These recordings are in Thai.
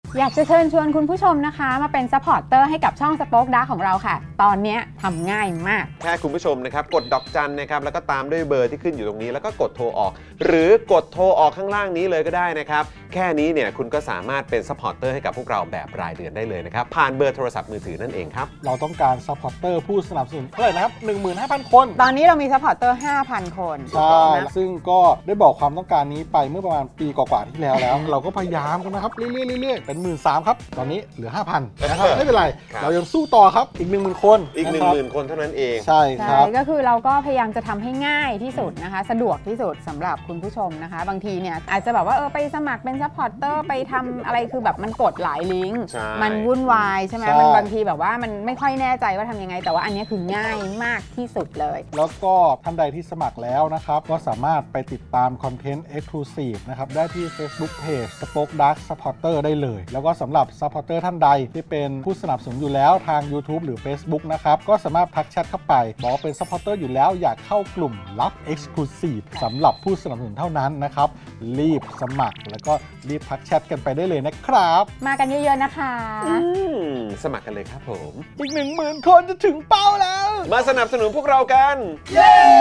อยากจะเชิญชวนคุณผู้ชมนะคะมาเป็นซัพพอร์ตเตอร์ให้กับช่อง Spoke Dark ของเราค่ะตอนนี้ทำง่ายมากแค่คุณผู้ชมนะครับกดดอกจันนะครับแล้วก็ตามด้วยเบอร์ที่ขึ้นอยู่ตรงนี้แล้วก็กดโทรออกหรือกดโทรออกข้างล่างนี้เลยก็ได้นะครับแค่นี้เนี่ยคุณก็สามารถเป็นซัพพอร์ตเตอร์ให้กับพวกเราแบบรายเดือนได้เลยนะครับผ่านเบอร์โทรศัพท์มือถือนั่นเองครับเราต้องการซัพพอร์ตเตอร์ผู้สนับสนุนเท่าไหร่นะครับ 15,000 คนตอนนี้เรามีซัพพอร์ตเตอร์ 5,000 คนใช่ซึ่งก็ได้บอกความต้องการนี้ไปเมื่อประมาณปีกว่าๆที่แล้ว เราก็พยายามกันนะครับเรื่อยๆเป็น 13,000 ครับตอนนี้เหลือ 5,000 นะครับไม่เป็นไรเรายังสู้ต่อครับอีก 10,000 คนอีก 10,000 คนเท่านั้นเองใช่ครับก็คือเราก็พยายามจะทำให้ง่ายที่สุดนะคะสะดวกที่สุดสำหรับคุณผู้ชมนะคะบางทีเนี่ยอาจจะแบบว่าไปสมัครเป็นซัพพอร์ตเตอร์ไปทำอะไรคือแบบมันกดหลายลิงก์มันวุ่นวายใช่ไหมมันบางทีแบบว่ามันไม่ค่อยแน่ใจว่าทำยังไงแต่ว่าอันนี้คือง่ายมากที่สุดเลยแล้วก็ท่านใดที่สมัครแล้วนะครับก็สามารถไปติดตามคอนเทนต์ Exclusive นะครับได้ที่ Facebook Page Spoke Dark Supporter ได้เลยแล้วก็สำหรับ Supporter ท่านใดที่เป็นผู้สนับสนุนอยู่แล้วทาง YouTube หรือ Facebook นะครับก็สามารถทักแชทเข้าไปบอกว่าเป็น Supporter อยู่แล้วอยากเข้ากลุ่มลับ Exclusive สำหรับผู้สนับสนุนเท่านั้นนะครับรีบสมัครแล้วก็รีบทักแชทกันไปได้เลยนะครับมากันเยอะๆนะคะสมัครกันเลยครับผมอีก 10,000 คนจะถึงเป้าแล้วมาสนับสนุนพวกเรากันเย้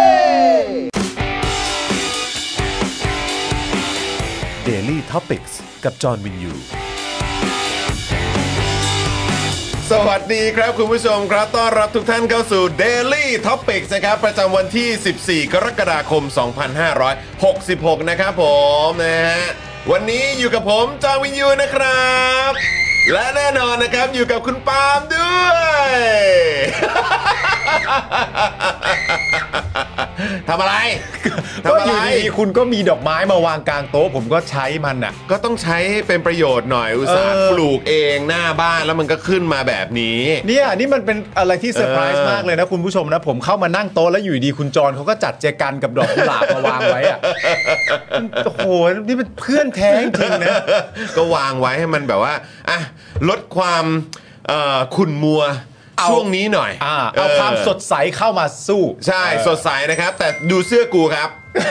Daily Topics กับจอห์นวินยูสวัสดีครับคุณผู้ชมครับต้อนรับทุกท่านเข้าสู่ Daily Topics นะครับประจำวันที่ 14 กรกฎาคม 2566 นะครับผมนะฮะวันนี้อยู่กับผมจอห์นวินยูนะครับและแน่นอนนะครับอยู่กับคุณปาล์มด้วยทำอะไรก็อยู่ดีคุณก็มีดอกไม้มาวางกลางโต๊ะผมก็ใช้มันอ่ะก็ต้องใช้เป็นประโยชน์หน่อยอุตส่าห์ปลูกเองหน้าบ้านแล้วมันก็ขึ้นมาแบบนี้เนี่ยนี่มันเป็นอะไรที่เซอร์ไพรส์มากเลยนะคุณผู้ชมนะผมเข้ามานั่งโต๊ะแล้วอยู่ดีคุณจรเขาก็จัดแจกันกับดอกกุหลาบมาวางไว้อ่ะโอ้โหนี่เป็นเพื่อนแท้จริงนะก็วางไว้ให้มันแบบว่าอ่ะลดความขุ่นมัวช่วงนี้หน่อยเอาความสดใสเข้ามาสู้ใช่สดใสนะครับแต่ดูเสื้อกูครับ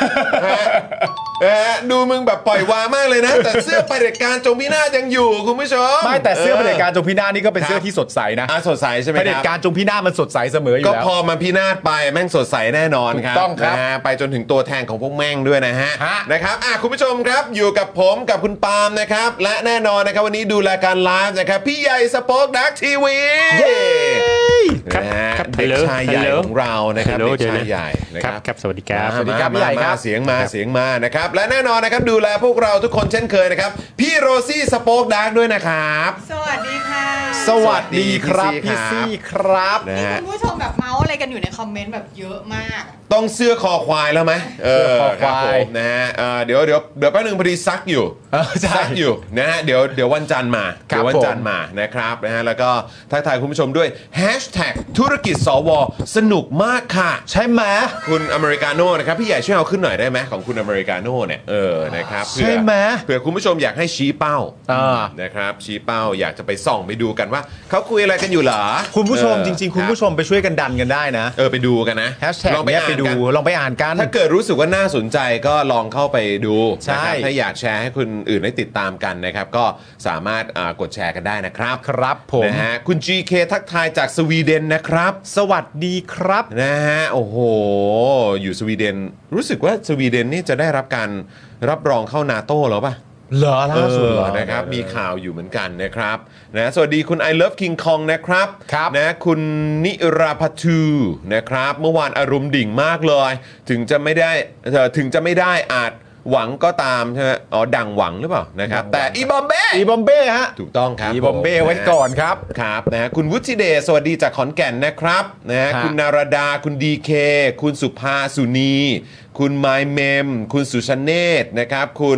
ดูมึงแบบปล่อยวางมากเลยนะแต่เสื้อเผด็จการจงพินาศยังอยู่คุณผู้ชมไม่แต่เสื้อเผด็จการจงพินาศนี่ก็เป็นเสื้อที่สดใสนะสดใสใช่ไหมครับเผด็จการจงพินาศมันสดใสเสมออยู่แล้วก็พอมันพินาศไปแม่งสดใสแน่นอนครับต้องครับไปจนถึงตัวแทนของพวกแม่งด้วยนะฮะนะครับคุณผู้ชมครับอยู่กับผมกับคุณปาล์มนะครับและแน่นอนนะครับวันนี้ดูรายการไลฟ์นะครับพี่ใหญ่สป็อคดักทีวีเด็กชายใหญ่ของเรานะครับเด็กชายใหญ่นะครับสวัสดีครับสวัสดีครับพี่ใหญ่ครับเสียงมานะครับและแน่นอนนะครับดูแลพวกเราทุกคนเช่นเคยนะครับพี่โรซี่สป็อคดักด้วยนะครับสวัสดีค่ะสวัสดีครับพี่ซี่ครับนี่คุณผู้ชมแบบเมาส์อะไรกันอยู่ในคอมเมนต์แบบเยอะมากต้องเสื้อคอควายแล้วไหมเสื้อคอควายนะฮะเดี๋ยวแป๊บนึงพอดีซักอยู่นะฮะเดี๋ยววันจันทร์มานะครับนะฮะแล้วก็ทักทายคุณผู้ชมด้วยแฮชแท็กธุรกิจสวสนุกมากค่ะใช่ไหมคุณอเมริกาโน่นะครับพี่ใหญ่ช่วยเอาขึ้นหน่อยได้ไหมของคุณอเมริกาโน่เนี่ยนะครับใช่ไหมเผื่อคุณผู้ชมอยากให้ชี้เป้านะครับชี้เป้าอยากจะไปส่องไปดูกันว่าเขาคุยอะไรกันอยู่เหรอคุณผู้ชมจริงๆคุณผู้ชมไปช่วยกันดันกันได้นะไปดูกันนะแฮชแท็กเนี่ยไปดูลองไปอ่านกันถ้าเกิดรู้สึกว่าน่าสนใจก็ลองเข้าไปดูนะครับถ้าอยากแชร์ให้คนอื่นได้ติดตามกันนะครับก็สามารถกดแชร์กันได้นะครับครับผมนะฮะคุณ GK ทักทายจากสวีเดนนะครับสวัสดีครับนะฮะโอ้โหอยู่สวีเดนรู้สึกว่าสวีเดนนี่จะได้รับการรับรองเข้า NATO แล้วป่ะเหรอล่าสุดนะครับมีข่าวอยู่เหมือนกันนะครับนะสวัสดีคุณ I Love King Kong นะครับนะคุณนิราภัทูนะครับเมื่อวานอารมณ์ดิ่งมากเลยถึงจะไม่ได้อาจหวังก็ตามใช่ไหมดังหวังหรือเปล่านะครับแต่อีบอมเบ้ฮะถูกต้องครับอีบอมเบ้ไว้ก่อนครับนะฮะคุณวุฒิเดชสวัสดีจากขอนแก่นนะครับนะฮะคุณนารดาคุณดีเคคุณสุภาสุนีคุณไมเมมคุณสุชเนตนะครับคุณ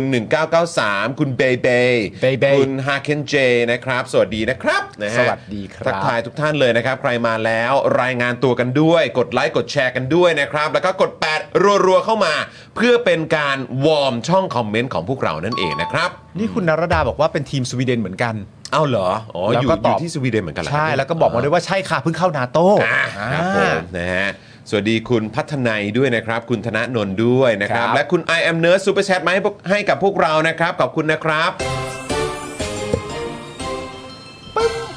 1993คุณเบย์คุณฮาเคนเจนะครับสวัสดีนะครับนะฮะสวัสดีครับทักทายทุกท่านเลยนะครับใครมาแล้วรายงานตัวกันด้วยกดไลค์กดแชร์กันด้วยนะครับแล้วก็กด8รัวๆเข้ามาเพื่อเป็นการวอร์มช่องคอมเมนต์ของพวกเรานั่นเองนะครับนี่คุณนรดาบอกว่าเป็นทีมสวีเดนเหมือนกันเอาเหรออยู่ที่สวีเดนเหมือนกันเหรอใช่แล้วก็บอกมาด้วยว่าใช่ค่ะเพิ่งเข้า NATO ครับผมนะฮะสวัสดีคุณพัฒนัยด้วยนะครับคุณธนนนท์ด้วยนะครับและคุณ I am Nerd Super Chat มาให้กับพวกเรานะครับขอบคุณนะครับ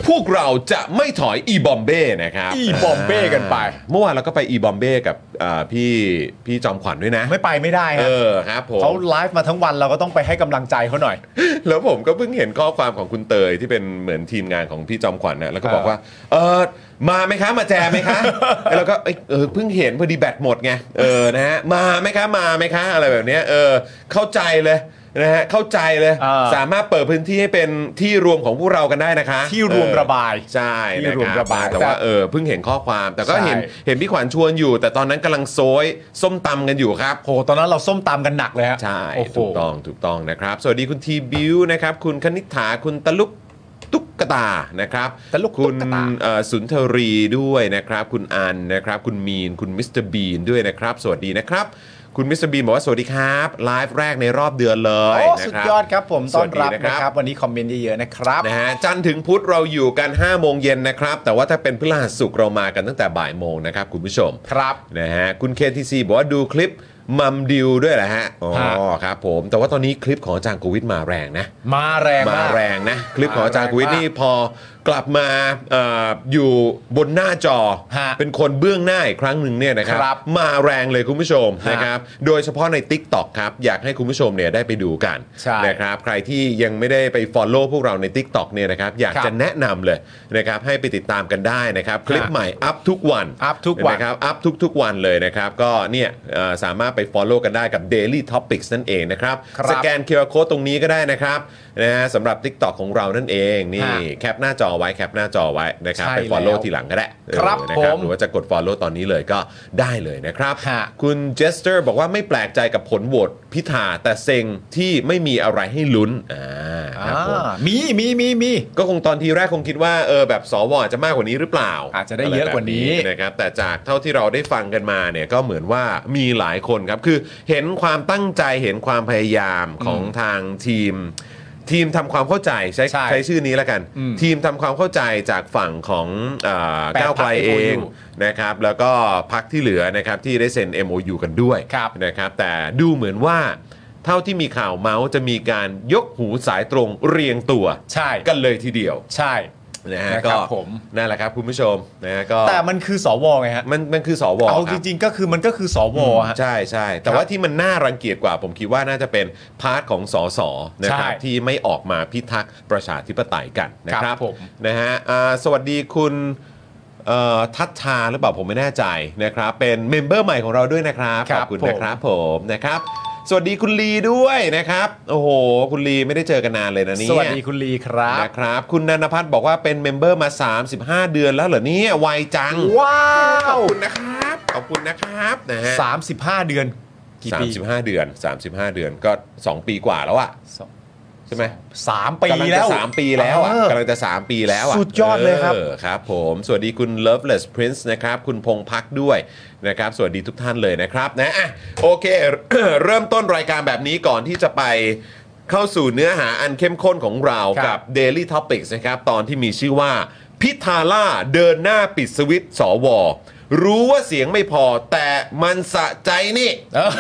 พวกเราจะไม่ถอยอีบอมเบ้นะครับอีบอมเบ้กันไปเมื่อวานเราก็ไปอีบอมเบ้กับพี่จอมขวัญด้วยนะไม่ไปไม่ได้ฮะครับผมเขาไลฟ์มาทั้งวันเราก็ต้องไปให้กำลังใจเขาหน่อยแล้วผมก็เพิ่งเห็นข้อความของคุณเตยที่เป็นเหมือนทีมงานของพี่จอมขวัญนะแล้วก็บอกว่ามาไหมคะมาแจมไหมคะ แล้วก็เพิ่งเห็นพอดีแบตหมดไงนะฮะมาไหมคะอะไรแบบเนี้ยเข้าใจเลยนะฮะเข้าใจเลย สามารถเปิดพื้นที่ให้เป็นที่รวมของพวกเรากันได้นะคะที่รวมระบายใช่ที่รวมระบายแต่ว่าเพิ่งเห็นข้อความแต่ก็ใช่เห็นพี่ขวัญชวนอยู่ แต่ตอนนั้นกำลังโซยส้มตำกันอยู่ครับโหตอนนั้นเราส้มตำกันหนักเลยฮะใช่โอ้โหถูกต้องนะครับสวัสดีคุณทีบิวนะครับคุณคณิษฐาคุณตะลุกตุ๊กตานะครับตะลุกคุณตุ๊กตาสุนทรีด้วยนะครับคุณอันนะครับคุณมีนคุณมิสเตอร์บีนด้วยนะครับสวัสดีนะครับคุณมิสเตอร์บีนบอกว่าสวัสดีครับไลฟ์แรกในรอบเดือนเลยโอ้นะสุดครับยอดครับผมต้อนรับสวัสดีนะครับนะครับวันนี้คอมเมนต์เยอะๆนะครับนะฮะจันทร์ถึงพุธเราอยู่กัน5โมงเย็นนะครับแต่ว่าถ้าเป็นพฤหัสศุกร์เรามากันตั้งแต่บ่ายโมงนะครับคุณผู้ชมครับนะฮะคุณ KTC บอกว่าดูคลิปมัมดิวด้วยแหละฮะอ๋อฮะครับผมแต่ว่าตอนนี้คลิปของอาจารย์โควิดมาแรงนะมาแรงมากแรงนะคลิปของอาจารย์โควิดมาแรงมากนี่พอกลับมาอยู่บนหน้าจอฮะเป็นคนเบื้องหน้าอีกครั้งหนึ่งเนี่ยนะครับครับมาแรงเลยคุณผู้ชมฮะนะครับโดยเฉพาะใน TikTok ครับอยากให้คุณผู้ชมเนี่ยได้ไปดูกันใช่นะครับใครที่ยังไม่ได้ไป follow พวกเราใน TikTok เนี่ยนะครับอยากครับจะแนะนำเลยนะครับให้ไปติดตามกันได้นะครับคลิปใหม่อัพทุกวันอัพทุกวันนะครับอัพทุกๆวันเลยนะครับก็เนี่ยสามารถไป follow กันได้กับ Daily Topics นั่นเองนะครับครับสแกน QR Code ตรงนี้ก็ได้นะครับนะฮะสำหรับ TikTok ของเรานั่นเองนี่ฮะแคปหน้าจอไว้แคปหน้าจอไว้นะครับใช่ไป follow แล้วทีหลังก็ได้ครับนะผมหรือว่าจะกด follow ตอนนี้เลยก็ได้เลยนะครับฮะคุณเจสเตอร์บอกว่าไม่แปลกใจกับผลโหวตพิธาแต่เซ็งที่ไม่มีอะไรให้ลุ้นครับผมมีก็คงตอนทีแรกคงคิดว่าแบบสวจะมากกว่านี้หรือเปล่าอาจจะได้เยอะกว่านี้ไรแบบนะครับแต่จากเท่าที่เราได้ฟังกันมาเนี่ยก็เหมือนว่ามีหลายคนครับคือเห็นความตั้งใจเห็นความพยายามของทางทีมทำความเข้าใจใช้ชื่อนี้แล้วกัน ทีมทำความเข้าใจจากฝั่งของก้าวไกลเองนะครับแล้วก็พรรคที่เหลือนะครับที่ได้เซ็น MOU กันด้วยครับนะครับแต่ดูเหมือนว่าเท่าที่มีข่าวเมาส์จะมีการยกหูสายตรงเรียงตัวใช่กันเลยทีเดียวใช่นะฮะนะคก็รับผมนั่นแหละครับคุณผู้ชมนะฮะก็แต่มันคือสวไงฮะมันคือสวเอาคจรับริงๆก็คือมันก็คือสวฮะใช่ใช่แต่ว่าที่มันน่ารังเกียจกว่าผมคิดว่าน่าจะเป็นพาร์ทของสสนะครับใช่ที่ไม่ออกมาพิทักษ์ประชาธิปไตยกันนะคครัรับบผมนะฮะสวัสดีคุณทัชชาหรือเปล่าผมไม่แน่ใจนะครับเป็นเมมเบอร์ใหม่ของเราด้วยนะครับคขรัอบบคุณผมนะครับผมนะครับสวัสดีคุณลีด้วยนะครับโอ้โหคุณลีไม่ได้เจอกันนานเลยนะเนี่ยสวัสดีคุณลีครับนะครับคุณนันพัฒน์บอกว่าเป็นเมมเบอร์มา 35 เดือนแล้วเหรอเนี่ยไวจังว้าขอบวคุณนะครับขอบคุณนะครับนะฮะ 35 เดือนกี่ปี 35 เดือน35 เดือนก็ 2 ปีกว่าแล้วอะสองใช่ไหม 3 ปีกำลังแล้จะว 3 ปีแล้วอะเออกำลังจะ3 ปีแล้วอะสุดยอดเลยครับครับผมสวัสดีคุณ Loveless Prince นะครับคุณพงษ์พักด้วยนะครับสวัสดีทุกท่านเลยนะครับนะอ่ะโอเค เริ่มต้นรายการแบบนี้ก่อนที่จะไปเข้าสู่เนื้อหาอันเข้มข้นของเราครับกับ Daily Topics นะครับตอนที่มีชื่อว่าพิธาล่าเดินหน้าปิดสวิตช์สวรู้ว่าเสียงไม่พอแต่มันสะใจนี่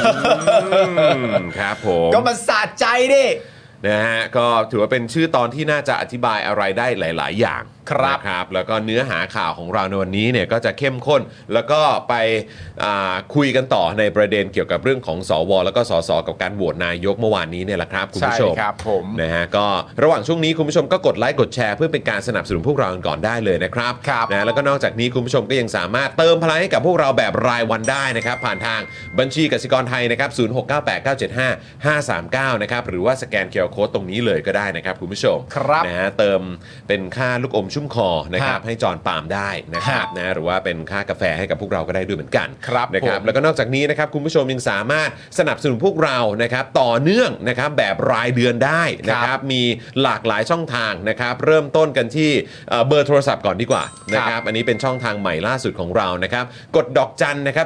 ครับผมก็มันสะใจดินะฮะก็ถือว่าเป็นชื่อตอนที่น่าจะอธิบายอะไรได้หลาย ๆ อย่างครับนะครับแล้วก็เนื้อหาข่าวของเราในวันนี้เนี่ยก็จะเข้มข้น แล้วก็ไปคุยกันต่อในประเด็นเกี่ยวกับเรื่องของสวแล้วก็สสกับการโหวตนายกเมื่อวานนี้เนี่ยแหละครับคุณผู้ชมใช่ครับผมนะฮะก็ระหว่างช่วงนี้คุณผู้ชมก็กดไลค์กดแชร์เพื่อเป็นการสนับสนุนพวกเรากันก่อนได้เลยนะครับครับนะแล้วก็นอกจากนี้คุณผู้ชมก็ยังสามารถเติมพลังให้กับพวกเราแบบรายวันได้นะครับผ่านทางบัญชีกสิกรไทยนะครับ0698975539นะครับหรือว่าสแกนเคอร์โค้ดตรงนี้เลยก็ได้นะครับคุณผู้ชมครับนะฮะเติมเป็นค่าลูกอมชุ่มคอนะครับฮะให้จอนปาล์มได้นะครับนะหรือว่าเป็นค่ากาแฟให้กับพวกเราก็ได้ด้วยเหมือนกันครับนะครับผมแล้วก็นอกจากนี้นะครับคุณผู้ชมยังสามารถสนับสนุนพวกเรานะครับต่อเนื่องนะครับแบบรายเดือนได้นะครับมีหลากหลายช่องทางนะครับเริ่มต้นกันที่เบอร์โทรศัพท์ก่อนดีกว่านะครับอันนี้เป็นช่องทางใหม่ล่าสุดของเรานะครับกดดอกจันนะครับ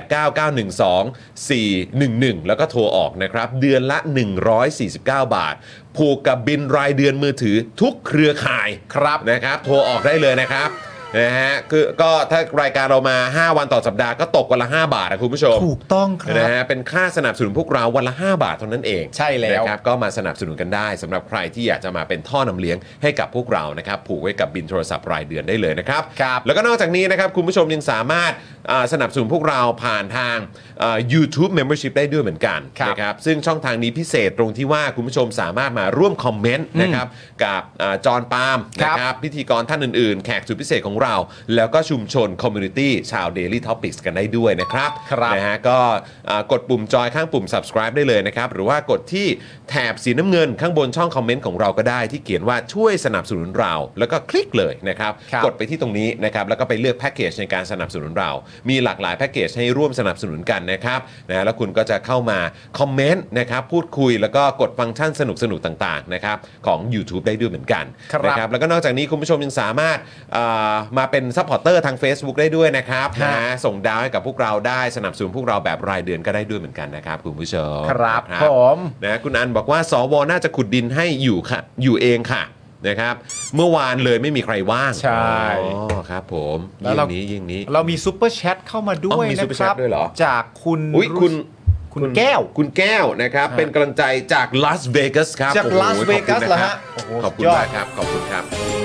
489912411แล้วก็โทรออกนะครับเดือนละ149 บาทผูกกับบินรายเดือนมือถือทุกเครือข่ายครับนะครับโทรออกได้เลยนะครับนะฮะคือก็ถ้ารายการเรามา5วันต่อสัปดาห์ก็ตกวันละ5 บาทนะคุณผู้ชมถูกต้องครับนะฮะเป็นค่าสนับสนุนพวกเราวันละ5 บาทเท่านั้นเองใช่แล้วนะครับก็มาสนับสนุนกันได้สำหรับใครที่อยากจะมาเป็นท่อนำเลี้ยงให้กับพวกเรานะครับผูกไว้กับบิลโทรศัพท์รายเดือนได้เลยนะครับครับแล้วก็นอกจากนี้นะครับคุณผู้ชมยังสามารถสนับสนุนพวกเราผ่านทางYouTube Membership ได้ด้วยเหมือนกันครับนะครับซึ่งช่องทางนี้พิเศษตรงที่ว่าคุณผู้ชมสามารถมาร่วมคอมเมนต์นะครับกับจอห์นปาล์มครับนะครับพิธีกรท่านอื่นๆ แขกสุดพิเศษของเรา แล้วก็ชุมชนคอมมูนิตี้ชาว Daily Topics กันได้ด้วยนะครับครับนะฮะก็กดปุ่มจอยข้างปุ่ม subscribe ได้เลยนะครับหรือว่ากดที่แถบสีน้ำเงินข้างบนช่องคอมเมนต์ของเราก็ได้ที่เขียนว่าช่วยสนับสนุนเราแล้วก็คลิกเลยนะครับครับกดไปที่ตรงนี้นะครับแล้วก็ไปเลือกแพ็กเกจในการสนับสนุนเรา มีหลากหลายแพ็กเกจให้ร่วมสนับสนุนกันนะครับนะแล้วคุณก็จะเข้ามาคอมเมนต์นะครับพูดคุยแล้วก็กดฟังก์ชันสนุกๆต่างๆนะครับของ YouTube ได้ด้วยเหมือนกันครับนะครับแล้วก็นอกจากนี้คุณผู้ชมยังสามารถมาเป็นซัพพอร์ตเตอร์ทาง Facebook ได้ด้วยนะครับฮะนะส่งดาวให้กับพวกเราได้สนับสนุนพวกเราแบบรายเดือนก็ได้ด้วยเหมือนกันนะครับคุณผู้ชมครับนะผมนะคุณอันบอกว่าสวน่าจะขุดดินให้อยู่ค่ะอยู่เองค่ะนะครับเมื่อวานเลยไม่มีใครว่างใช่อ๋อครับผมแล้วเรายิ่งนี้เรามีซุปเปอร์แชทเข้ามาด้วยมีนะซุปเปอร์คแชทรับด้วยเหรอจากคุณอุ๊ยคุณคุณแก้วคุณแก้วนะครับเป็นกำลังใจจากลาสเวกัสครับจากโอ้โหลาสเวกัสขอบคุณเหรอนะคฮะบโอ้โหขอบคุณสุดยอดมากครับขอบคุณครับ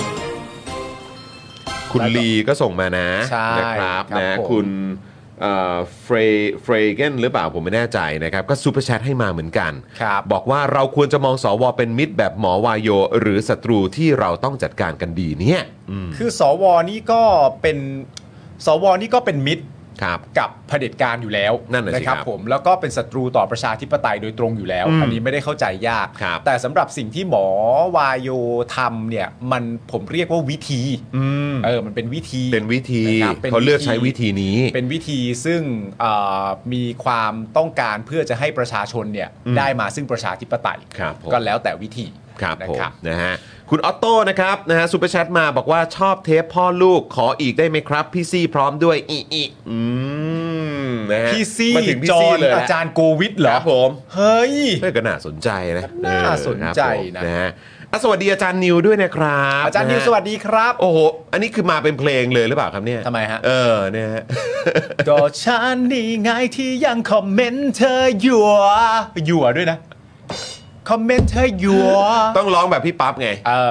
คุณลีก็ส่งมานะใช่นะครับครับนะผมคุณเฟรเกนหรือเปล่าผมไม่แน่ใจนะครับก็ซูเปอร์แชทให้มาเหมือนกันครับบอกว่าเราควรจะมองสวเป็นมิตรแบบหมอวายโยหรือศัตรูที่เราต้องจัดการกันดีเนี่ยอืมคือสวนี่ก็เป็นมิตรครับกับเผด็จการอยู่แล้วนั่นน่ะสิครับครับผมแล้วก็เป็นศัตรูต่อประชาธิปไตยโดยตรงอยู่แล้ว อันนี้ไม่ได้เข้าใจยากครับแต่สำหรับสิ่งที่หมอวายโยทำเนี่ยมันผมเรียกว่าวิธีมันเป็นวิธีเป็นวิธีนะครับเป็นเขาเลือกใช้วิธีนี้เป็นวิธีซึ่งมีความต้องการเพื่อจะให้ประชาชนเนี่ยได้มาซึ่งประชาธิปไตยครับผมก็แล้วแต่วิธีครับนะผมครับนะฮะคุณออตโต้นะครับนะฮะซูเปอร์แชทมาบอกว่าชอบเทปพ่อลูกขออีกได้ไหมครับ พี่ซี่พร้อมด้วยอีนะฮะพี่ซี่มาถึงพี่จอซี่ห์นเลยอาจารย์โกวิทเหรอครับผมเฮ้ยเพื่อก็น่าสนใจนะน่าสนใจนะฮะอ่ะสวัสดีอาจารย์นิวด้วยนะครับอาจารย์นิวสวัสดีครับโอ้โหอันนี้คือมาเป็นเพลงเลยหรือเปล่าครับเนี่ยทำไมฮะเนี่ยฮะก็ฉันนี่ไงที่ยังคอมเมนต์เธอหยั่วด้วยนะคอมเมนต์เธอหยั่วต้องร้องแบบพี่ปั๊บไง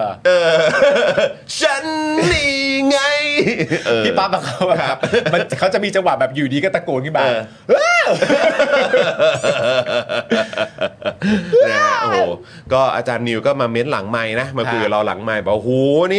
ฉันนี่ไงพี่ปั๊บอะเขาแบบเขาจะมีจังหวะแบบอยู่ดีก็ตะโกนขึ้นมานะฮะโอ้โหก็อาจารย์นิวก็มาเม้นหลังไม้นะมาคุยกับเราหลังไม้บอกโอ้โหนี่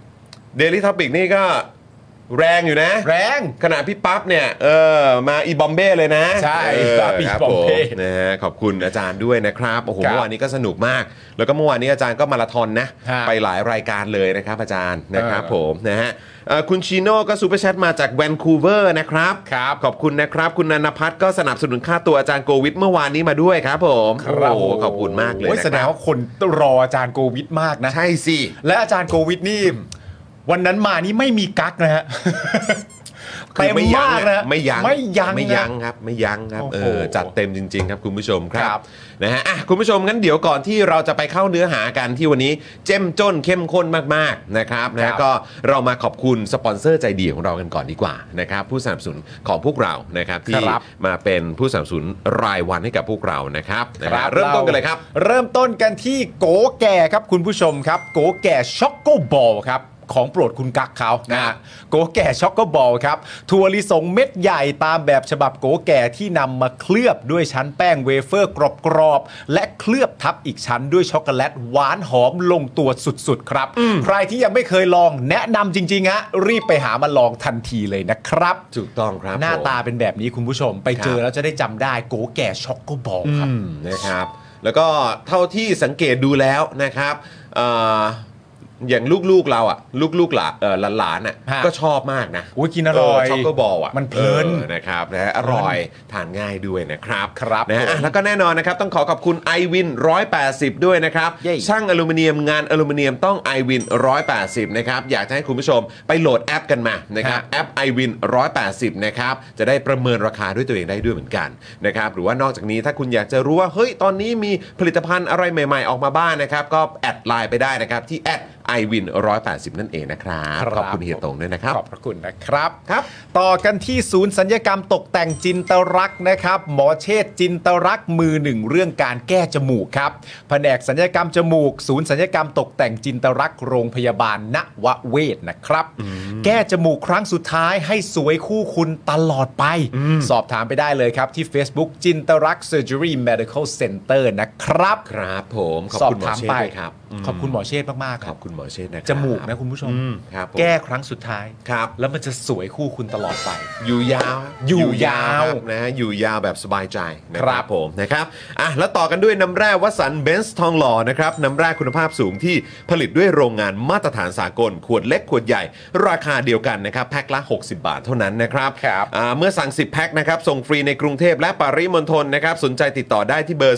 Daily Topic นี่ก็แรงอยู่นะแรงขณะพี่ปั๊บเนี่ยมาอีบอมเบ้เลยนะใช่ครับอีครับบอผมเบ้นะฮะขอบคุณอาจารย์ด้วยนะครับโอ้โหครับเมื่อวานนี้ก็สนุกมาก แล้วก็เมื่อวานนี้อาจารย์ก็มาราธอนนะฮะไปหลายรายการเลยนะครับอาจารย์นะครับเออผมนะฮะคุณชิโน่ก็ซูเปอร์แชทมาจากแวนคูเวอร์นะครับครับขอบคุณนะครับคุณนันพัฒน์ก็สนับสนุนค่าตัวอาจารย์โกวิทเมื่อวานนี้มาด้วยครับผมครับโอ้โหขอบคุณมากเลยโอ้ยนะแสดคงรับว่าคนรออาจารย์โกวิทมากนะใช่สิและอาจารย์โกวิทนี่ วันนั้นมานี่ไม่มีกั๊กนะฮะคือไม่ยั้งเต็มมากนะไม่ยั้งไม่ยั้งไม่ยั้งครับไม่ยั้งครับโอ้โหจัดเต็มจริงๆครับคุณผู้ชมครัครับ บนะฮะคุณผู้ชมงั้นเดี๋ยวก่อนที่เราจะไปเข้าเนื้อหากันที่วันนี้เจ้มจ้นเข้มข้นมากๆนะครับนะก็เรามาขอบคุณสปอนเซอร์ใจดีของเรากันก่อนดีกว่านะครับผู้สนับสนุนของพวกเรานะครับที่ครับมาเป็นผู้สนับสนุนรายวันให้กับพวกเรานะครับนะฮะเริ่มต้นกันเลยครับเริ่มต้นกันที่โกแก่ครับคุณผู้ชมครับ โกแก่ช็อกโกบอลครับของโปรดคุณกั๊กเขานะฮะโกแก่ช็อกโกบอลครับถั่วลิสงเม็ดใหญ่ตามแบบฉบับโกแก่ที่นำมาเคลือบด้วยชั้นแป้งเวเฟอร์กรอบๆและเคลือบทับอีกชั้นด้วยช็อกโกแลตหวานหอมลงตัวสุดๆครับใครที่ยังไม่เคยลองแนะนำจริงๆฮะรีบไปหามาลองทันทีเลยนะครับถูกต้องครับหน้าผมตาเป็นแบบนี้คุณผู้ชมไปเจอแล้วจะได้จำได้โกแก่ช็อกโกบอลครับนะครับแล้วก็เท่าที่สังเกตดูแล้วนะครับอย่างลูกๆเราอ่ะลูกๆหลานๆอ่ะฮะก็ชอบมากนะโอ้ยกินอร่อยช็อกโกบอลอ่ะมันเพลินนะครับนะอร่อยทานง่ายด้วยนะครับครับนะฮะผมแล้วก็แน่นอนนะครับต้องขอบคุณ iWin 180 ด้วยนะครับเย้ช่างอลูมิเนียมงานอลูมิเนียมต้อง iWin 180 นะครับอยากจะให้คุณผู้ชมไปโหลดแอปกันมานะครับแอป iWin 180 นะครับจะได้ประเมินราคาด้วยตัวเองได้ด้วยเหมือนกันนะครับหรือว่านอกจากนี้ถ้าคุณอยากจะรู้ว่าเฮ้ยตอนนี้มีผลิตภัณฑ์อะไรใหม่ๆออกมาบ้างนะครับก็แอดไลน์ไปได้นะครับที่ iWin 180นั่นเองนะครับขอบคุณเฮียตงด้วยนะครับขอบพระคุณนะครับครับต่อกันที่ศูนย์ศัลยกรรมตกแต่งจินตรักษ์นะครับหมอเชษฐ์จินตรักษ์มือหนึ่งเรื่องการแก้จมูกครับแผนกศัลยกรรมจมูกศูนย์ศัลยกรรมตกแต่งจินตรักษ์โรงพยาบาลนวเวศนะครับแก้จมูกครั้งสุดท้ายให้สวยคู่คุณตลอดไปสอบถามไปได้เลยครับที่ Facebook จินตรักษ์ Surgery Medical Center นะครับครับผมขอบคุณหมอเชษฐ์ด้วยครับขอบคุณหมอเชษฐ์มากๆคขรัอบบคุณหมอเชษฐ์นะครับจมูกนะคุณผู้ชมครับผมแก้ครั้งสุดท้ายครับแล้วมันจะสวยคู่คุณตลอดไปอยู่ยาวอยู่ยาวครับนะอยู่ยาวแบบสบายใจนะครับผมนะครับแล้วต่อกันด้วยน้ำแร่วสันต์เบนซ์ทองหล่อนะครับน้ำแร่คุณภาพสูงที่ผลิตด้วยโรงงานมาตรฐานสากลขวดเล็กขวดใหญ่ราคาเดียวกันนะครับแพ็คละ60 บาทเท่านั้นนะครับครับเมื่อสั่ง10แพ็คนะครับส่งฟรีในกรุงเทพและปริมณฑลนะครับสนใจติดต่อได้ที่เบอร์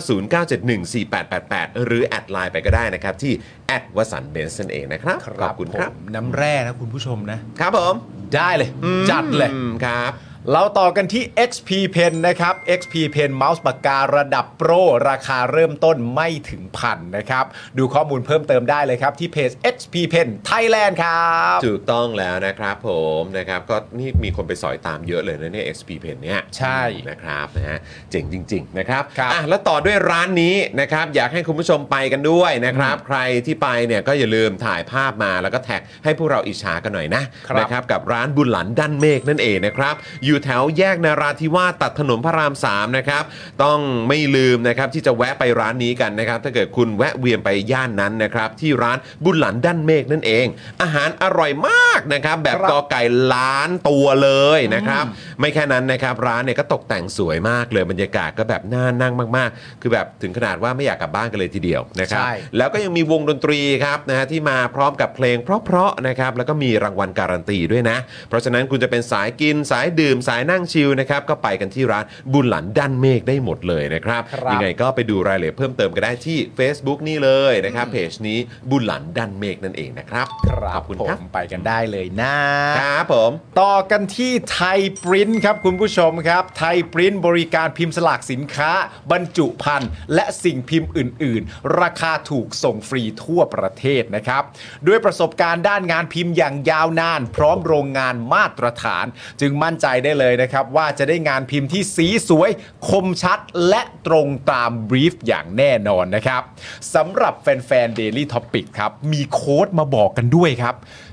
0909714888 หรือแอดไลน์ไปก็ได้นะครับที่วสันต์เบนซ์นั่นเองนะครับขอบคุณครับผมน้ำแร่นะคุณผู้ชมนะครับผมได้เลย จัดเลยครับเราต่อกันที่ XP Pen นะครับ XP Pen เมาส์ปากการะดับโปรราคาเริ่มต้นไม่ถึงพันนะครับดูข้อมูลเพิ่มเติมได้เลยครับที่เพจ XP Pen Thailand ครับถูกต้องแล้วนะครับผมนะครับก็นี่มีคนไปสอยตามเยอะเลยนะเนี่ย XP Pen เนี่ยใช่นะครับนะฮะเจ๋งจริงๆนะครับครับแล้วต่อด้วยร้านนี้นะครับอยากให้คุณผู้ชมไปกันด้วยนะครับใครที่ไปเนี่ยก็อย่าลืมถ่ายภาพมาแล้วก็แท็กให้พวกเราอิจฉากันหน่อยนะครับกับร้านบุญหลันดั้นเมฆนั่นเองนะครับอยู่แถวแยกนราธิวาสตัดถนนพระราม3นะครับต้องไม่ลืมนะครับที่จะแวะไปร้านนี้กันนะครับถ้าเกิดคุณแวะเวียนไปย่านนั้นนะครับที่ร้านบุญหลันดั้นเมฆนั่นเองอาหารอร่อยมากนะครับแบบกอไก่ล้านตัวเลยนะครับไม่แค่นั้นนะครับร้านเนี่ยก็ตกแต่งสวยมากเลยบรรยากาศก็แบบน่านั่งมากๆคือแบบถึงขนาดว่าไม่อยากกลับบ้านกันเลยทีเดียวนะครับใช่แล้วก็ยังมีวงดนตรีครับนะฮะที่มาพร้อมกับเพลงเพราะๆนะครับแล้วก็มีรางวัลการันตีด้วยนะเพราะฉะนั้นคุณจะเป็นสายกินสายดื่มสายนั่งชิลนะครับก็ไปกันที่ร้านบุญหลันดั้นเมฆได้หมดเลยนะครับครับยังไงก็ไปดูรายละเอียดเพิ่มเติมก็ได้ที่ Facebook นี่เลยนะครับเพจนี้บุญหลันดั้นเมฆนั่นเองนะครับ ขอบคุณครับผมไปกันได้เลยนะครับผมต่อกันที่ไทยปริ้นท์ครับคุณผู้ชมครับไทยปริ้นท์บริการพิมพ์สลากสินค้าบรรจุภัณฑ์และสิ่งพิมพ์อื่นๆ ราคาถูกส่งฟรีทั่วประเทศนะครับด้วยประสบการณ์ด้านงานพิมพ์อย่างยาวนาน พร้อมโรงงานมาตรฐาน จึงมั่นใจได้เลยนะครับว่าจะได้งานพิมพ์ที่สีสวยคมชัดและตรงตามบรีฟอย่างแน่นอนนะครับสำหรับแฟนๆ Daily Topic ครับมีโค้ดมาบอกกันด้วยครับ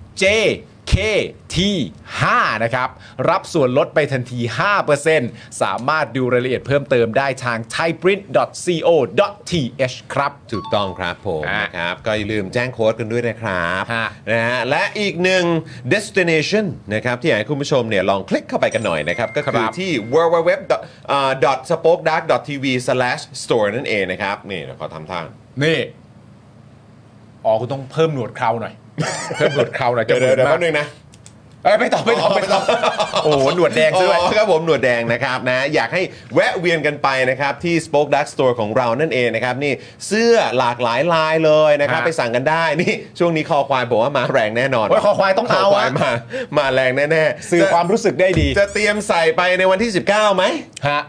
JKT5 นะครับรับส่วนลดไปทันที 5% สามารถดูรายละเอียดเพิ่มเติมได้ทาง thaiprint.co.th ครับถูกต้องครับผม นะครับก็อย่าลืมแจ้งโค้ดกันด้วยนะครับฮะนะฮะและอีกหนึ่ง destination นะครับที่อยากให้คุณผู้ชมเนี่ยลองคลิกเข้าไปกันหน่อยนะครับก็คือที่ www.spokedark.tv/store นั่นเองนะครับนี่เดี๋ยวขอทำท่านี่อ๋อคุณต้องเพิ่มหนวดเคราหน่อย เพิ่มหนวดเคราหน่อยเดี๋ยวจะหมือนแป๊มาบกนึงนะไม่ต้องโอ้โหหนวดแดงซะด้วยอ๋อครับผมหนวดแดงนะครับนะอยากให้แวะเวียนกันไปนะครับที่ Spoke Dark Store ของเรานั่นเองนะครับนี่เสื้อหลากหลายลายเลยนะครับฮะไปสั่งกันได้นี่ช่วงนี้คอควายผมว่ามาแรงแน่นอนโอ้ยคอควายต้องเอาคควายอะมาแรงแน่ๆสื่อความรู้สึกได้ดีจะเตรียมใส่ไปในวันที่ 19ไหมฮะ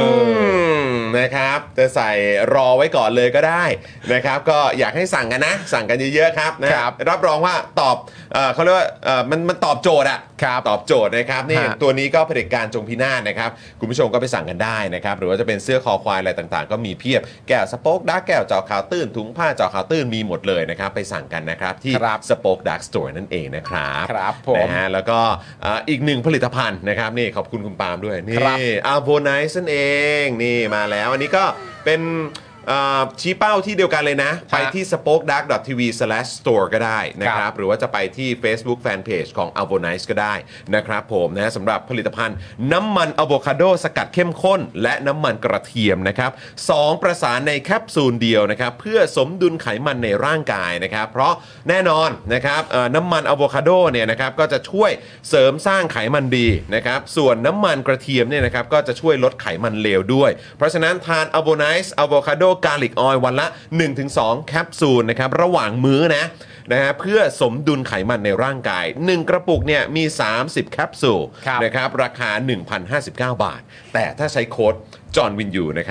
นะครับจะใส่รอไว้ก่อนเลยก็ได้นะครับก็อยากให้สั่งกันนะสั่งกันเยอะๆครับนะครับรับรองว่าตอบเขาเรียกว่ามันตอบโจทย์อะครับตอบโจทย์นะครับนี่ฮะตัวนี้ก็เผด็จการจงพินาศนะครับคุณผู้ชมก็ไปสั่งกันได้นะครับหรือว่าจะเป็นเสื้อคอควายอะไรต่างๆ ก็มีเพียบแก้วสป็อกดาร์กแก้วเจาะขาวตื้นถุงผ้าเจาะขาวตื้นมีหมดเลยนะครับไปสั่งกันนะครับที่ครับ Spoke Dark Store นั่นเองนะครับครับผมนะฮะแล้วก็อีกหนึ่งผลิตภัณฑ์นะครับนี่ขอบคุณคุณปาล์มด้วยนี่ครับ Avonice นั่นเองนี่มาแล้วอันนี้ก็เป็นชี้เป้าที่เดียวกันเลยนะ ไปที่ spokedark.tv/store ก็ได้นะครับหรือว่าจะไปที่ Facebook Fanpage ของ Avonice ก็ได้นะครับผมนะสำหรับผลิตภัณฑ์น้ำมันอะโวคาโดสกัดเข้มข้น และน้ำมันกระเทียมนะครับ2ประสานในแคปซูลเดียวนะครับเพื่อสมดุลไขมันในร่างกายนะครับเพราะแน่นอนนะครับน้ำมันอะโวคาโดเนี่ยนะครับก็จะช่วยเสริมสร้างไขมันดีนะครับส่วนน้ำมันกระเทียมเนี่ยนะครับก็จะช่วยลดไขมันเลวด้วยเพราะฉะนั้นทาน Avonice Avocado Garlic Oil วันละ 1-2 แคปซูลนะครับระหว่างมื้อนะฮะเพื่อสมดุลไขมันในร่างกาย1กระปุกเนี่ยมี30แคปซูลนะครับราคา 1,059 บาทแต่ถ้าใช้โค้ดจอห์นวินยูนะครับ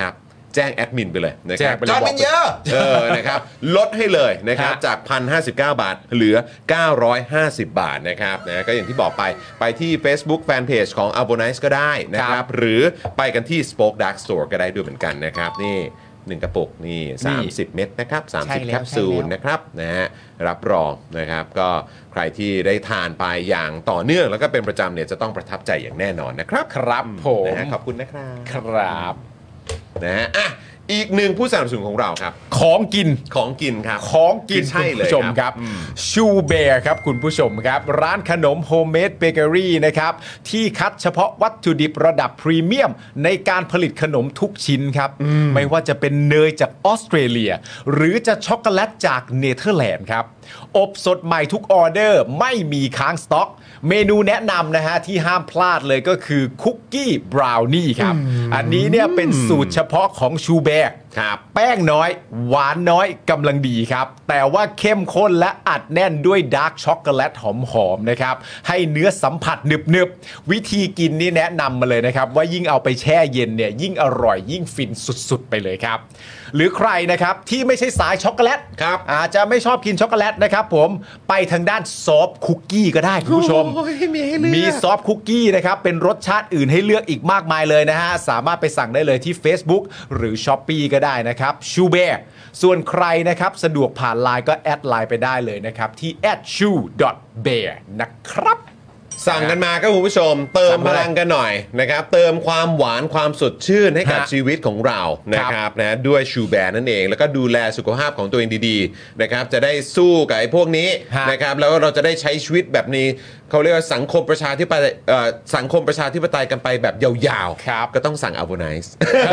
แจ้งแอดมินไปเลยนะครับแจ้งไปเลยจอห์นวินเยอร์นะครับลดให้เลยนะครับจาก 1,059 บาทเหลือ 950 บาทนะครับนะก็อย่างที่บอกไปที่ Facebook Fanpage ของ Albonize ก็ได้นะครับหรือไปกันที่ Spoke Dark Store ก็ได้ด้วยเหมือนกันนะครับนี่1กระปุกนี่30 เม็ดนะครับ30แคปซูลนะครับนะฮะรับรองนะครับก็ใครที่ได้ทานไปอย่างต่อเนื่องแล้วก็เป็นประจำเนี่ยจะต้องประทับใจอย่างแน่นอนนะครับครับผมนะฮะขอบคุณนะครับครับนะฮะอ่ะอีกหนึ่งผู้สนับสนุนของเราครับของกินของกินครับของกินใช่เลยคุณผู้ชมครับชูเบร์ครับคุณผู้ชมครับร้านขนมโฮมเมดเบเกอรี่นะครับที่คัดเฉพาะวัตถุดิบระดับพรีเมียมในการผลิตขนมทุกชิ้นครับไม่ว่าจะเป็นเนยจากออสเตรเลียหรือจะช็อกโกแลตจากเนเธอร์แลนด์ครับอบสดใหม่ทุกออเดอร์ไม่มีค้างสต็อกเมนูแนะนำนะฮะที่ห้ามพลาดเลยก็คือคุกกี้บราวนี่ครับอันนี้เนี่ยเป็นสูตรเฉพาะของชูเบร์ครับแป้งน้อยหวานน้อยกำลังดีครับแต่ว่าเข้มข้นและอัดแน่นด้วยดาร์กช็อกโกแลตหอมๆนะครับให้เนื้อสัมผัสหนึบๆวิธีกินนี่แนะนำมาเลยนะครับว่ายิ่งเอาไปแช่เย็นเนี่ยยิ่งอร่อยยิ่งฟินสุดๆไปเลยครับหรือใครนะครับที่ไม่ใช่สายช็อกโกแลตครับอาจจะไม่ชอบกินช็อกโกแลตนะครับผมไปทางด้านซอฟต์คุกกี้ก็ได้คุณผู้ชมมีให้เลือกมีซอฟต์คุกกี้นะครับเป็นรสชาติอื่นให้เลือกอีกมากมายเลยนะฮะสามารถไปสั่งได้เลยที่ Facebook หรือ Shopee ก็ได้นะครับชูเบร์ส่วนใครนะครับสะดวกผ่านไลน์ก็แอดไลน์ไปได้เลยนะครับที่ @shu.bear นะครับสั่งกันมาก็คุณผู้ชมเติมพลังกันหน่อยนะครับเติมความหวานความสดชื่นให้กับชีวิตของเรานะครับนะด้วยชูแบร์นั่นเองแล้วก็ดูแลสุขภาพของตัวเองดีๆนะครับจะได้สู้กับไอ้พวกนี้นะครับแล้วเราจะได้ใช้ชีวิตแบบนี้เขาเรียกว่าสังคมประชาธิปไตยสังคมประชาธิปไตยกันไปแบบยาวๆก็ต้องสั่งอัลโบไนซ์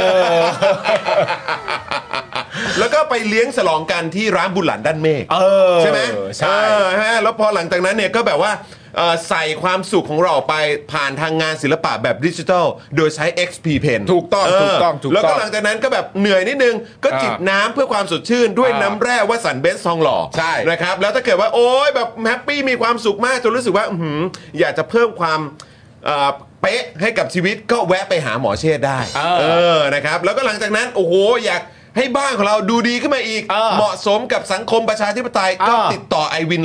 แล้วก็ไปเลี้ยงฉลองกันที่ร้านบุหลันด้านเมฆใช่ไหมใช่ฮะแล้วพอหลังจากนั้นเนี่ยก็แบบว่าใส่ความสุขของเราไปผ่านทางงานศิลปะแบบดิจิทัลโดยใช้ XP Pen ถูกต้องแล้วก็หลังจากนั้นก็แบบเหนื่อยนิดนึงก็จิบน้ำเพื่อความสดชื่นด้วยน้ำแร่วัสันเบสทองหล่อใช่นะครับแล้วถ้าเกิดว่าโอ๊ยแบบแฮปปี้มีความสุขมากจนรู้สึกว่าอยากจะเพิ่มความเป๊ะให้กับชีวิตก็แวะไปหาหมอเชษได้นะครับแล้วก็หลังจากนั้นโอ้โหอยากให้บ้านของเราดูดีขึ้นมาอีกเหมาะสมกับสังคมประชาธิปไตยก็ติดต่อ iWin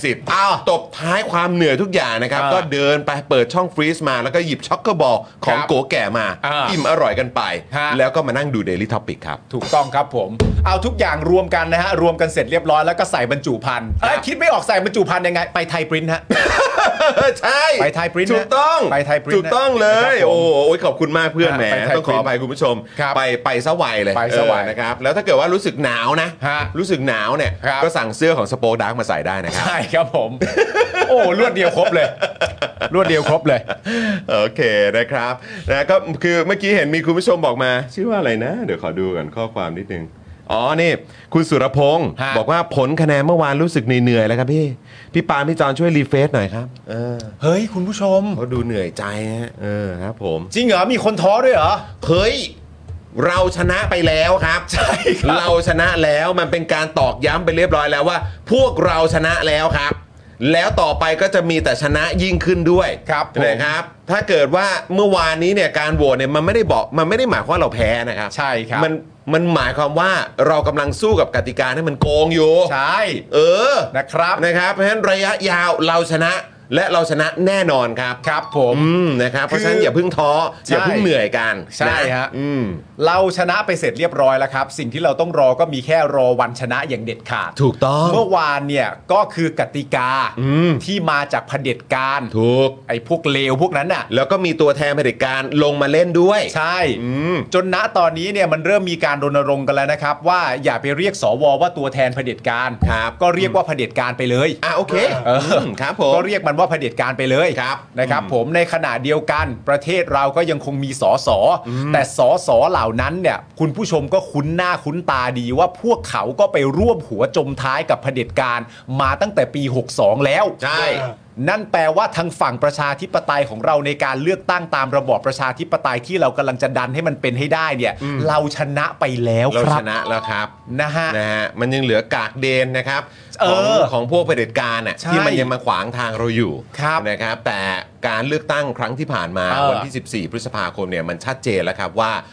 180ตบท้ายความเหนื่อยทุกอย่างนะครับก็เดินไปเปิดช่องฟรีซมาแล้วก็หยิบช็อกโกบอลของโกแก่มาอิ่มอร่อยกันไปแล้วก็มานั่งดู Daily Topic ครับถูกต้องครับผมเอาทุกอย่างรวมกันนะฮะรวมกันเสร็จเรียบร้อยแล้วก็ใส่บรรจุภัณฑ์คิดไม่ออกใส่บรรจุภัณฑ์ยังไงไปไทยปริ้นท์ฮะใช่ไปไทยปริ้นท์ถูกต้องไปไทยปริ้นท์ถูกต้องเลยโอ้ยขอบคุณมากเพื่อนแหมต้องขออภัยคุณผู้ชมไปซะไวเลยไปซะไวนะครับแล้วถ้าเกิดว่ารู้สึกหนาวนะรู้สึกหนาวเนี่ยก็สั่งเสื้อของสโปคดาร์กมาใส่ได้นะครับใช่ครับผมโอ้รวดเดียวครบเลยรวดเดียวครบเลยโอเคนะครับนะก็คือเมื่อกี้เห็นมีคุณผู้ชมบอกมาชื่อว่าอะไรนะเดี๋ยวขอดูกันข้อความนิดนึงอ๋อนี่คุณสุรพงศ์บอกว่าผลคะแนนเมื่อวานรู้สึกเหนื่อยๆแล้วครับพี่ปาล์มพี่จอนช่วยรีเฟรชหน่อยครับเฮ้ยคุณผู้ชมเขาดูเหนื่อยใจฮะครับผมจริงเหรอมีคนท้อด้วยเหรอเฮ้ยเราชนะไปแล้วครับใช่เราชนะแล้วมันเป็นการตอกย้ำไปเรียบร้อยแล้วว่าพวกเราชนะแล้วครับแล้วต่อไปก็จะมีแต่ชนะยิ่งขึ้นด้วยนะครับถ้าเกิดว่าเมื่อวานนี้เนี่ยการโหวตเนี่ยมันไม่ได้หมายความว่าเราแพ้นะครับใช่ครับมันหมายความว่าเรากำลังสู้กับกติกาที่มันโกงอยู่ใช่นะครับเพราะฉะนั้นระยะยาวเราชนะและเราชนะแน่นอนครับครับผมนะครับเพราะฉะนั้นอย่าเพิ่งท้ออย่าเพิ่งเหนื่อยกันใช่ฮะเราชนะไปเสร็จเรียบร้อยแล้วครับสิ่งที่เราต้องรอก็มีแค่รอวันชนะอย่างเด็ดขาดถูกต้องเมื่อวานเนี่ยก็คือกติกาที่มาจากเผด็จการถูกไอ้พวกเลวพวกนั้นน่ะแล้วก็มีตัวแทนเผด็จการลงมาเล่นด้วยใช่จนณตอนนี้เนี่ยมันเริ่มมีการรณรงค์กันแล้วนะครับว่าอย่าไปเรียกสวว่าตัวแทนเผด็จการก็เรียกว่าเผด็จการไปเลยโอเคครับผมก็เรียกมันว่าเผด็จการไปเลยนะครับผมในขณะเดียวกันประเทศเราก็ยังคงมีสสแต่สสเหล่านั้นเนี่ยคุณผู้ชมก็คุ้นหน้าคุ้นตาดีว่าพวกเขาก็ไปร่วมหัวจมท้ายกับเผด็จการมาตั้งแต่ปี62แล้วใช่นั่นแปลว่าทางฝั่งประชาธิปไตยของเราในการเลือกตั้งตามระบอบประชาธิปไตยที่เรากำลังจะดันให้มันเป็นให้ได้เนี่ยเราชนะไปแล้วครับเราชนะแล้วครับนะฮะมันยังเหลือกากเดนนะครับของพวกเผด็จการน่ะที่มันยังมาขวางทางเราอยู่นะครับแต่การเลือกตั้งครั้งที่ผ่านมาวันที่14พฤษภาคมเนี่ยมันชัดเจนแล้วครับว่า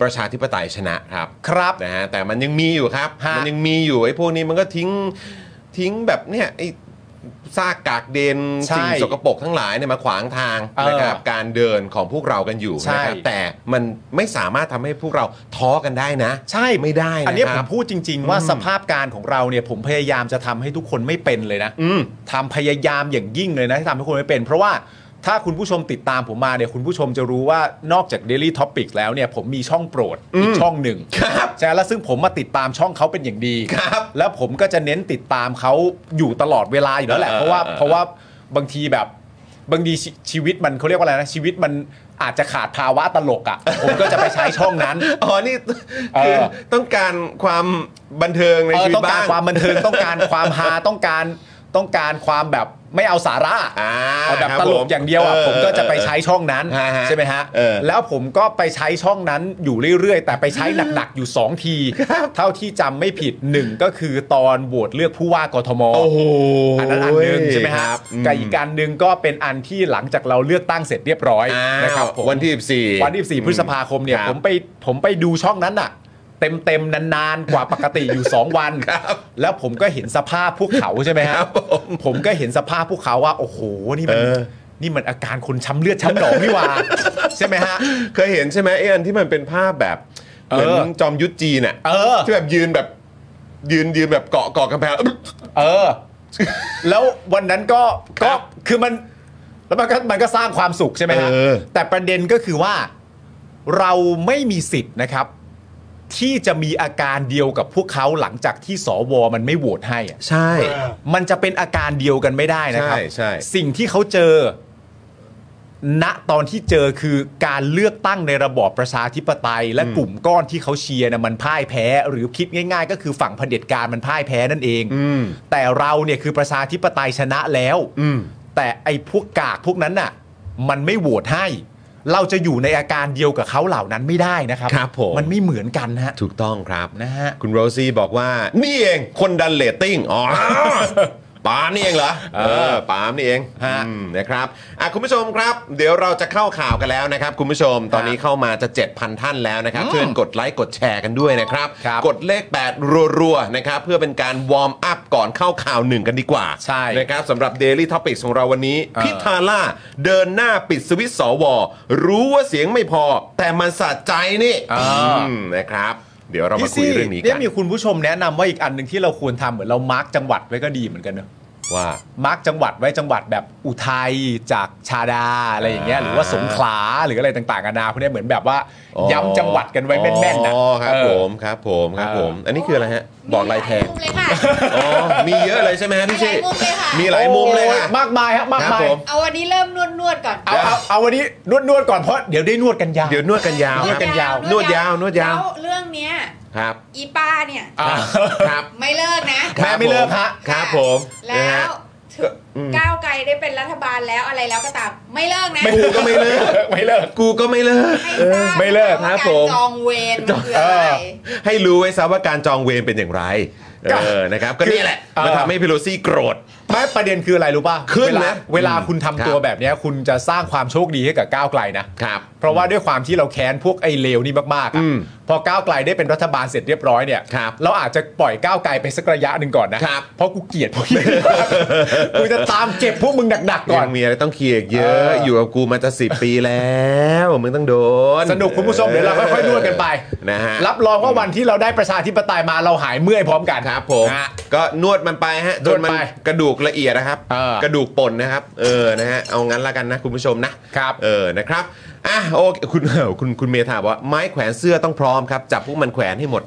ประชาธิปไตยชนะครับครับนะฮะแต่มันยังมีอยู่ครับฮะมันยังมีอยู่ไอ้พวกนี้มันก็ทิ้งแบบเนี่ยไอ้ซากกากเดนใช่สิ่งสกปรกทั้งหลายเนี่ยมาขวางทางนะครับการเดินของพวกเรากันอยู่ใช่นะครับแต่มันไม่สามารถทำให้พวกเราท้อกันได้นะใช่ไม่ได้นะอันนี้คผรัมบพูดจริง ๆ ว่าสภาพการของเราเนี่ยผมพยายามจะทำให้ทุกคนไม่เป็นเลยนะทำพยายามอย่างยิ่งเลยนะที่ทำให้คนไม่เป็น เพราะว่าถ้าคุณผู้ชมติดตามผมมาเนี่ยคุณผู้ชมจะรู้ว่านอกจาก Daily Topics แล้วเนี่ยผมมีช่องโปรดอีกช่องหนึ่งครับใช่แล้วซึ่งผมมาติดตามช่องเขาเป็นอย่างดีครับแล้วผมก็จะเน้นติดตามเขาอยู่ตลอดเวลาอยู่แล้วแหละเพราะว่าบางทีแบบบางทีชีวิตมันเขาเรียกว่าอะไรนะชีวิตมันอาจจะขาดภาวะตลกอ่ะ ผมก็จะไปใช้ช่องนั้นอ๋อนี่คือต้องการความบันเทิงในชีวิตต้องการบ้างความบันเทิงต้องการความฮาต้องการความแบบไม่เอาสาระเอาแบบครับตลกอย่างเดียวอ่ะผมก็จะไปใช้ช่องนั้นฮะใช่ไหมฮะ แล้วผมก็ไปใช้ช่องนั้นอยู่เรื่อยๆ แต่ไปใช้หนักๆอยู่2ทีเท่าที่จำไม่ผิด1ก็คือตอนโหวตเลือกผู้ว่ากทมโอ้โหอันนั้นอันหนึงใช่ไหมฮะครับกับอีกอันหนึงก็เป็นอันที่หลังจากเราเลือกตั้งเสร็จเรียบร้อยนะครับผมวันที่14 วันที่14พฤษภาคมเนี่ยครับผมไปดูช่องนั้นอ่ะเต็มนานๆกว่าปกติอยู่ 2 วัน แล้วผมก็เห็นสภาพพวกเขาใช่ไหมฮะผมก็เห็นสภาพพวกเขาว่าโอ้โหนี่มันอาการคนช้ำเลือดช้ำหนองนี่หว่าใช่ไหมฮะเคยเห็นใช่ไหมไอ้อันที่มันเป็นภาพแบบเหมือนจอมยุทธจีนอ่ะที่แบบยืนแบบเกาะกำแพงแล้ววันนั้นก็คือมันแล้วมันก็สร้างความสุขใช่ไหมฮะแต่ประเด็นก็คือว่าเราไม่มีสิทธิ์นะครับที่จะมีอาการเดียวกับพวกเขาหลังจากที่สวมันไม่โหวตให้อะใช่มันจะเป็นอาการเดียวกันไม่ได้นะครับใช่สิ่งที่เขาเจอณตอนที่เจอคือการเลือกตั้งในระบอบประชาธิปไตย และกลุ่มก้อนที่เขาเชียร์นะมันพ่ายแพ้ หรือคิดง่ายๆ ก็คือฝั่งเผด็จการมันพ่ายแพ้นั่นเองแต่เราเนี่ยคือประชาธิปไตยชนะแล้วแต่ไอ้พวกกากพวกนั้นน่ะมันไม่โหวตให้เราจะอยู่ในอาการเดียวกับเขาเหล่านั้นไม่ได้นะครับครับผมมันไม่เหมือนกันฮะถูกต้องครับนะฮะคุณโรซี่บอกว่านี่เองคนดันเรตติ้งอ๋อ ปาล์มนี่เองเหรอปาล์มนี่เองฮะนะครับคุณผู้ชมครับเดี๋ยวเราจะเข้าข่าวกันแล้วนะครับคุณผู้ชมตอนนี้เข้ามาจะ 7,000 ท่านแล้วนะครับช่วยกดไลค์กดแชร์กันด้วยนะครับครับกดเลข8รัวๆนะครับเพื่อเป็นการวอร์มอัพก่อนเข้าข่าวหนึ่งกันดีกว่าใช่นะครับสำหรับ Daily Topics ของเราวันนี้พิธาล่าเดินหน้าปิดสวิตช์สวรู้ว่าเสียงไม่พอแต่มันสะใจนี่นะครับเดี๋ยวเรามาคุยเรื่องนี้เนี่กัยนมีคุณผู้ชมแนะนำว่าอีกอันหนึ่งที่เราควรทำเหมือนเรามาร์กจังหวัดไว้ก็ดีเหมือนกันเนอะว่ามาร์กจังหวัดไว้จังหวัดแบบอุทัยจากชาดาอะไรอย่างเงี้ยหรือว่าสงขลาหรืออะไรต่างๆกันานาพวกนี้เหมือนแบบว่าย้ำจังหวัดกันไว้แม่นๆนะอ๋อครับผมครับผม อันนี้คืออะไรฮะบอกลายแทงมีหลายมุมเลยค่ะอ๋อมีเยอะเลยใช่ไหมฮะพี่ชิมีหลายมุมเลยค่ะมีหลายมุมเลยค่ะมากมายครับมากครับมายผมเอาวันนี้เริ่มนวดก่อนเอาวันนี้นวดก่อนเพราะเดี๋ยวได้นวดกันยาวเดี๋ยวนวดกันยาวนวดกันยาวนวดยาวแล้วเรื่องเนี้ยครับอีป้าเนี่ยครับไม่เลิกนะแม่ไม่เลิกฮะครับผมแล้นะฮะวถึงก้าวไกลได้เป็นรัฐบาลแล้วอะไรแล้วก็ตาม ไม่เลิกนะกูก็ไม่เลิกไม่เลิกกูก็ไม่เลิกให้ทราบไม่เลิกว่าครับการผมจองเวรมันคืออะไรให้รู้ไว้ซะว่าการจองเวรเป็นอย่างไรนะครับก็นี่แหละมันทำให้พิโรซี่โกรธไม่ประเด็นคืออะไรรู้ป่ะขึ้นเวลานะเวลาคุณทำตัวครับแบบเนี้ยคุณจะสร้างความโชคดีให้กับก้าวไกลนะครับ เพราะว่าด้วยความที่เราแค้นพวกไอ้เลวนี่มากๆอะพอก้าวไกลได้เป็นรัฐบาลเสร็จเรียบร้อยเนี่ยครับเราอาจจะปล่อยก้าวไกลไปสักระยะหนึ่งก่อนนะครับ เพราะกูเกลียดพวกนี้กูจะตามเก็บพวกมึงหนักๆก่อนยังมีอะไรต้องเคลียร์อีกเยอะอยู่กับกูมาจะ10 ปีแล้วมึงต้องโดนสนุกคุณผู้ชมเดี๋ยวเราค่อยๆนวดกันไปนะฮะรับรองว่าวันที่เราได้ประชาธิปไตยมาเราหายเมื่อยพร้อมกันครับผมฮะก็นวดมันไปฮะจนมันนวดไปกระดูกละเอียดนะครับกระดูกป่นนะครับนะฮะเอางั้นละกันนะคุณผู้ชมนะครับ นะครับโอเคคุณเมธาบอกว่าไม้แขวนเสื้อต้องพร้อมครับจับพวกมันแขวนให้หมด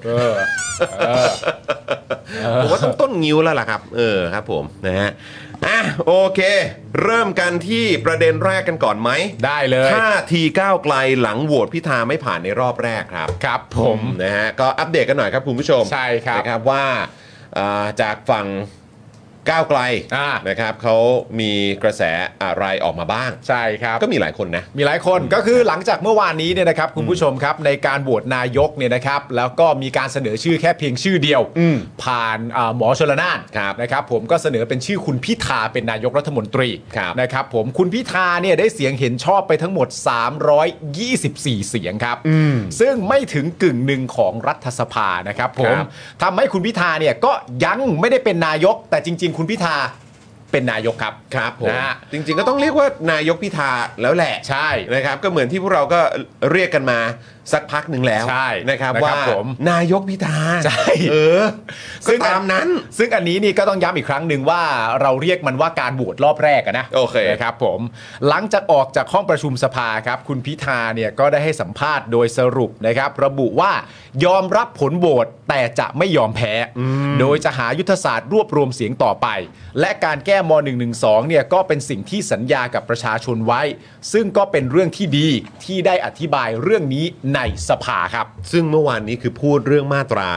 ผมว่าต้องต้นงิ้วแล้วล่ะครับครับผมนะฮะโอเค เริ่มกันที่ประเด็นแรกกันก่อนไหมได้เลยท่าทีก้าวไกลหลังโหวตพิธาไม่ผ่านในรอบแรกครับครับผมนะฮะก็อัปเดตกันหน่อยครับคุณผู้ชมใช่ครับนะครับว่าจากฝั่งก้าวไกลนะครับเขามีกระแสอะไรออกมาบ้างใช่ครับก็มีหลายคนนะมีหลายคนก็คือหลังจากเมื่อวานนี้เนี่ยนะครับคุณผู้ชมครับในการโหวตนายกเนี่ยนะครับแล้วก็มีการเสนอชื่อแค่เพียงชื่อเดียวผ่านหมอชลน่านนะครับผมก็เสนอเป็นชื่อคุณพิธาเป็นนายกรัฐมนตรีนะครับผมคุณพิธาเนี่ยได้เสียงเห็นชอบไปทั้งหมด324เสียงครับซึ่งไม่ถึงกึ่งหนึ่งของรัฐสภานะครับผมทำให้คุณพิธาเนี่ยก็ยังไม่ได้เป็นนายกแต่จริงๆคุณพิธาเป็นนายกครับครับผมจริงๆก็ต้องเรียกว่านายกพิธาแล้วแหละใช่นะครับก็เหมือนที่พวกเราก็เรียกกันมาสักพักหนึ่งแล้วนะครับว่านายกพิธาใช่ซึ่งตามนั้นซึ่งอันนี้นี่ก็ต้องย้ำอีกครั้งหนึ่งว่าเราเรียกมันว่าการโหวตรอบแรกนะโอเคนะครับผมหลังจากออกจากห้องประชุมสภาครับคุณพิธาเนี่ยก็ได้ให้สัมภาษณ์โดยสรุปนะครับระบุว่ายอมรับผลโหวตแต่จะไม่ยอมแพ้โดยจะหายุทธศาสตร์รวบรวมเสียงต่อไปและการแก้ม.112 เนี่ยก็เป็นสิ่งที่สัญญากับประชาชนไว้ซึ่งก็เป็นเรื่องที่ดีที่ได้อธิบายเรื่องนี้ในสภาครับซึ่งเมื่อวานนี้คือพูดเรื่องมาตรา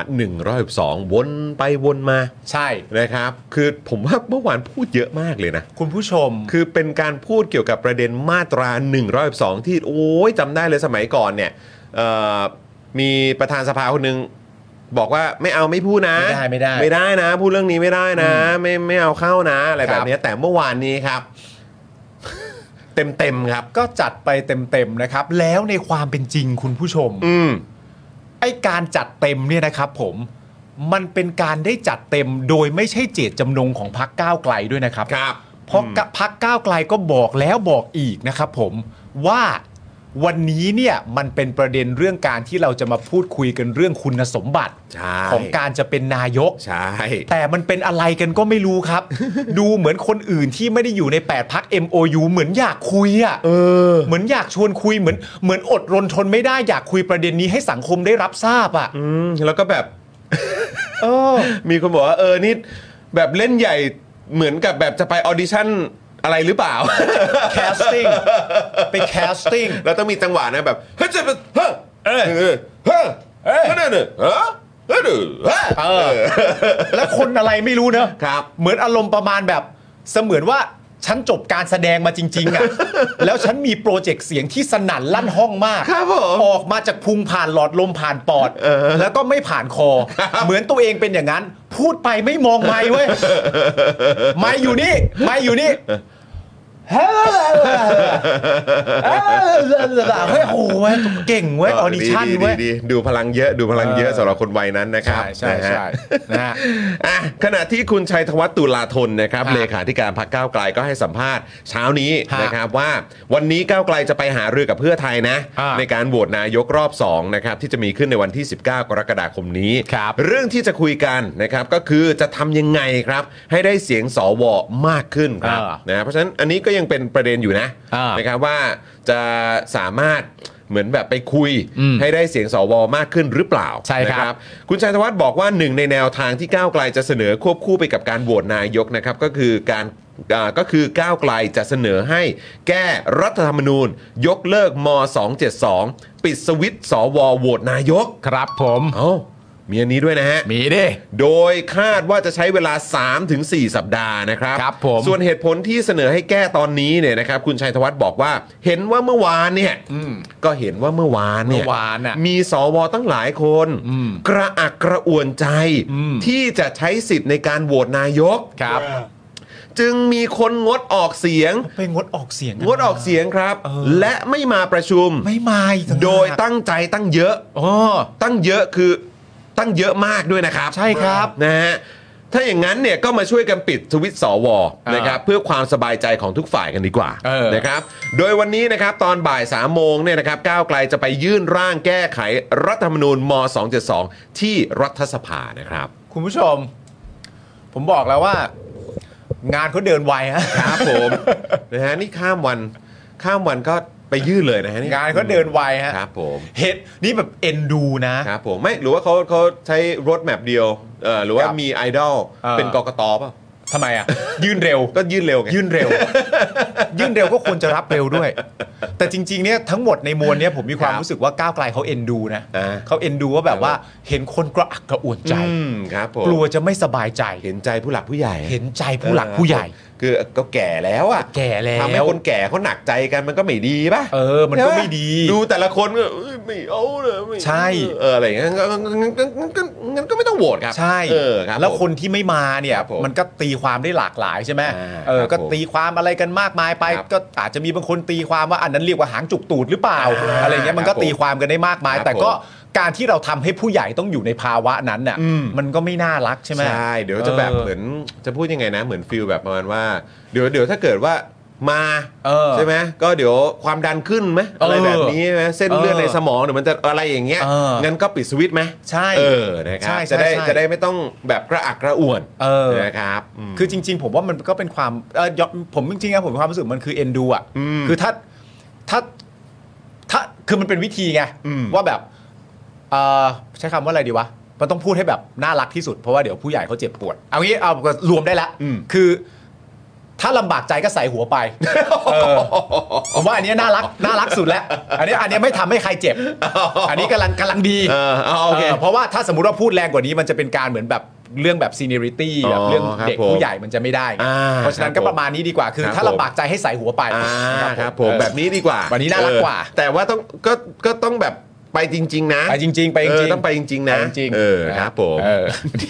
112วนไปวนมาใช่นะครับคือผมว่าเมื่อวานพูดเยอะมากเลยนะคุณผู้ชมคือเป็นการพูดเกี่ยวกับประเด็นมาตรา112ที่โอ้ยจำได้เลยสมัยก่อนเนี่ยมีประธานสภาคนนึงบอกว่าไม่เอาไม่พูดนะไม่ได้นะพูดเรื่องนี้ไม่ได้นะไม่เอาเข้านะอะไรแบบนี้แต่เมื่อวานนี้ครับเต็มครับก็จัดไปเต็มนะครับแล้วในความเป็นจริงคุณผู้ชมไอ้การจัดเต็มเนี่ยนะครับผมมันเป็นการได้จัดเต็มโดยไม่ใช่เจตจำนงของพรรคก้าวไกลด้วยนะครับเพราะพรรคก้าวไกลก็บอกแล้วบอกอีกนะครับผมว่าวันนี้เนี่ยมันเป็นประเด็นเรื่องการที่เราจะมาพูดคุยกันเรื่องคุณสมบัติของการจะเป็นนายกใช่แต่มันเป็นอะไรกันก็ไม่รู้ครับ ดูเหมือนคนอื่นที่ไม่ได้อยู่ใน8พรรค MOU เหมือนอยากคุยอ่ะเหมือนอยากชวนคุยเหมือนอดรนทนไม่ได้อยากคุยประเด็นนี้ให้สังคมได้รับทราบอ่ะแล้วก็แบบมีคนบอกว่านี่แบบเล่นใหญ่เหมือนกับแบบจะไปออดิชั่นอะไรหรือเปล่าแคสติ้งไปแคสติ้งแล้วต้องมีจังหวะนะแบบเฮ้ยแล้วคนอะไรไม่รู้เนอะเหมือนอารมณ์ประมาณแบบเสมือนว่าฉันจบการแสดงมาจริงๆอ่ะแล้วฉันมีโปรเจกต์เสียงที่สนั่นลั่นห้องมากออกมาจากพุงผ่านหลอดลมผ่านปอดแล้วก็ไม่ผ่านคอเหมือนตัวเองเป็นอย่างนั้นพูดไปไม่มองไมค์เว้ยไมค์อยู่นี่เฮ้ยโหเก่งเว้ยออดิชั่นเว้ยดูพลังเยอะสำหรับคนวัยนั้นนะครับใช่นะฮะขณะที่คุณชัยธวัฒน์ตุลาธนนะครับเลขาธิการพรรคก้าวไกลก็ให้สัมภาษณ์เช้านี้นะครับว่าวันนี้ก้าวไกลจะไปหารือกับเพื่อไทยนะในการโหวตนายกรอบ2นะครับที่จะมีขึ้นในวันที่19กรกฎาคมนี้เรื่องที่จะคุยกันนะครับก็คือจะทำยังไงครับให้ได้เสียงสวมากขึ้นครับนะเพราะฉะนั้นอันนี้ก็ยังเป็นประเด็นอยู่นะครับว่าจะสามารถเหมือนแบบไปคุยให้ได้เสียงสวมากขึ้นหรือเปล่าใช่ครับคุณชัยธวัฒน์บอกว่าหนึ่งในแนวทางที่ก้าวไกลจะเสนอควบคู่ไปกับการโหวตนายกนะครับก็คือก้าวไกลจะเสนอให้แก้รัฐธรรมนูญยกเลิกม.272 ปิดสวิตช์สวโหวตนายกครับผมมีอันนี้ด้วยนะฮะมีดิโดยคาดว่าจะใช้เวลา 3-4 สัปดาห์นะครับครับผมส่วนเหตุผลที่เสนอให้แก้ตอนนี้เนี่ยนะครับคุณชัยธวัฒน์บอกว่าเห็นว่าเมื่อวานเนี่ยก็เห็นว่าเมื่อวานเนี่ยมีสวตั้งหลายคนกระอักกระอ่วนใจที่จะใช้สิทธิ์ในการโหวตนายกครับจึงมีคนงดออกเสียงไปงดออกเสียงครับและไม่มาประชุมไม่มาโดยตั้งใจตั้งเยอะตั้งเยอะคือตั้งเยอะมากด้วยนะครับใช่ครับนะฮะถ้าอย่างนั้นเนี่ยก็มาช่วยกันปิดสวิตช์สวนะครับเพื่อความสบายใจของทุกฝ่ายกันดีกว่านะครับโดยวันนี้นะครับตอนบ่าย 3 โมงเนี่ยนะครับก้าวไกลจะไปยื่นร่างแก้ไขรัฐธรรมนูญม.272 ที่รัฐสภานะครับคุณผู้ชมผมบอกแล้วว่างานเขาเดินไวฮะครับผมนะฮะนี่ข้ามวันก็ไปยื่นเลยนะฮะงานเขาเดินไวฮะครับผมเฮ็ดนี่แบบเอ็นดูนะครับผมไม่หรือว่าเขาใช้รถแมพเดียวหรือว่ามีไอดอลเป็นกกตป่ะทำไมอ่ะยื่นเร็วก็ยื่นเร็วไงยื่นเร็วยื่นเร็วก็ควรจะรับเร็วด้วย แต่จริงๆเนี่ยทั้งหมดในมวลเนี่ยผมมีความรู้สึกว่าก้าวไกลเขาเอ็นดูนะเขาเอ็นดูว่าแบบว่าเห็นคนกระอักกระอ่วนใจครับผมกลัวจะไม่สบายใจเห็นใจผู้หลักผู้ใหญ่เห็นใจผู้หลักผู้ใหญ่คือก็แก่แล้วอ่ะแก่แล้วทำให้คนแก่เขาหนักใจกันมันก็ไม่ดีป่ะมันก็ไม่ดีดูแต่ละคนก็ไม่เอาเลยไม่ใช่อะไรอย่างเงี้ยงั้นก็ไม่ต้องโหวตครับใช่ครับแล้วคนที่ไม่มาเนี่ยครับผมมันก็ตีความได้หลากหลายใช่ไหมครับก็ตีความอะไรกันมากมายไปครับก็อาจจะมีบางคนตีความว่าอันนั้นเรียกว่าหางจุกตูดหรือเปล่า อะไรเงี้ยมันก็ครับผมตีความกันได้มากมายครับแต่ก็การที่เราทำให้ผู้ใหญ่ต้องอยู่ในภาวะนั้นน่ะ มันก็ไม่น่ารักใช่ไหมใช่เดี๋ยวจะแบบเหมือนจะพูดยังไงนะเหมือนฟีลแบบประมาณว่าเดี๋ยวถ้าเกิดว่ามาใช่ไหมก็เดี๋ยวความดันขึ้นไหมอะไรแบบนี้ไหมเส้นเลือดในสมองเดี๋ยวมันจะอะไรอย่างเงี้ยงั้นก็ปิดสวิตช์ไหมใช่นะครับใช่จะได้ไม่ต้องแบบกระอักกระอ่วนนะครับคือจริงๆผมว่ามันก็เป็นความผมจริงๆนะผมมีความรู้สึกมันคือเอ็นดูอ่ะคือถ้าคือมันเป็นวิธีไงว่าแบบใช้คำว่าอะไรดีวะมันต้องพูดให้แบบน่ารักที่สุดเพราะว่าเดี๋ยวผู้ใหญ่เขาเจ็บปวดเอางี้เอารวมได้ละคือถ้าลำบากใจก็ใส่หัวไปผมว่าอันนี้น่ารักสุดแล้วอันนี้ไม่ทำให้ใครเจ็บอันนี้กำลังดีเพราะว่าถ้าสมมุติว่าพูดแรงกว่านี้มันจะเป็นการเหมือนแบบเรื่องแบบซีเนียริตี้แบบเรื่องเด็กผู้ใหญ่มันจะไม่ได้เพราะฉะนั้นก็ประมาณนี้ดีกว่าคือถ้าลำบากใจให้ใส่หัวไปครับผมแบบนี้ดีกว่าวันนี้น่ารักกว่าแต่ว่าก็ต้องแบบไปจริงๆนะไปจริงๆไปจริงต้องไปจริงๆนะครับผมดี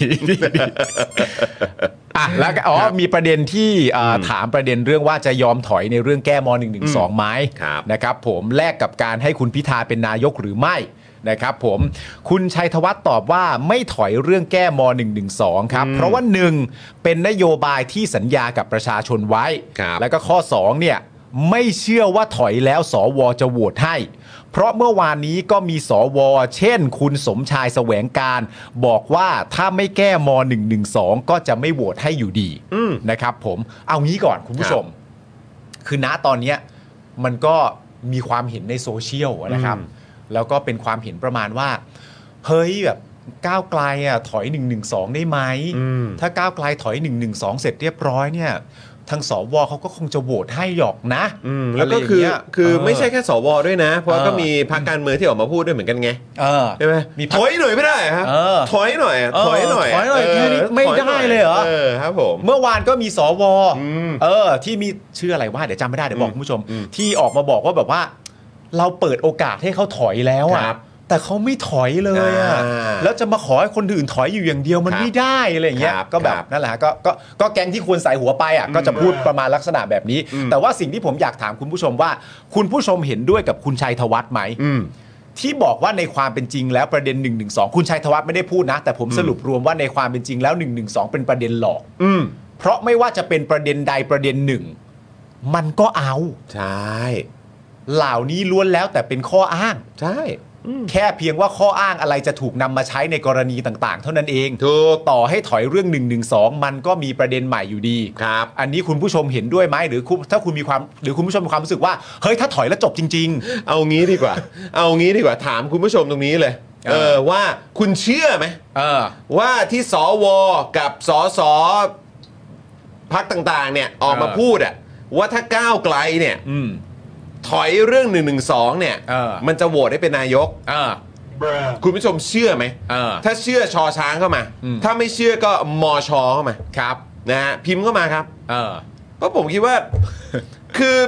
แล้วก็มีประเด็นที่ถามประเด็นเรื่องว่าจะยอมถอยในเรื่องแก้ม.112 ไหมนะครับผมแลกกับการให้คุณพิธาเป็นนายกหรือไม่นะครับผมคุณชัยธวัฒน์ตอบว่าไม่ถอยเรื่องแก้ม.112 ครับเพราะว่า1เป็นนโยบายที่สัญญากับประชาชนไว้แล้วก็ข้อ2เนี่ยไม่เชื่อว่าถอยแล้วสวจะโหวตให้เพราะเมื่อวานนี้ก็มีสวเช่นคุณสมชายแสวงการบอกว่าถ้าไม่แก้ม.112 ก็จะไม่โหวตให้อยู่ดีนะครับผมเอางี้ก่อนคุณผู้ชมคือณตอนนี้มันก็มีความเห็นในโซเชียลนะครับแล้วก็เป็นความเห็นประมาณว่าเฮ้ยแบบก้าวไกลถอย112ได้ไหมถ้าก้าวไกลถ 112 อย112เสร็จเรียบร้อยเนี่ยทางสวเขาก็คงจะโหวตให้หรอกนะแล้วก็คือไม่ใช่แค่สวด้วยนะเพราะก็มีพรรคการเมืองที่ออกมาพูดด้วยเหมือนกันไงใช่ไหมถอยหน่อยไม่ได้ครับถอยหน่อยแค่นี้ไม่ได้เลยเหรอครับผมเมื่อวานก็มีสวที่มีชื่ออะไรว่าเดี๋ยวจำไม่ได้เดี๋ยวบอกคุณผู้ชมที่ออกมาบอกว่าแบบว่าเราเปิดโอกาสให้เขาถอยแล้วอ่ะแต่เขาไม่ถอยเลยอ่ะแล้วจะมาขอให้คนอื่นถอยอยู่อย่างเดียวมันไม่ได้อะไรอย่างเงี้ยก็แบบนั่นแหละก็แก๊งที่ควรใส่หัวไปอ่ะก็จะพูดประมาณลักษณะแบบนี้แต่ว่าสิ่งที่ผมอยากถามคุณผู้ชมว่าคุณผู้ชมเห็นด้วยกับคุณชัยธวัฒน์ไหมที่บอกว่าในความเป็นจริงแล้วประเด็น112คุณชัยธวัฒน์ไม่ได้พูดนะแต่ผมสรุปรวมว่าในความเป็นจริงแล้ว112เป็นประเด็นหลอกเพราะไม่ว่าจะเป็นประเด็นใดประเด็นหนึ่งมันก็เอาใช่เหล่านี้ล้วนแล้วแต่เป็นข้ออ้างใช่แค่เพียงว่าข้ออ้างอะไรจะถูกนำมาใช้ในกรณีต่างๆเท่านั้นเองต่อให้ถอยเรื่อง112มันก็มีประเด็นใหม่อยู่ดีครับอันนี้คุณผู้ชมเห็นด้วยไหมหรือถ้าคุณมีความหรือคุณผู้ชมมีความรู้สึกว่าเฮ้ยถ้าถอยแล้วจบจริงๆเอางี้ดีกว่าถามคุณผู้ชมตรงนี้เลยว่าคุณเชื่อไหมว่าที่สวกับสสพรรคต่างๆเนี่ยออกมาพูดว่าถ้าก้าวไกลเนี่ยถอยเรื่อง112เนี่ยมันจะโหวตให้เป็นนายกคุณผู้ชมเชื่อไหมถ้าเชื่อชอช้างเข้ามาถ้าไม่เชื่อก็มอชอเข้ามาครับนะฮะพิมพ์เข้ามาครับเพราะผมคิดว่าคือ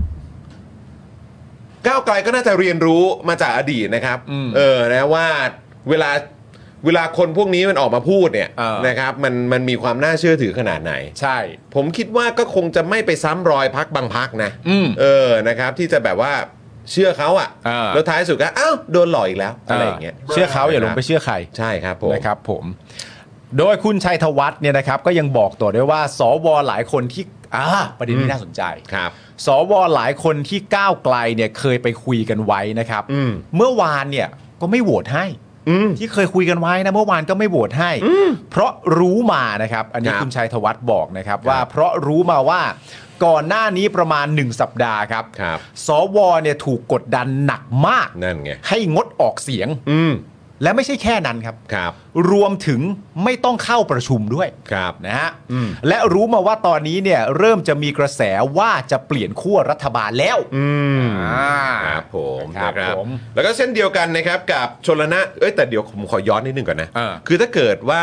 ก้าวไกลก็น่าจะเรียนรู้มาจากอดีตนะครับนะว่าเวลาคนพวกนี้มันออกมาพูดเนี่ยนะครับมันมีความน่าเชื่อถือขนาดไหนใช่ผมคิดว่าก็คงจะไม่ไปซ้ำรอยพรรคบางพรรคนะนะครับที่จะแบบว่าเชื่อเขาแล้วท้ายสุดก็อ้าวโดนหลอกอีกแล้วอะไรอย่างเงี้ยเชื่อเขาอย่าลงไปเชื่อใครใช่ครับผมนะครับผมโดยคุณชัยธวัฒน์เนี่ยนะครับก็ยังบอกต่อด้วยว่าสวหลายคนที่ประเด็นนี้น่าสนใจครับสวหลายคนที่ก้าวไกลเนี่ยเคยไปคุยกันไว้นะครับเมื่อวานเนี่ยก็ไม่โหวตให้ที่เคยคุยกันไว้นะเมื่อวานก็ไม่โหวตให้เพราะรู้มานะครับอันนี้คุณชัยธวัฒน์บอกนะครับว่าเพราะรู้มาว่าก่อนหน้านี้ประมาณ1สัปดาห์ครับสวเนี่ยถูกกดดันหนักมากนั่นไงให้งดออกเสียงและไม่ใช่แค่นั้นครับครับรวมถึงไม่ต้องเข้าประชุมด้วยครับนะฮะและรู้มาว่าตอนนี้เนี่ยเริ่มจะมีกระแสว่าจะเปลี่ยนขั้วรัฐบาลแล้วครับผมครับนะครับผมแล้วก็เช่นเดียวกันนะครับกับชลนะแต่เดี๋ยวผมขอย้อนนิดนึงก่อนนะ คือถ้าเกิดว่า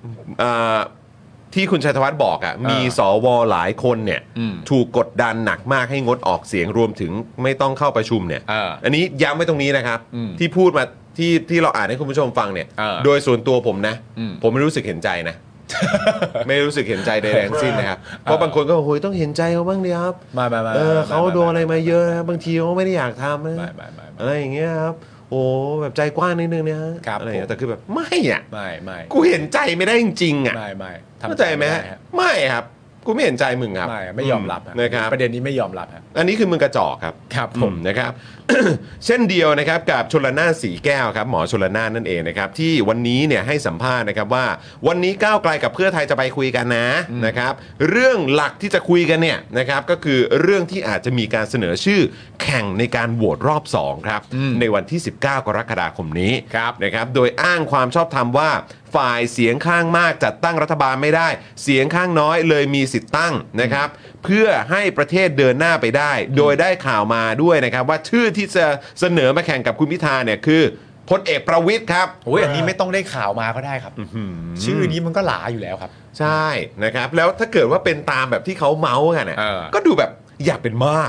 ที่คุณชัยธวัฒน์บอกมีสวหลายคนเนี่ยถูกกดดันหนักมากให้งดออกเสียงรวมถึงไม่ต้องเข้าประชุมเนี่ยอันนี้ย้ำไว้ตรงนี้นะครับที่พูดมาที่เราอ่านให้คุณผู้ชมฟังเนี่ยโดยส่วนตัวผมนะผมไม่รู้สึกเห็นใจนะ ไม่รู้สึกเห็นใจใดๆทั้งสิ้นนะครับเพราะบางคนก็โอ้ยต้องเห็นใจเขาบ้างดิครับเขาโดนอะไรมาเยอะนะบางทีเขาไม่ได้อยากทำนะอะไรอย่างเงี้ยครับโอ้แบบใจกว้างนิดนึงเนี่ยอะไรแต่คือแบบไม่กูเห็นใจไม่ได้จริงๆเข้าใจไหมไม่ครับกูไม่เห็นใจมึงครับไม่ยอมรับนะครับประเด็นนี้ไม่ยอมรับอันนี้คือมึงกระจอกครับครับผมนะครับ เช่นเดียวนะครับกับชลน่านสีแก้วครับหมอชลน่านนั่นเองนะครับที่วันนี้เนี่ยให้สัมภาษณ์นะครับว่าวันนี้ก้าวไกลกับเพื่อไทยจะไปคุยกันนะครับเรื่องหลักที่จะคุยกันเนี่ยนะครับก็คือเรื่องที่อาจจะมีการเสนอชื่อแข่งในการโหวตรอบ2ครับในวันที่19กรกฎาคมนี้นะครับโดยอ้างความชอบธรรมว่าฝ่ายเสียงข้างมากจัดตั้งรัฐบาลไม่ได้เสียงข้างน้อยเลยมีสิทธิ์ตั้งนะครับเพื่อให้ประเทศเดินหน้าไปได้โดยได้ข่าวมาด้วยนะครับว่าชื่อที่จะเสนอมาแข่งกับคุณพิธาเนี่ยคือพลเอกประวิตรครับโอ้ยอันนี้ไม่ต้องได้ข่าวมาก็ได้ครับชื่อนี้มันก็หลาอยู่แล้วครับใช่นะครับแล้วถ้าเกิดว่าเป็นตามแบบที่เขาเมาส์กันก็ดูแบบอยากเป็นมาก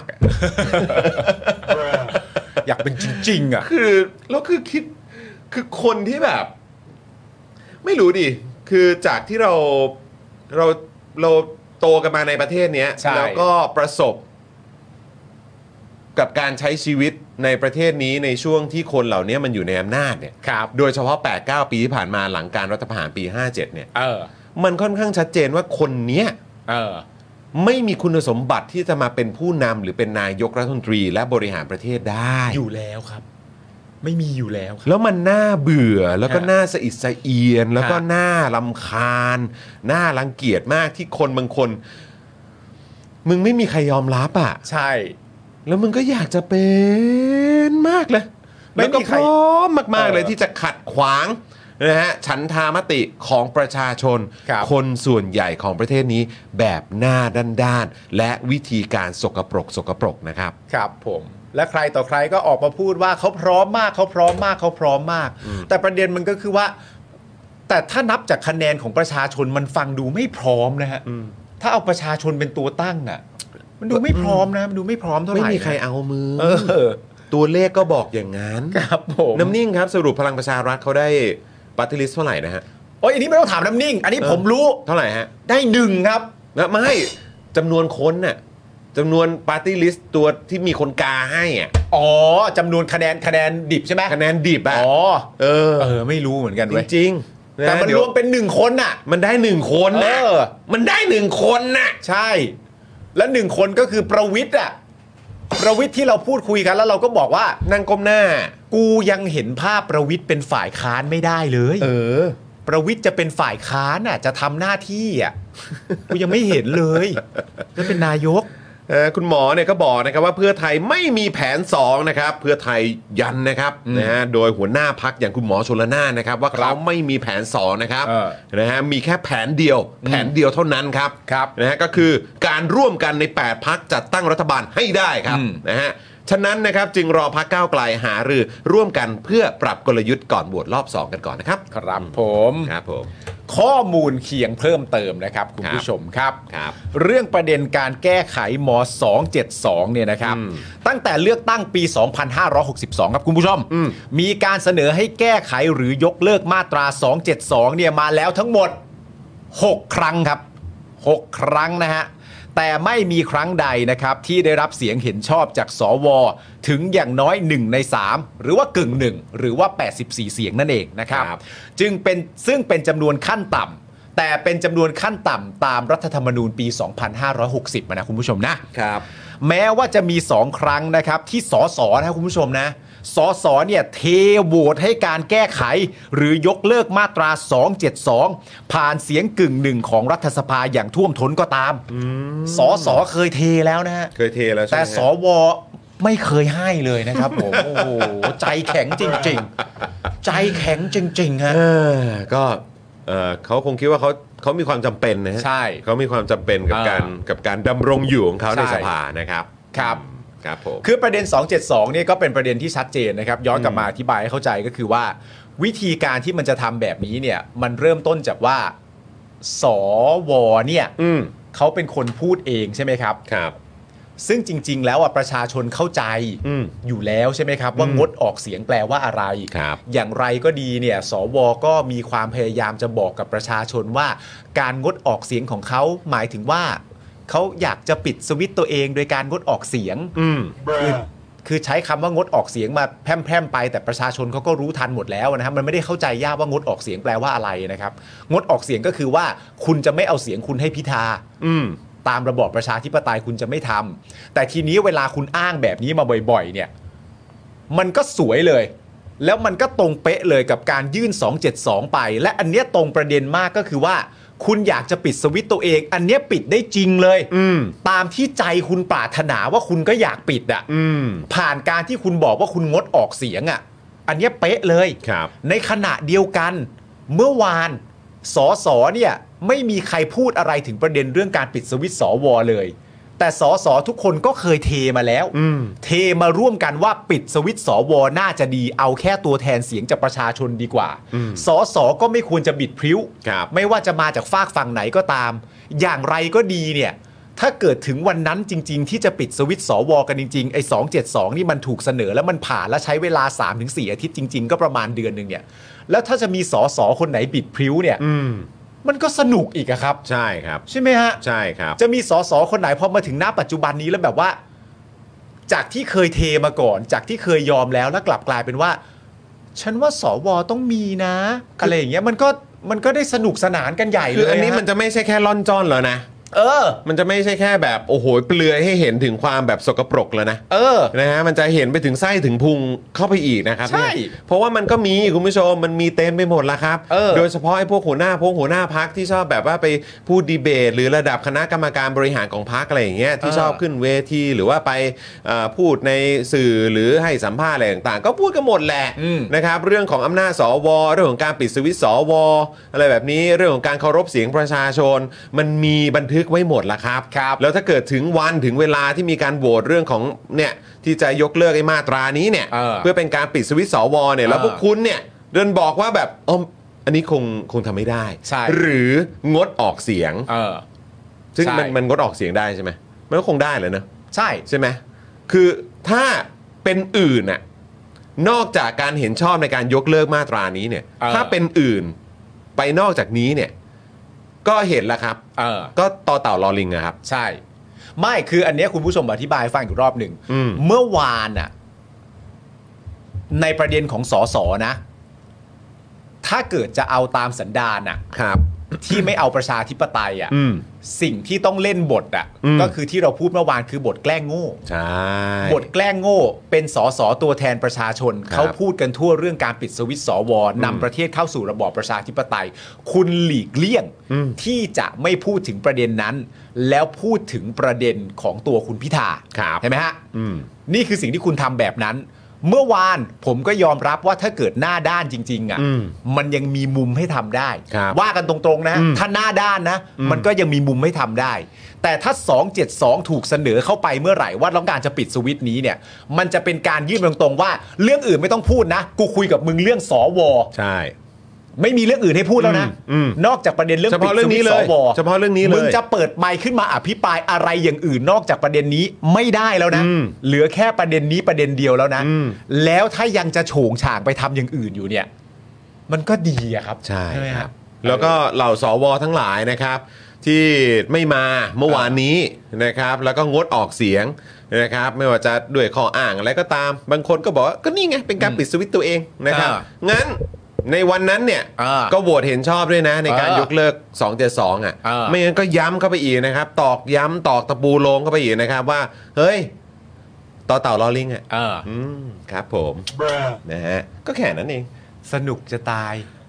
อยากเป็นจริงๆคือแล้วคือคิดคือคนที่แบบไม่รู้ดิคือจากที่เราโตกันมาในประเทศนี้แล้วก็ประสบกับการใช้ชีวิตในประเทศนี้ในช่วงที่คนเหล่านี้มันอยู่ในอำนาจเนี่ยโดยเฉพาะ 8-9 ปีที่ผ่านมาหลังการรัฐประหารปี 57 เนี่ยมันค่อนข้างชัดเจนว่าคนเนี้ยไม่มีคุณสมบัติที่จะมาเป็นผู้นำหรือเป็นนายกรัฐมนตรีและบริหารประเทศได้อยู่แล้วครับไม่มีอยู่แล้วแล้วมันน่าเบื่อแล้วก็น่าสะอิดสะเอียนแล้วก็น่ารำคาญน่ารังเกียจมากที่คนบางคนมึงไม่มีใครยอมรับใช่แล้วมึงก็อยากจะเป็นมากเลยแล้วก็พร้อมมากๆเลยที่จะขัดขวางนะฮะฉันทามติของประชาชนคนส่วนใหญ่ของประเทศนี้แบบหน้าด้านๆและวิธีการสกปรกนะครับครับผมและใครต่อใครก็ออกมาพูดว่าเขาพร้อมมากแต่ประเด็นมันก็คือว่าแต่ถ้านับจากคะแนนของประชาชนมันฟังดูไม่พร้อมนะฮะถ้าเอาประชาชนเป็นตัวตั้งมันดูไม่พร้อมนะมันดูไม่พร้อมเท่าไหร่ไม่มีใครเอามือตัวเลขก็บอกอย่างนั้นครับผมน้ำนิ่งครับสรุปพลังประชารัฐเขาได้ปาร์ตี้ลิสต์เท่าไหร่นะฮะโอ้ยอันนี้ไม่ต้องถามน้ำนิ่งอันนี้ผมรู้เท่าไหร่ฮะได้1ครับแล้วไม่จำนวนคนน่ะจำนวนปาร์ตี้ลิสต์ตัวที่มีคนกาให้อ๋อจำนวนคะแนนดิบใช่ไหมคะแนนดิบไม่รู้เหมือนกันเว้ยจริงแต่มันรวมเป็น1คนน่ะมันได้1คนน่ะมันได้1คนน่ะใช่แล้ว1คนก็คือประวิตรประวิตรที่เราพูดคุยกันแล้วเราก็บอกว่านั่งก้มหน้ากูยังเห็นภาพประวิตรเป็นฝ่ายค้านไม่ได้เลยประวิตรจะเป็นฝ่ายค้านจะทำหน้าที่กูยังไม่เห็นเลยจะเป็นนายกคุณหมอเนี่ยก็บอกนะครับว่าเพื่อไทยไม่มีแผน2นะครับเพื่อไทยยันนะครับนะฮะโดยหัวหน้าพรรคอย่างคุณหมอชลน่านนะครับว่าเขาไม่มีแผน2นะครับนะฮะมีแค่แผนเดียวเท่านั้นครับนะฮะก็คือการร่วมกันใน8พรรคจัดตั้งรัฐบาลให้ได้ครับนะฮะฉะนั้นนะครับจึงรอพรรคก้าวไกลหารือร่วมกันเพื่อปรับกลยุทธ์ก่อนโหวตรอบ2กันก่อนนะครับครับผมข้อมูลเคียงเพิ่มเติมนะครับคุณผู้ชมครับเรื่องประเด็นการแก้ไขม.272เนี่ยนะครับตั้งแต่เลือกตั้งปี 2562 ครับคุณผู้ชมมีการเสนอให้แก้ไขหรือยกเลิกมาตรา 272 เนี่ยมาแล้วทั้งหมด6ครั้งครับ6ครั้งนะฮะแต่ไม่มีครั้งใดนะครับที่ได้รับเสียงเห็นชอบจากสวถึงอย่างน้อย1ใน3หรือว่ากึ่งหนึ่งหรือว่า84เสียงนั่นเองนะครับซึ่งเป็นจำนวนขั้นต่ำแต่เป็นจำนวนขั้นต่ำตามรัฐธรรมนูญปี 2560นะคุณผู้ชมนะครับแม้ว่าจะมี2ครั้งนะครับที่สสนะคุณผู้ชมนะสสเนี่ยเทโหวตให้การแก้ไขหรือยกเลิกมาตรา 272 ผ่านเสียงกึ่งหนึ่งของรัฐสภาอย่างท่วมท้นก็ตามสสเคยเทแล้วนะฮะเคยเทแล้วแต่สวไม่เคยให้เลยนะครับผมโอ้โหใจแข็งจริงๆใจแข็งจริงๆฮะก็เขาคงคิดว่าเขามีความจำเป็นนะฮะใช่เขามีความจำเป็นกับการดำรงอยู่ของเขาในใช่สภานะครับครับครับผมคือประเด็น 272เนี่ยก็เป็นประเด็นที่ชัดเจนนะครับย้อนกลับมาอธิบายให้เข้าใจก็คือว่าวิธีการที่มันจะทำแบบนี้เนี่ยมันเริ่มต้นจากว่าสวเนี่ยเขาเป็นคนพูดเองใช่ไหมครับครับซึ่งจริงๆแล้วประชาชนเข้าใจอยู่แล้วใช่ไหมครับว่างดออกเสียงแปลว่าอะไรครับอย่างไรก็ดีเนี่ยสวก็มีความพยายามจะบอกกับประชาชนว่าการงดออกเสียงของเขาหมายถึงว่าเขาอยากจะปิดสวิตช์ตัวเองโดยการงดออกเสียงคือใช้คำว่างดออกเสียงมาแพร่มๆไปแต่ประชาชนเขาก็รู้ทันหมดแล้วนะครับมันไม่ได้เข้าใจยากว่างดออกเสียงแปลว่าอะไรนะครับงดออกเสียงก็คือว่าคุณจะไม่เอาเสียงคุณให้พิธาตามระบอบประชาธิปไตยคุณจะไม่ทำแต่ทีนี้เวลาคุณอ้างแบบนี้มาบ่อยๆเนี่ยมันก็สวยเลยแล้วมันก็ตรงเป๊ะเลยกับการยื่น272ไปและอันเนี้ยตรงประเด็นมากก็คือว่าคุณอยากจะปิดสวิตช์ตัวเองอันเนี้ยปิดได้จริงเลยตามที่ใจคุณปรารถนาว่าคุณก็อยากปิดผ่านการที่คุณบอกว่าคุณงดออกเสียงอันเนี้ยเป๊ะเลยในขณะเดียวกันเมื่อวานสสเนี่ยไม่มีใครพูดอะไรถึงประเด็นเรื่องการปิดสวิตช์สวเลยแต่สสทุกคนก็เคยเทมาแล้วเทมาร่วมกันว่าปิดสวิตช์สวน่าจะดีเอาแค่ตัวแทนเสียงจากประชาชนดีกว่าสสก็ไม่ควรจะบิดพริ้วไม่ว่าจะมาจากฝากฝั่งไหนก็ตามอย่างไรก็ดีเนี่ยถ้าเกิดถึงวันนั้นจริงๆที่จะปิดสวิตช์สวกันจริงๆไอ้272นี่มันถูกเสนอแล้วมันผ่านแล้วใช้เวลา 3-4 อาทิตย์จริงๆก็ประมาณเดือนนึงเนี่ยแล้วถ้าจะมีสสคนไหนบิดพริ้วเนี่ยมันก็สนุกอีกครับใช่ครับใช่ไหมฮะใช่ครับจะมีสสคนไหนพอมาถึงหน้าปัจจุบันนี้แล้วแบบว่าจากที่เคยเทมาก่อนจากที่เคยยอมแล้วกลับกลายเป็นว่าฉันว่าสวต้องมีนะอะไรอย่างเงี้ยมันก็ได้สนุกสนานกันใหญ่เลยคืออันนี้มันจะไม่ใช่แค่ล่อนจ้อนแล้วนะมันจะไม่ใช่แค่แบบโอ้โหเปลือยให้เห็นถึงความแบบสกปรกแล้วนะนะฮะมันจะเห็นไปถึงไส้ถึงพุงเข้าไปอีกนะครับใช่เพราะว่ามันก็มีคุณผู้ชมมันมีเต็มไปหมดแล้วครับโดยเฉพาะไอ้พวกหัวหน้าพรรคที่ชอบแบบว่าไปพูดดีเบตหรือระดับคณะกรรมการบริหารของพรรคอะไรอย่างเงี้ยที่ชอบขึ้นเวทีหรือว่าไปพูดในสื่อหรือให้สัมภาษณ์อะไรต่างๆก็พูดกันหมดแหละนะครับเรื่องของอำนาจสวเรื่องของการปิดสวิตช์สวอะไรแบบนี้เรื่องของการเคารพเสียงประชาชนมันมีบันทึกไว้หมดแล้วครับแล้วถ้าเกิดถึงวันถึงเวลาที่มีการโหวตเรื่องของเนี่ยที่จะยกเลิกไอ้มาตรานี้เนี่ยเพื่อเป็นการปิดสวิตช์สวเนี่ยแล้วพวกคุณเนี่ยเดินบอกว่าแบบอันนี้คงทำไม่ได้หรืองดออกเสียงซึ่งมันงดออกเสียงได้ใช่ไหมมันก็คงได้เลยนะใช่ไหมคือถ้าเป็นอื่นน่ะนอกจากการเห็นชอบในการยกเลิกมาตรานี้เนี่ยถ้าเป็นอื่นไปนอกจากนี้เนี่ยก็เห็นแล้วครับก็ต่อเต่ารอลิงนะครับใช่ไม่คืออันนี้คุณผู้ชมอธิบายฟังอีกรอบหนึ่งเมื่อวานน่ะในประเด็นของสสนะถ้าเกิดจะเอาตามสันดานน่ะที่ไม่เอาประชาธิปไตยสิ่งที่ต้องเล่นบทก็คือที่เราพูดเมื่อวานคือบทแกล้งโง่บทแกล้งโง่เป็นสสตัวแทนประชาชนเขาพูดกันทั่วเรื่องการปิดสวิตช์สวนำประเทศเข้าสู่ระบอบประชาธิปไตยคุณหลีกเลี่ยงที่จะไม่พูดถึงประเด็นนั้นแล้วพูดถึงประเด็นของตัวคุณพิธาใช่ไหมฮะนี่คือสิ่งที่คุณทำแบบนั้นเมื่อวานผมก็ยอมรับว่าถ้าเกิดหน้าด้านจริงๆมันยังมีมุมให้ทำได้ว่ากันตรงๆนะถ้าหน้าด้านนะมันก็ยังมีมุมให้ทำได้แต่ถ้า272ถูกเสนอเข้าไปเมื่อไหร่ว่าต้องการจะปิดสวิตช์นี้เนี่ยมันจะเป็นการยื่นตรงๆว่าเรื่องอื่นไม่ต้องพูดนะกูคุยกับมึงเรื่องสวใช่ไม่มีเรื่องอื่นให้พูดแล้วนะนอกจากประเด็นเรื่องปิดสวิตช์สวเฉพาะเรื่องนี้เลยมึงจะเปิดไมค์ขึ้นมาอภิปรายอะไรอย่างอื่นนอกจากประเด็นนี้ไม่ได้แล้วนะเหลือแค่ประเด็นนี้ประเด็นเดียวแล้วนะแล้วถ้ายังจะโฉงฉางไปทำอย่างอื่นอยู่เนี่ยมันก็ดีอะครับใช่ครับแล้วก็เหล่าสวทั้งหลายนะครับที่ไม่มาเมื่อวานนี้นะครับแล้วก็งดออกเสียงนะครับไม่ว่าจะด้วยข้ออ้างอะไรก็ตามบางคนก็บอกก็นี่ไงเป็นการปิดสวิตช์ตัวเองนะครับงั้นในวันนั้นเนี่ยก็โหวตเห็นชอบด้วยนะในการยกเลิก272ไม่งั้นก็ย้ำเข้าไปอีกนะครับตอกย้ำตอกตะปูโลงเข้าไปอีกนะครับว่าเฮ้ยต่อเต่ารอลิงครับผมนะฮะก็แค่นั้นเองสนุกจะตาย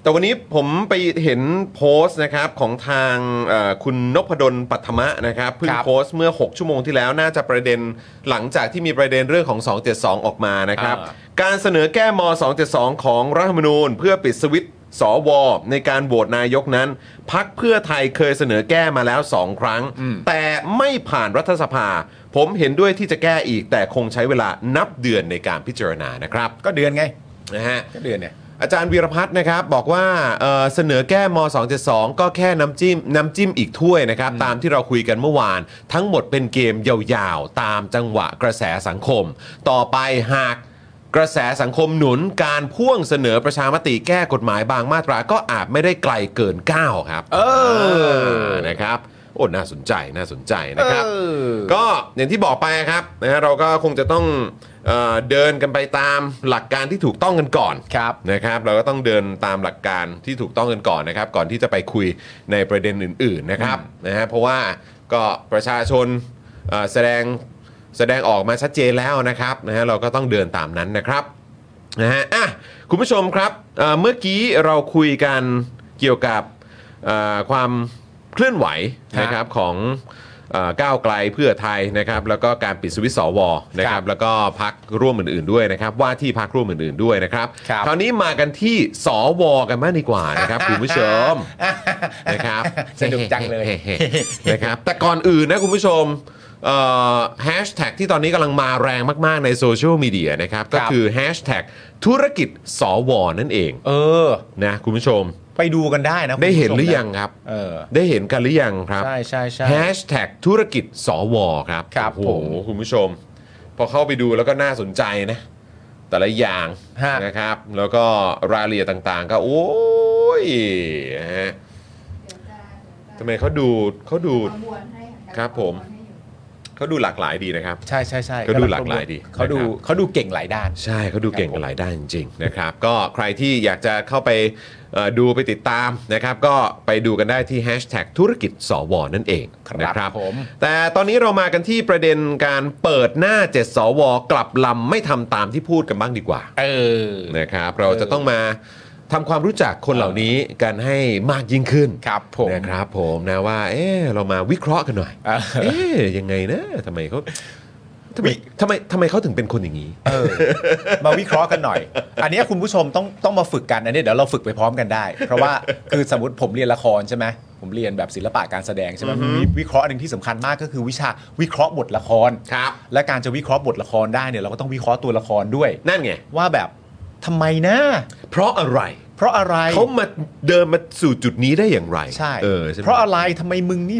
แต่วันนี้ผมไปเห็นโพสต์นะครับของทางคุณนพดลปัทมะนะครับเพิ่งโพสต์เมื่อ6ชั่วโมงที่แล้วน่าจะประเด็นหลังจากที่มีประเด็นเรื่องของ272ออกมานะครับการเสนอแก้ม272ของรัฐธรรมนูญเพื่อปิดสวิตช์สวในการโหวตนายกนั้นพรรคเพื่อไทยเคยเสนอแก้มาแล้ว2ครั้งแต่ไม่ผ่านรัฐสภาผมเห็นด้วยที่จะแก้อีกแต่คงใช้เวลานับเดือนในการพิจารณานะครับก็เดือนไงนะฮะก็เดือนเนี่ยอาจารย์วีรพัฒน์นะครับบอกว่าเสนอแก้ม272ก็แค่น้ำจิ้มอีกถ้วยนะครับตามที่เราคุยกันเมื่อวานทั้งหมดเป็นเกมยาวๆตามจังหวะกระแสสังคมต่อไปหากกระแสสังคมหนุนการพ่วงเสนอประชามติแก้กฎหมายบางมาตราก็อาจไม่ได้ไกลเกิน9ครับนะครับโอ้น่าสนใจนะครับก็อย่างที่บอกไปครับนะเราก็คงจะต้องเดินกันไปตามหลักการที่ถูกต้องกันก่อนนะครับเราก็ต้องเดินตามหลักการที่ถูกต้องกันก่อนนะครับก่อนที่จะไปคุยในประเด็นอื่นๆนะครับนะฮะเพราะว่าก็ประชาชนแสดงออกมาชัดเจนแล้วนะครับนะฮะเราก็ต้องเดินตามนั้นนะครับนะฮะคุณผู้ชมครับเมื่อกี้เราคุยกันเกี่ยวกับความเคลื่อนไหวนะครับของก้าวไกลเพื่อไทยนะครับแล้วก็การปิดสวิตช์สวนะครับแล้วก็พรรคร่วมอื่นๆด้วยนะครับว่าที่พรรคร่วมอื่นๆด้วยนะครับคราวนี้มากันที่สวกันมากดีกว่านะครับคุณผู้ชมนะครับสนุกจังเลยนะครับแต่ก่อนอื่นนะคุณผู้ชมแฮชแท็กที่ตอนนี้กำลังมาแรงมากๆในโซเชียลมีเดียนะครับก็คือแฮชแท็กธุรกิจสวนั่นเองนะคุณผู้ชมไปดูกันได้นะได้เห็นหรือยังครับได้เห็นกันหรือยังครับใช่แฮชแท็กธุรกิจสวครับโอ้โหคุณผู้ชมพอเข้าไปดูแล้วก็น่าสนใจนะแต่ละอย่างนะครับแล้วก็รายละเอียดต่างๆก็โอ้ยฮะทำไมเขาดูครับผมเขาดูหลากหลายดีนะครับใช่เขาดูหลากหลายดีเขาดูเก่งหลายด้านใช่เขาดูเก่งกันหลายด้านจริงๆนะครับก็ใครที่อยากจะเข้าไปดูไปติดตามนะครับก็ไปดูกันได้ที่แฮชแท็กธุรกิจสวนั่นเองนะครับแต่ตอนนี้เรามากันที่ประเด็นการเปิดหน้า7สวกลับลำไม่ทำตามที่พูดกันบ้างดีกว่านะครับเราจะต้องมาทำความรู้จักคนเหล่านี้กันให้มากยิ่งขึ้นครับผมนะครับผมนะว่าเรามาวิเคราะห์กันหน่อยยังไงนะทำไมเขาถึงเป็นคนอย่างนี้มาวิเคราะห์กันหน่อยอันนี้คุณผู้ชมต้องมาฝึกกันอันนี้เดี๋ยวเราฝึกไปพร้อมกันได้เพราะว่าคือสมมติผมเรียนละครใช่ไหมผมเรียนแบบศิลปะการแสดงใช่ไหมมีวิเคราะห์หนึ่งที่สำคัญมากก็คือวิชาวิเคราะห์บทละครครับและการจะวิเคราะห์บทละครได้เนี่ยเราก็ต้องวิเคราะห์ตัวละครด้วยนั่นไงว่าแบบทำไมนะเพราะอะไรเขามาเดินมาสู่จุดนี้ได้อย่างไรใช่เพราะอะไรทำไมมึงนี่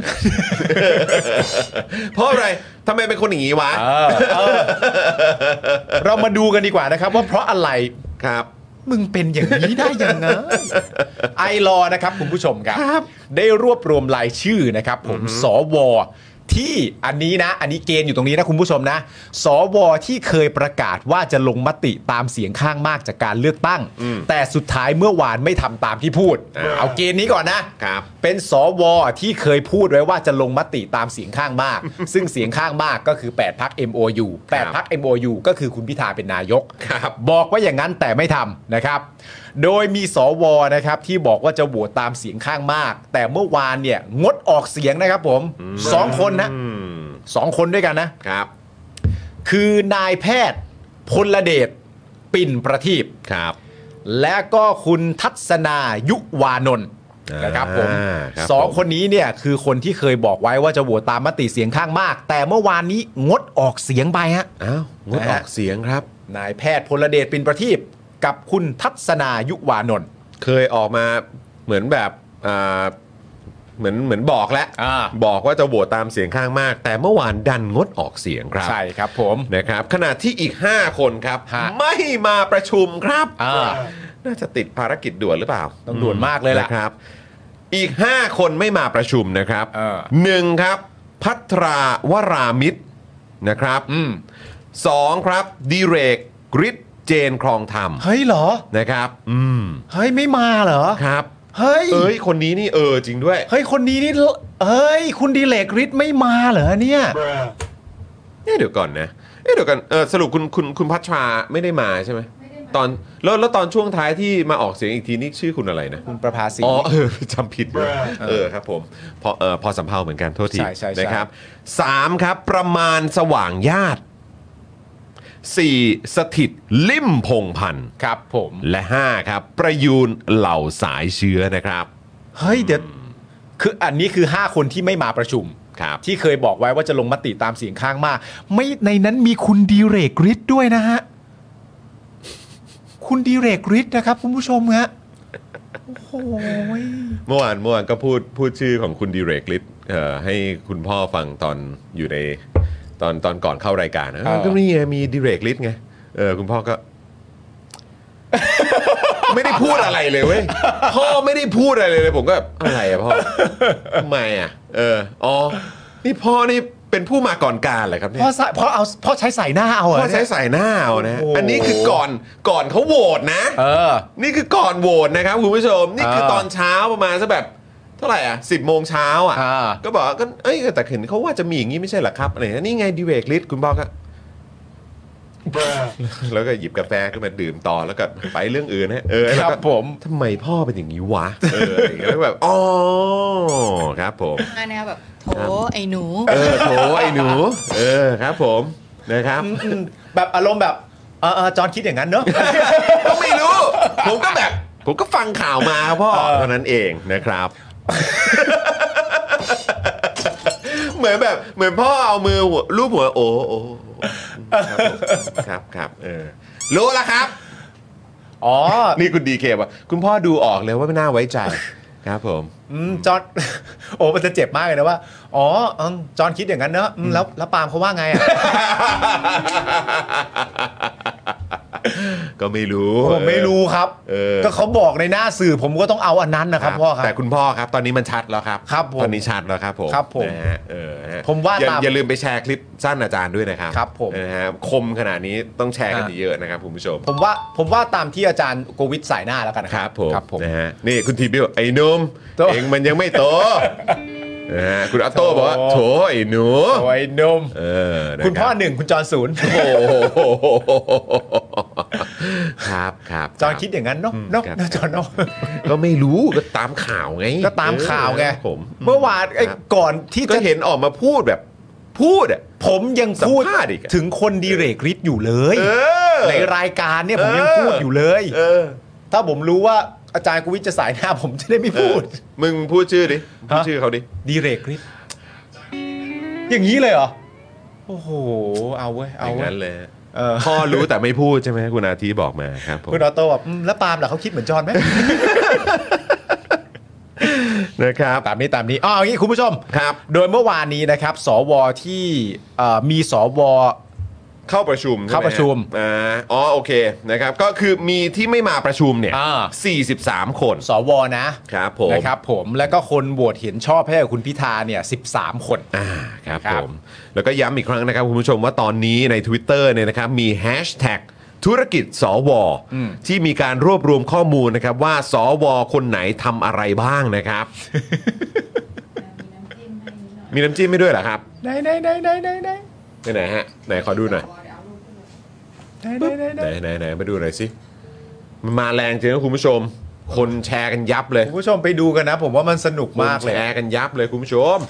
เพราะอะไรทำไมเป็นคนอย่างนี้วะเรามาดูกันดีกว่านะครับว่าเพราะอะไรครับมึงเป็นอย่างนี้ได้ยังไงไอรอนะครับคุณผู้ชมครับได้รวบรวมรายชื่อนะครับผมสวที่อันนี้เกณฑ์อยู่ตรงนี้นะคุณผู้ชมนะสวที่เคยประกาศว่าจะลงมติตามเสียงข้างมากจากการเลือกตั้งแต่สุดท้ายเมื่อวานไม่ทำตามที่พูดเอาเกณฑ์นี้ก่อนนะครับเป็นสวที่เคยพูดไว้ว่าจะลงมติตามเสียงข้างมากซึ่งเสียงข้างมากก็คือ8พรรค MOU 8พรรค MOU ก็คือคุณพิธาเป็นนายกบอกว่าอย่างนั้นแต่ไม่ทำนะครับโดยมีสวนะครับที่บอกว่าจะโหวตตามเสียงข้างมากแต่เมื่อวานเนี่ยงดออกเสียงนะครับผม2คนนะ2คนด้วยกันนะครับคือนายแพทย์พลเดชปิ่นประทีปครับและก็คุณทัศนายุวานนท์นะครับผม2คนนี้เนี่ยคือคนที่เคยบอกไว้ว่าจะโหวตตามมติเสียงข้างมากแต่เมื่อวานนี้งดออกเสียงไปฮะงดออกเสียงครับนายแพทย์พลเดชปิ่นประทีปกับคุณทัศนายุวานนท์เคยออกมาเหมือนแบบเหมือนบอกแล้วบอกว่าจะโหวตตามเสียงข้างมากแต่เมื่อวานดันงดออกเสียงครับใช่ครับผมนะครับขณะที่อีก5คนครับไม่มาประชุมครับน่าจะติดภารกิจด่วนหรือเปล่าต้องด่วนมากเลยแหละครับอีก5คนไม่มาประชุมนะครับ1ครับภัทราวรามิตรนะครับ2ครับดิเรกฤทธิ์เจนครองธรรมเฮ้ยเหรอนะครับเฮ้ยไม่มาเหรอครับเฮ้ยคนนี้นี่จริงด้วยเฮ้ยคนนี้นี่คุณดิเลกฤทธิ์ไม่มาเหรอเนี่ยเดี๋ยวก่อนนะเดี๋ยวกันสรุปคุณพัชราไม่ได้มาใช่ไหมแล้วตอนช่วงท้ายที่มาออกเสียงอีกทีนี่ชื่อคุณอะไรนะคุณประภาสีอ๋อจำผิดครับผมพอสำเภาเหมือนกันโทษทีใช่นะครับ3ครับประมาณสว่างญาติ4สถิตลิ่มพงพันธ์ครับผมและ5ครับประยูนเหล่าสายเชื้อนะครับเฮ้ยเดี๋ยวคืออันนี้คือ5คนที่ไม่มาประชุมครับที่เคยบอกไว้ว่าจะลงมติตามเสียงข้างมากไม่ในนั้นมีคุณดิเรกฤทธิ์ด้วยนะฮะคุณดิเรกฤทธิ์นะครับคุณผู้ชมฮะโอ้โหเมื่อวานก็พูดชื่อของคุณดิเรกฤทธิ์ให้คุณพ่อฟังตอนอยู่ในตอนก่อนเข้ารายการก็มีดิเรกฤทธิ์ไงคุณพ่อก็ ไม่ได้พูดอะไรเลยเว้ยพ่อไม่ได้พูดอะไรเลยผมก็แบบอะไรอะพ่อทำไมอะนี่พ่อนี่เป็นผู้มาก่อนการเหรอครับเนี่ยพ่อใช้ใส่หน้าเอาพ่อใช้ใส่หน้าเอานะอันนี้คือก่อนเขาโหวตนะนี่คือก่อนโหวตนะครับคุณผู้ชมนี่คือตอนเช้าประมาณสักแบบเท่าไหร่อ่ะ 10 โมงเช้าอ่ะก็บอกก็แต่เห็นเขาว่าจะมีอย่างนี้ไม่ใช่เหรอครับอะไรนี่ไงดิเรกฤทธิ์คุณบอกก็แล้วก็หยิบกาแฟขึ้นมาดื่มต่อแล้วก็ไปเรื่องอื่นนะครับผมทำไมพ่อเป็นอย่างนี้วะแล้วแบบอ๋อครับผมอันนี้แบบโถไอ้หนูโถไอ้หนูครับผมนะครับแบบอารมณ์แบบจอนคิดอย่างนั้นเนอะก็ไม่รู้ผมก็ฟังข่าวมาพ่อเท่านั้นเองนะครับเหมือนพ่อเอามือลูบหัวโอ้ครับรู้แล้วครับนี่คุณดีเคป่ะคุณพ่อดูออกเลยว่าไม่น่าไว้ใจครับผมจอนมันจะเจ็บมากเลยนะว่าจอนคิดอย่างนั้นเนอะแล้วปาล์มเขาว่าไงอ่ะก็ไม่รู้ผมไม่รู้ครับก็เขาบอกในหน้าสื่อผมก็ต้องเอาอันนั้นนะครับพ่อครับแต่คุณพ่อครับตอนนี้มันชัดแล้วครับตอนนี้ชัดแล้วครับผมครับผมนะฮะผมว่าอย่าลืมไปแชร์คลิปสั้นอาจารย์ด้วยนะครับครับผมนะฮะคมขนาดนี้ต้องแชร์กันเยอะๆนะครับคุณผู้ชมผมว่าตามที่อาจารย์โกวิทใส่หน้าแล้วกันครับผมนะฮะนี่คุณทีบิวไอ้นุ่มเองมันยังไม่โตคุณอัตโต้บอกว่าโถไอ้หนูไอ้นมคุณพ่อ1คุณจอน0 โอ้ครับจอนคิดอย่างนั้นเนาะจอนเนาะก็ไม่รู้ก็ตามข่าวไงก็ตามข่าวไงเมื่อวานก่อนที่จะเห็นออกมาพูดแบบผมยังพูดถึงคนดิเรกฤทธิ์อยู่เลยในรายการเนี่ยผมยังพูดอยู่เลยถ้าผมรู้ว่าอาจารย์กวิทจะสายหน้าผมจะได้ไม่พูดมึงพูดชื่อดิพูดชื่อเขาดิดิเรกฤทธิ์อย่างนี้เลยเหรอโอ้โหเอาเว้ยอย่างนั้นเลยพ่อรู้แต่ไม่พูดใช่ไหมคุณอาทิบอกมาครับคุณออโต้แบบแล้วปาล์มล่ะเขาคิดเหมือนจอนไหมนะครับตามนี้อย่างนี้คุณผู้ชมครับโดยเมื่อวานนี้นะครับสวที่มีสวเข้าประชุมโอเคนะครับก็คือมีที่ไม่มาประชุมเนี่ย43คนสวนะครับผมแล้วก็คนโหวตเห็นชอบให้กับคุณพิธาเนี่ย13คนครับผมแล้วก็ย้ำอีกครั้งนะครับคุณผู้ชมว่าตอนนี้ใน Twitter เนี่ยนะครับมีแฮชแท็กธุรกิจสวที่มีการรวบรวมข้อมูลนะครับว่าสวคนไหนทำอะไรบ้างนะครับมีน้ำจิ้มให้ด้วยเหรอครับไหนฮะไหนขอดูหน่อยไหนมาดูหน่อยสิมันมาแรงจริงนะคุณผู้ชมคนแชร์กันยับเลยคุณผู้ชมไปดูกันนะผมว่ามันสนุกมากเลยแชร์กันยับเลยคุณผู้ชม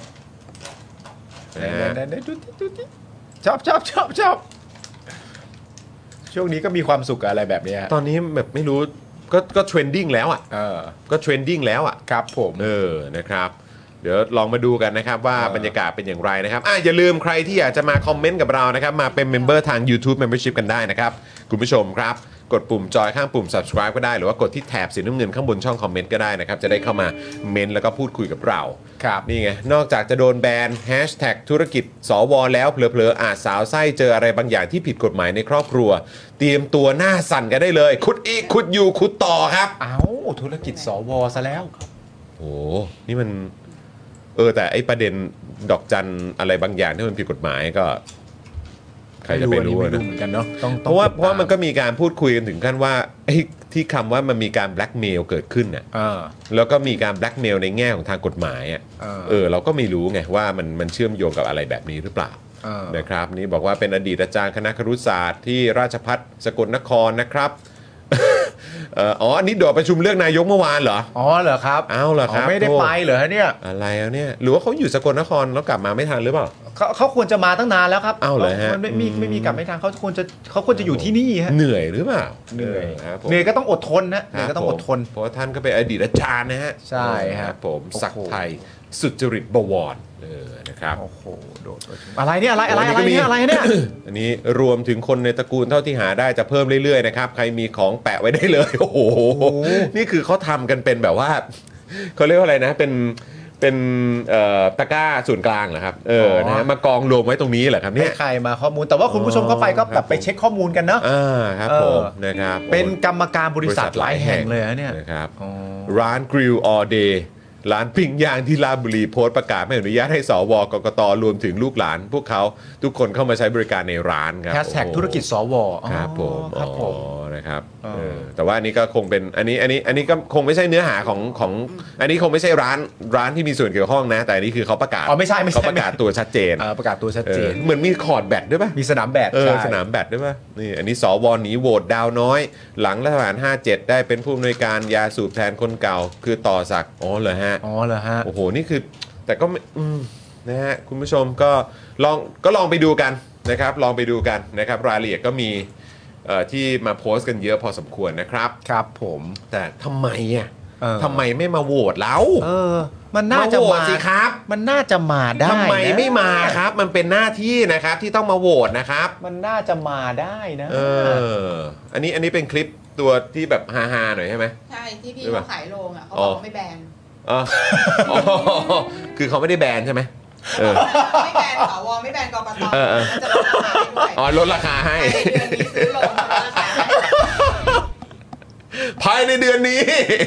ดูชอบช่วงนี้ก็มีความสุขอะไรแบบนี้ตอนนี้แบบไม่รู้ก็เทรนดิ้งแล้วอ่ะก็เทรนดิ้งแล้วอ่ะครับผมนะครับเดี๋ยวลองมาดูกันนะครับว่าบรรยากาศเป็นอย่างไรนะครับอย่าลืมใครที่อยากจะมาคอมเมนต์กับเรานะครับมาเป็นเมมเบอร์ทาง YouTube Membership กันได้นะครับคุณผู้ชมครับกดปุ่มจอยข้างปุ่ม subscribe ก็ได้หรือว่ากดที่แถบสีน้ำเงินข้างบนช่องคอมเมนต์ก็ได้นะครับจะได้เข้ามาเมนต์แล้วก็พูดคุยกับเราครับนี่ไงนอกจากจะโดนแบนแฮชแท็กธุรกิจสวแล้วเผลอๆอาจสาวไส้เจออะไรบางอย่างที่ผิดกฎหมายในครอบครัวเตรียมตัวหน้าสั่นกันได้เลยขุดอีกขุดอยู่ขุดต่อครับธุรกิจสวซะแล้วโอ้นี่มันแต่ไอ้ประเด็นดอกจันอะไรบางอย่างที่มันผิดกฎหมายก็ใครจะไปรู้นะเหมือนกันเนาะเพราะว่ามันก็มีการพูดคุยกันถึงขั้นว่าไอ้ที่คำว่ามันมีการแบล็กเมลเกิดขึ้นเนี่ยแล้วก็มีการแบล็กเมลในแง่ของทางกฎหมายเราก็ไม่รู้ไงว่ามันเชื่อมโยงกับอะไรแบบนี้หรือเปล่านะครับนี่บอกว่าเป็นอดีตอาจารย์คณะครุศาสตร์ที่ราชภัฏสกลนครนะครับอ๋ออันนี้โดดประชุมเลือกนายกเมื่อวานเหรออ๋อเหรอครับเอาเหรอครับไม่ได้ไปเหรอฮะเนี่ยอะไรอ่ะเนี่ยหรือว่าเขาอยู่สกลนครแล้วกลับมาไม่ทันหรือเปล่าเขาควรจะมาตั้งนานแล้วครับเอาเลยฮะมันไม่มีกลับไม่ทันเขาควรจะอยู่ที่นี่ฮะเหนื่อยหรือเปล่าเหนื่อยก็ต้องอดทนนะเหนื่อยก็ต้องอดทนเพราะท่านก็เป็นอดีตอาจารย์นะฮะใช่ครับผมศักดิ์ไทยสุจริตบวรนะครับโอ้โหโดดอะไรเนี่ยอะไรเนี่ยอันนี้รวมถึงคนในตระกูลเท่าที่หาได้จะเพิ่มเรื่อยๆนะครับใครมีของแปะไว้ได้เลยโอ้โหนี่คือเขาทำกันเป็นแบบว่าเขาเรียกว่าอะไรนะเป็นตะกร้าส่วนกลางเหรอครับนะมากองรวมไว้ตรงนี้เหรอครับเนี่ยใครมาข้อมูลแต่ว่าคุณผู้ชมเข้าไปก็แบบไปเช็คข้อมูลกันเนาะครับผมนะครับเป็นกรรมการบริษัทหลายแห่งเลยเนี่ยนะครับร้าน Grill All Day ร้านปิ้งย่างที่ราชบุรีโพสต์ประกาศไม่อนุญาตให้สวกกตรวมถึงลูกหลานพวกเขาทุกคนเข้ามาใช้บริการในร้านครับแฮชแท็กธุรกิจสวครับผมนะครับแต่ว่าอันนี้ก็คงเป็นอันนี้ก็คงไม่ใช่เนื้อหาของอันนี้คงไม่ใช่ร้านที่มีส่วนเกี่ยวข้องนะแต่อันนี้คือเขาประกาศไม่ใช่เขาประกาศตัวชัดเจนประกาศตัวชัดเจนเหมือนมีคอร์ดแบตด้วยป่ะมีสนามแบดสนามแบดด้วยป่ะนี่อันนี้สวหนีโหวตดาวน้อยหลังรัฐประหาร57ได้เป็นผู้อำนวยการยาสูบแทนคนเก่าคือต่อศักดิ์เหรอฮะโอ้โหนี่คือแต่ก็นะฮะคุณผู้ชมก็ลองไปดูกันนะครับลองไปดูกันนะครับรายละเอียดก็มีที่มาโพสต์กันเยอะพอสมควรนะครับครับผมแต่ทำไมทำไมไม่มาโหวตแล้วมันน่าจะมาสิครับมันน่าจะมาได้ทำไมไม่มาครับมันเป็นหน้าที่นะครับที่ต้องมาโหวตนะครับมันน่าจะมาได้นะอันนี้เป็นคลิปตัวที่แบบฮาๆหน่อยใช่ไหมใช่ที่พี่เขาขายโรงเขาบอกไม่แบนคือเขาไม่ได้แบนใช่ไหมไม่แบนสวไม่แบนกกตจะลดราคาให้ด้วยลดราคาให้เดือนนี้ซื้อโรงลดราคาให้ภายในเดือนนี้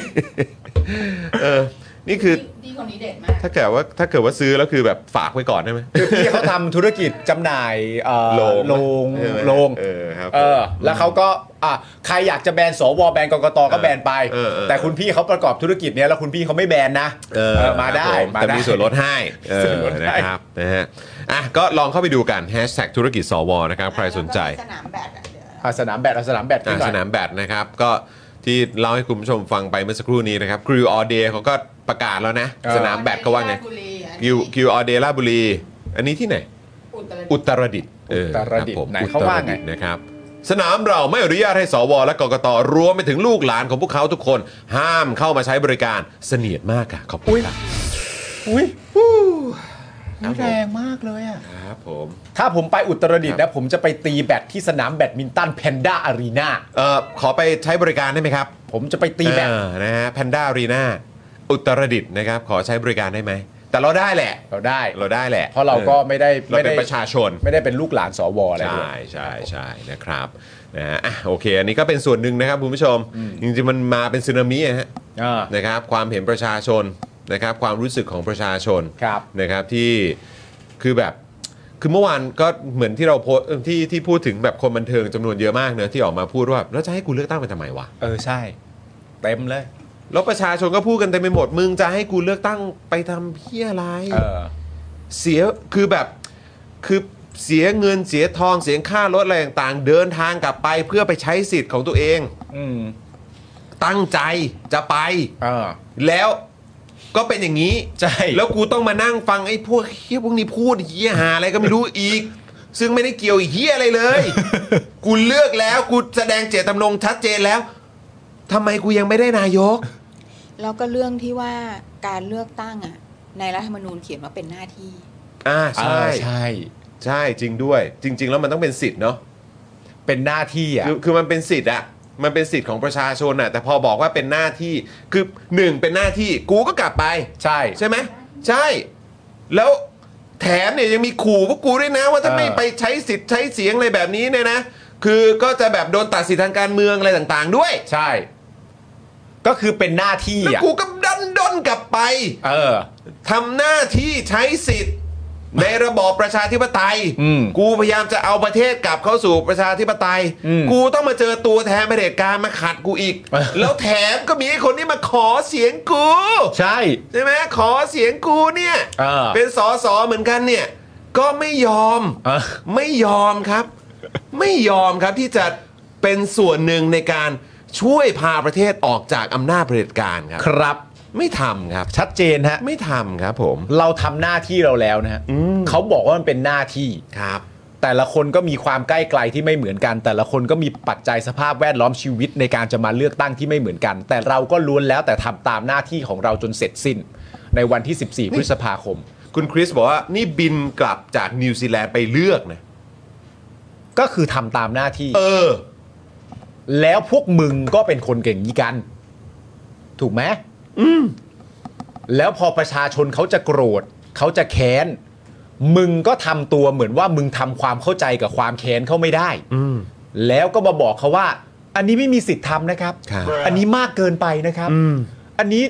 นี่คือดีคนนี้เด็ดมากถ้าเกิดว่าซื้อแล้วคือแบบฝากไว้ก่อนได้ไหมคือพี่เขาทำธุรกิจจำหน่ายโรงแล้วเขาก็ใครอยากจะแบนสวแบนกกตก็แบนไปแต่คุณพี่เขาประกอบธุรกิจเนี้ยแล้วคุณพี่เขาไม่แบนนะมาได้แต่มีส่วนลดให้นะครับนะฮะก็ลองเข้าไปดูกันแฮชแท็กธุรกิจสวนะครับใครสนใจสนามแบดสนามแบดสนามแบดนะครับก็ที่เล่าให้คุณผู้ชมฟังไปเมื่อสักครู่นี้นะครับ Grill All Day เขาก็ประกาศแล้วนะสนามแบดเขาว่าไง Grill All Day ราชบุรีอันนี้ที่ไหนอุตรดิตถ์ไหนเขาว่าไงนะครับสนามเราไม่อนุญาตให้สวและกกตรวมไปถึงลูกหลานของพวกเขาทุกคนห้ามเข้ามาใช้บริการเสนียดมากค่ะขอบคุณครับแรงมากเลยอ่ะครับผมถ้าผมไปอุตรดิตถ์นะผมจะไปตีแบดที่สนามแบดมินตันแพนด้าอารีนาขอไปใช้บริการได้ไหมครับผมจะไปตีแบดนะฮะแพนด้าอารีนาอุตรดิตถ์นะครับขอใช้บริการได้ไหมแต่เราได้แหละเราได้แหละเพราะเราก็ไม่ได้เป็นประชาชนไม่ได้เป็นลูกหลานสวอะไรใช่นะครับนะโอเคอันนี้ก็เป็นส่วนหนึ่งนะครับคุณผู้ชมจริงๆมันมาเป็นสึนามินะครับความเห็นประชาชนนะครับความรู้สึกของประชาชนนะครับที่คือแบบคือเมื่อวานก็เหมือนที่เราที่พูดถึงแบบคนบันเทิงจำนวนเยอะมากเนอะที่ออกมาพูดว่าแล้วจะให้กูเลือกตั้งไปทำไมวะใช่เต็มเลยแล้วประชาชนก็พูดกันเต็มไปหมดมึงจะให้กูเลือกตั้งไปทำเพี้ยอะไรเสียคือแบบคือเสียเงินเสียทองเสียค่ารถอะไรต่างๆเดินทางกลับไปเพื่อไปใช้สิทธิ์ของตัวเองตั้งใจจะไปแล้วก็เป็นอย่างนี้ใช่แล้วกูต้องมานั่งฟังไอ้พวกเฮี้ยพวกนี้พูดเฮี้ยหาอะไรก็ไม่รู้อีกซึ่งไม่ได้เกี่ยวเฮี้ยอะไรเลยกูเลือกแล้วกูแสดงเจตจำนงชัดเจนแล้วทำไมกูยังไม่ได้นายกแล้วก็เรื่องที่ว่าการเลือกตั้งในรัฐธรรมนูญเขียนว่าเป็นหน้าที่ใช่จริงด้วยจริงๆแล้วมันต้องเป็นสิทธิ์เนาะเป็นหน้าที่คือมันเป็นสิทธิ์มันเป็นสิทธิ์ของประชาชนแต่พอบอกว่าเป็นหน้าที่คือ1เป็นหน้าที่กูก็กลับไปใช่ไหมใช่แล้วแถมเนี่ยยังมีขู่พวกกูด้วยนะว่าถ้าไม่ไปใช้สิทธิ์ใช้เสียงอะไรแบบนี้เนี่ยนะคือก็จะแบบโดนตัดสิทธิทางการเมืองอะไรต่างๆด้วยใช่ก็คือเป็นหน้าที่แล้วกูก็ด้นกลับไปทำหน้าที่ใช้สิทธิ์ในระบอบประชาธิปไตยกูพยายามจะเอาประเทศกลับเข้าสู่ประชาธิปไตยกูต้องมาเจอตัวแทนเผด็จการมาขัดกูอีกแล้วแถมก็มีคนที่มาขอเสียงกูใช่ไหมขอเสียงกูเนี่ยเป็นสสเหมือนกันเนี่ยก็ไม่ยอมครับไม่ยอมครับที่จะเป็นส่วนหนึ่งในการช่วยพาประเทศออกจากอำนาจเผด็จการครับครับไม่ทำครับชัดเจนฮะไม่ทำครับผมเราทำหน้าที่เราแล้วนะฮะเขาบอกว่ามันเป็นหน้าที่ครับแต่ละคนก็มีความใกล้ไกลที่ไม่เหมือนกัน แต่ละคนก็มีปัจจัยสภาพแวดล้อมชีวิตในการจะมาเลือกตั้งที่ไม่เหมือนกัน แต่เราก็ล้วนแล้วแต่ทำตามหน้าที่ของเราจนเสร็จสิ้นในวันที่14พฤษภาคมคุณคริสบอกว่านี่บินกลับจากนิวซีแลนด์ไปเลือกนะก็คือทำตามหน้าที่อแล้วพวกมึงก็เป็นคนเก่งนี้กัน ถูกไหมแล้วพอประชาชนเขาจะโกรธเขาจะแค้นมึงก็ทำตัวเหมือนว่ามึงทำความเข้าใจกับความแค้นเขาไม่ได้แล้วก็มาบอกเขาว่า อันนี้ไม่มีสิทธิ์ทำนะครับครับอันนี้มากเกินไปนะครับอันนี้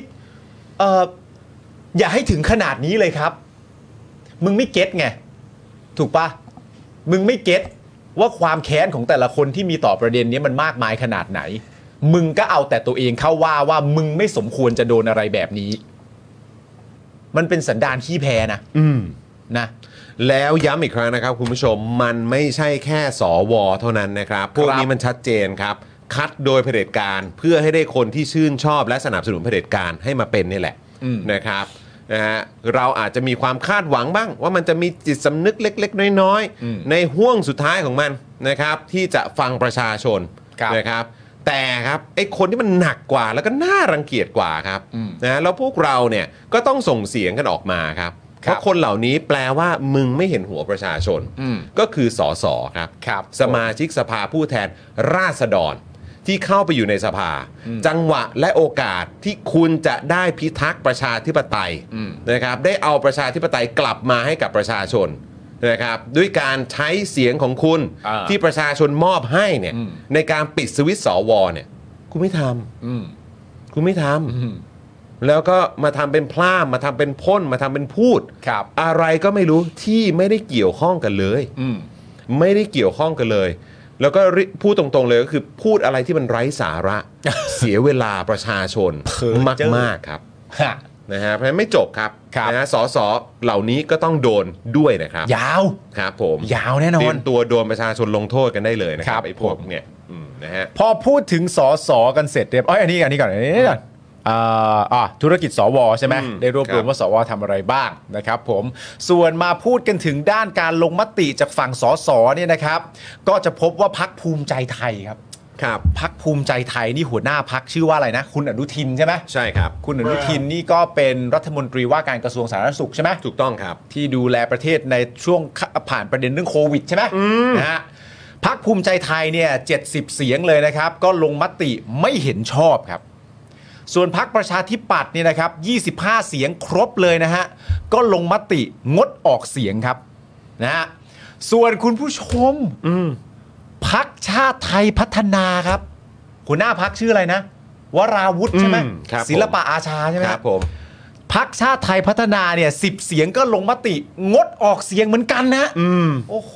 อย่าให้ถึงขนาดนี้เลยครับ มึงไม่เก็ตไงถูกปะมึงไม่เก็ตว่าความแค้นของแต่ละคนที่มีต่อประเด็นนี้มันมากมายขนาดไหนมึงก็เอาแต่ตัวเองเข้าว่ามึงไม่สมควรจะโดนอะไรแบบนี้มันเป็นสันดานขี้แพ้นะนะแล้วย้ำอีกครั้งนะครับคุณผู้ชมมันไม่ใช่แค่สวเท่านั้นนะครับพวกนี้มันชัดเจนครับคัดโดยเผด็จการเพื่อให้ได้คนที่ชื่นชอบและสนับสนุนเผด็จการให้มาเป็นนี่แหละนะครับนะฮะเราอาจจะมีความคาดหวังบ้างว่ามันจะมีจิตสำนึกเล็กๆน้อยๆในห่วงสุดท้ายของมันนะครับที่จะฟังประชาชนนะครับแต่ครับไอ้คนที่มันหนักกว่าแล้วก็น่ารังเกียจกว่าครับนะแล้วพวกเราเนี่ยก็ต้องส่งเสียงกันออกมาครับเพราะคนเหล่านี้แปลว่ามึงไม่เห็นหัวประชาชนก็คือสสครับสมาชิกสภาผู้แทนราษฎรที่เข้าไปอยู่ในสภาจังหวะและโอกาสที่คุณจะได้พิทักษ์ประชาธิปไตยนะครับได้เอาประชาธิปไตยกลับมาให้กับประชาชนนะครับด้วยการใช้เสียงของคุณที่ประชาชนมอบให้เนี่ยในการปิดสวิตช์สวเนี่ยคุณไม่ทำคุณไม่ทำแล้วก็มาทำเป็นพล่ามมาทำเป็นพ่นมาทำเป็นพูดอะไรก็ไม่รู้ที่ไม่ได้เกี่ยวข้องกันเลยไม่ได้เกี่ยวข้องกันเลยแล้วก็พูดตรงๆเลยก็คือพูดอะไรที่มันไร้สาระ เสียเวลาประชาชนมากๆครับนะฮะเพราะฉะนั้นไม่จบครับนะฮะสสเหล่านี้ก็ต้องโดนด้วยนะครับยาวครับผมยาวแน่นอนเตรียมตัวโดนประชาชนลงโทษกันได้เลยนะครับไอ้พวกเนี่ยนะฮะพอพูดถึงสสกันเสร็จเรียบอันนี้ก่อนธุรกิจสวใช่ไหมได้รวบรวมว่าสวทำอะไรบ้างนะครับผมส่วนมาพูดกันถึงด้านการลงมติจากฝั่งสสเนี่ยนะครับก็จะพบว่าพรรคภูมิใจไทยครับพรรคภูมิใจไทยนี่หัวหน้าพรรคชื่อว่าอะไรนะคุณอนุทินใช่ไหมใช่ครับคุณอนุทินนี่ก็เป็นรัฐมนตรีว่าการกระทรวงสาธารณสุขใช่ไหมถูกต้องครับที่ดูแลประเทศในช่วงผ่านประเด็นเรื่องโควิดใช่ไหมนะฮะพรรคภูมิใจไทยเนี่ย70เสียงเลยนะครับก็ลงมติไม่เห็นชอบครับส่วนพรรคประชาธิปัตย์เนี่ยนะครับ25เสียงครบเลยนะฮะก็ลงมติงดออกเสียงครับนะฮะส่วนคุณผู้ชมพรรคชาติไทยพัฒนาครับหัวหน้าพรรคชื่ออะไรนะวราวุธใช่ไหมศิลปะอาชาใช่ไหมครับผมพรรคชาติไทยพัฒนาเนี่ย10เสียงก็ลงมติงดออกเสียงเหมือนกันนะโอ้โห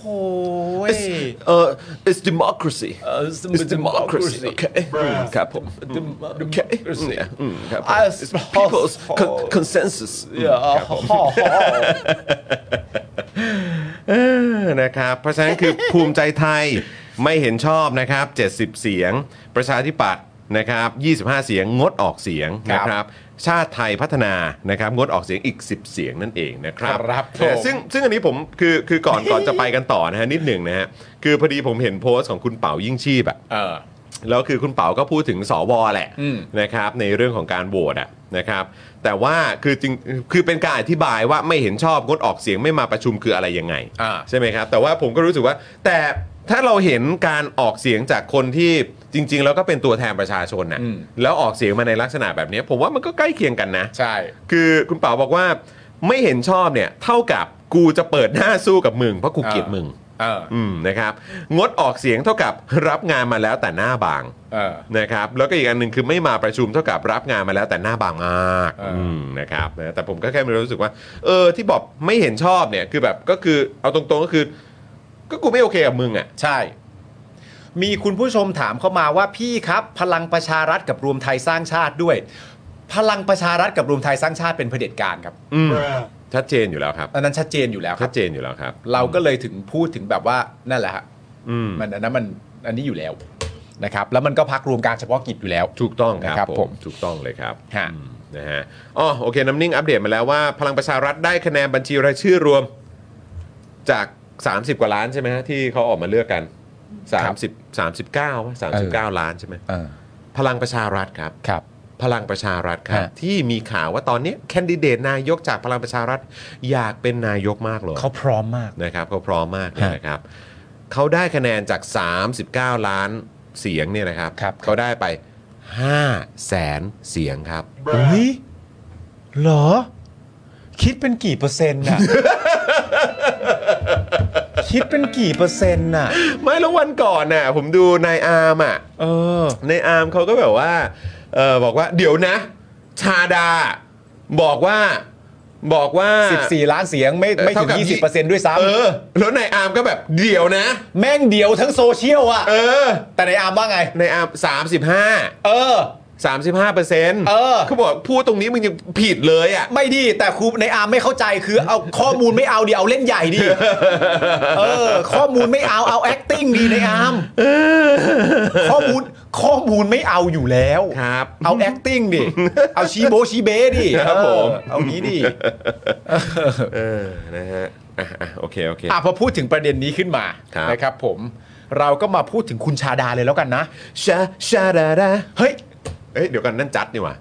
it's democracy it's democracy okay ครับผม democracy ครับ it's people's consensus นะครับเพราะฉะนั้นคือภูมิใจไทยไม่เห็นชอบนะครับ70เสียงประชาธิปัตย์นะครับ25เสียงงดออกเสียงนะครับชาติไทยพัฒนานะครับงดออกเสียงอีก10เสียงนั่นเองนะครับซึ่งอันนี้ผมคือก่อนจะไปกันต่อนะฮะนิดหนึ่งนะฮะคือพอดีผมเห็นโพสต์ของคุณเป๋ายิ่งชีพแล้วคือคุณเป๋าก็พูดถึงสวแหละนะครับในเรื่องของการโหวตนะครับแต่ว่าคือเป็นการอธิบายว่าไม่เห็นชอบงดออกเสียงไม่มาประชุมคืออะไรยังไงใช่ไหมครับแต่ว่าผมก็รู้สึกว่าแต่ถ้าเราเห็นการออกเสียงจากคนที่จริงๆแล้วก็เป็นตัวแทนประชาชนนะแล้วออกเสียงมาในลักษณะแบบนี้ผมว่ามันก็ใกล้เคียงกันนะใช่คือคุณเป๋าบอกว่าไม่เห็นชอบเนี่ยเท่ากับกูจะเปิดหน้าสู้กับมึงเพราะกูเกลียดมึงนะครับงดออกเสียงเท่ากับรับงานมาแล้วแต่หน้าบางนะครับแล้วก็อีกอันนึงคือไม่มาประชุมเท่ากับรับงานมาแล้วแต่หน้าบางมากนะครับแต่ผมก็แค่มีรู้สึกว่าที่บอกไม่เห็นชอบเนี่ยคือแบบก็คือเอาตรงๆก็คือก็กูไม่โอเคกับมึงอ่ะใช่มีคุณผู้ชมถามเข้ามาว่าพี่ครับพลังประชารัฐกับรวมไทยสร้างชาติด้วยพลังประชารัฐกับรวมไทยสร้างชาติเป็นเผด็จการครับชัดเจนอยู่แล้วครับอันนั้นชัดเจนอยู่แล้วชัดเจนอยู่แล้วครับเราก็เลยถึงพูดถึงแบบว่านั่นแหละฮะมันอันนั้นมันอันนี้อยู่แล้วนะครับแล้วมันก็พักรวมการเฉพาะกิจอยู่แล้วถูกต้องคนะครัรับบผมถูกต้องเลยครับฮะนะฮะอ๋อโอเคน้ำนิ่งอัปเดตมาแล้วว่าพลังประชารัฐได้คะแนนบัญชีรายชื่อรวมจาก30กว่าล้านใช่ไหมฮะที่เขาออกมาเลือกกัน39 39ล้านใช่ไหมพลังประชารัฐครับครับพลังประชารัฐครับฮะที่มีข่าวว่าตอนนี้แคนดิเดตนายกจากพลังประชารัฐอยากเป็นนายกมากเลยเขาพร้อมมากนะครับเขาพร้อมมากเลยนะครับเขาได้คะแนนจาก39ล้านเสียงเนี่ยนะครับครับเขาได้ไป500,000 เสียงครับอุ้ยเหรอ คิดเป็นกี่เปอร์เซ็นต์น่ะ คิดเป็นกี่เปอร์เซ็นต์น่ะไม่แล้ววันก่อนน่ะผมดูนายอาร์มอ่ะนายอาร์มเขาก็แบบว่าบอกว่าเดี๋ยวนะ ชาดาบอกว่า 14 ล้านเสียงไม่ถึงเท่ากับ 20%ด้วยซ้ำแล้วนายอาร์มก็แบบเดี๋ยวนะแม่งเดียวทั้งโซเชียลอ่ะแต่ในอาร์มว่าไงนายอาร์ม35 35% เขาบอกพูดตรงนี้มึงยังผิดเลยอ่ะไม่ดีแต่ครูในอาร์มไม่เข้าใจคือเอาข้อมูลไม่เอาดิเอาเล่นใหญ่ดิข้อมูลไม่เอา acting ดีในอาร์มข้อมูลไม่เอาอยู่แล้วครับเอา acting ดิเอาชีโบชีเบดิครับผมเอางี้ดินะฮะโอเคพอพูดถึงประเด็นนี้ขึ้นมาครับนะครับผมเราก็มาพูดถึงคุณชาดาเลยแล้วกันนะชาดาดาเฮ้ยเดี๋ยวกันนั่นจัดนี่หว่า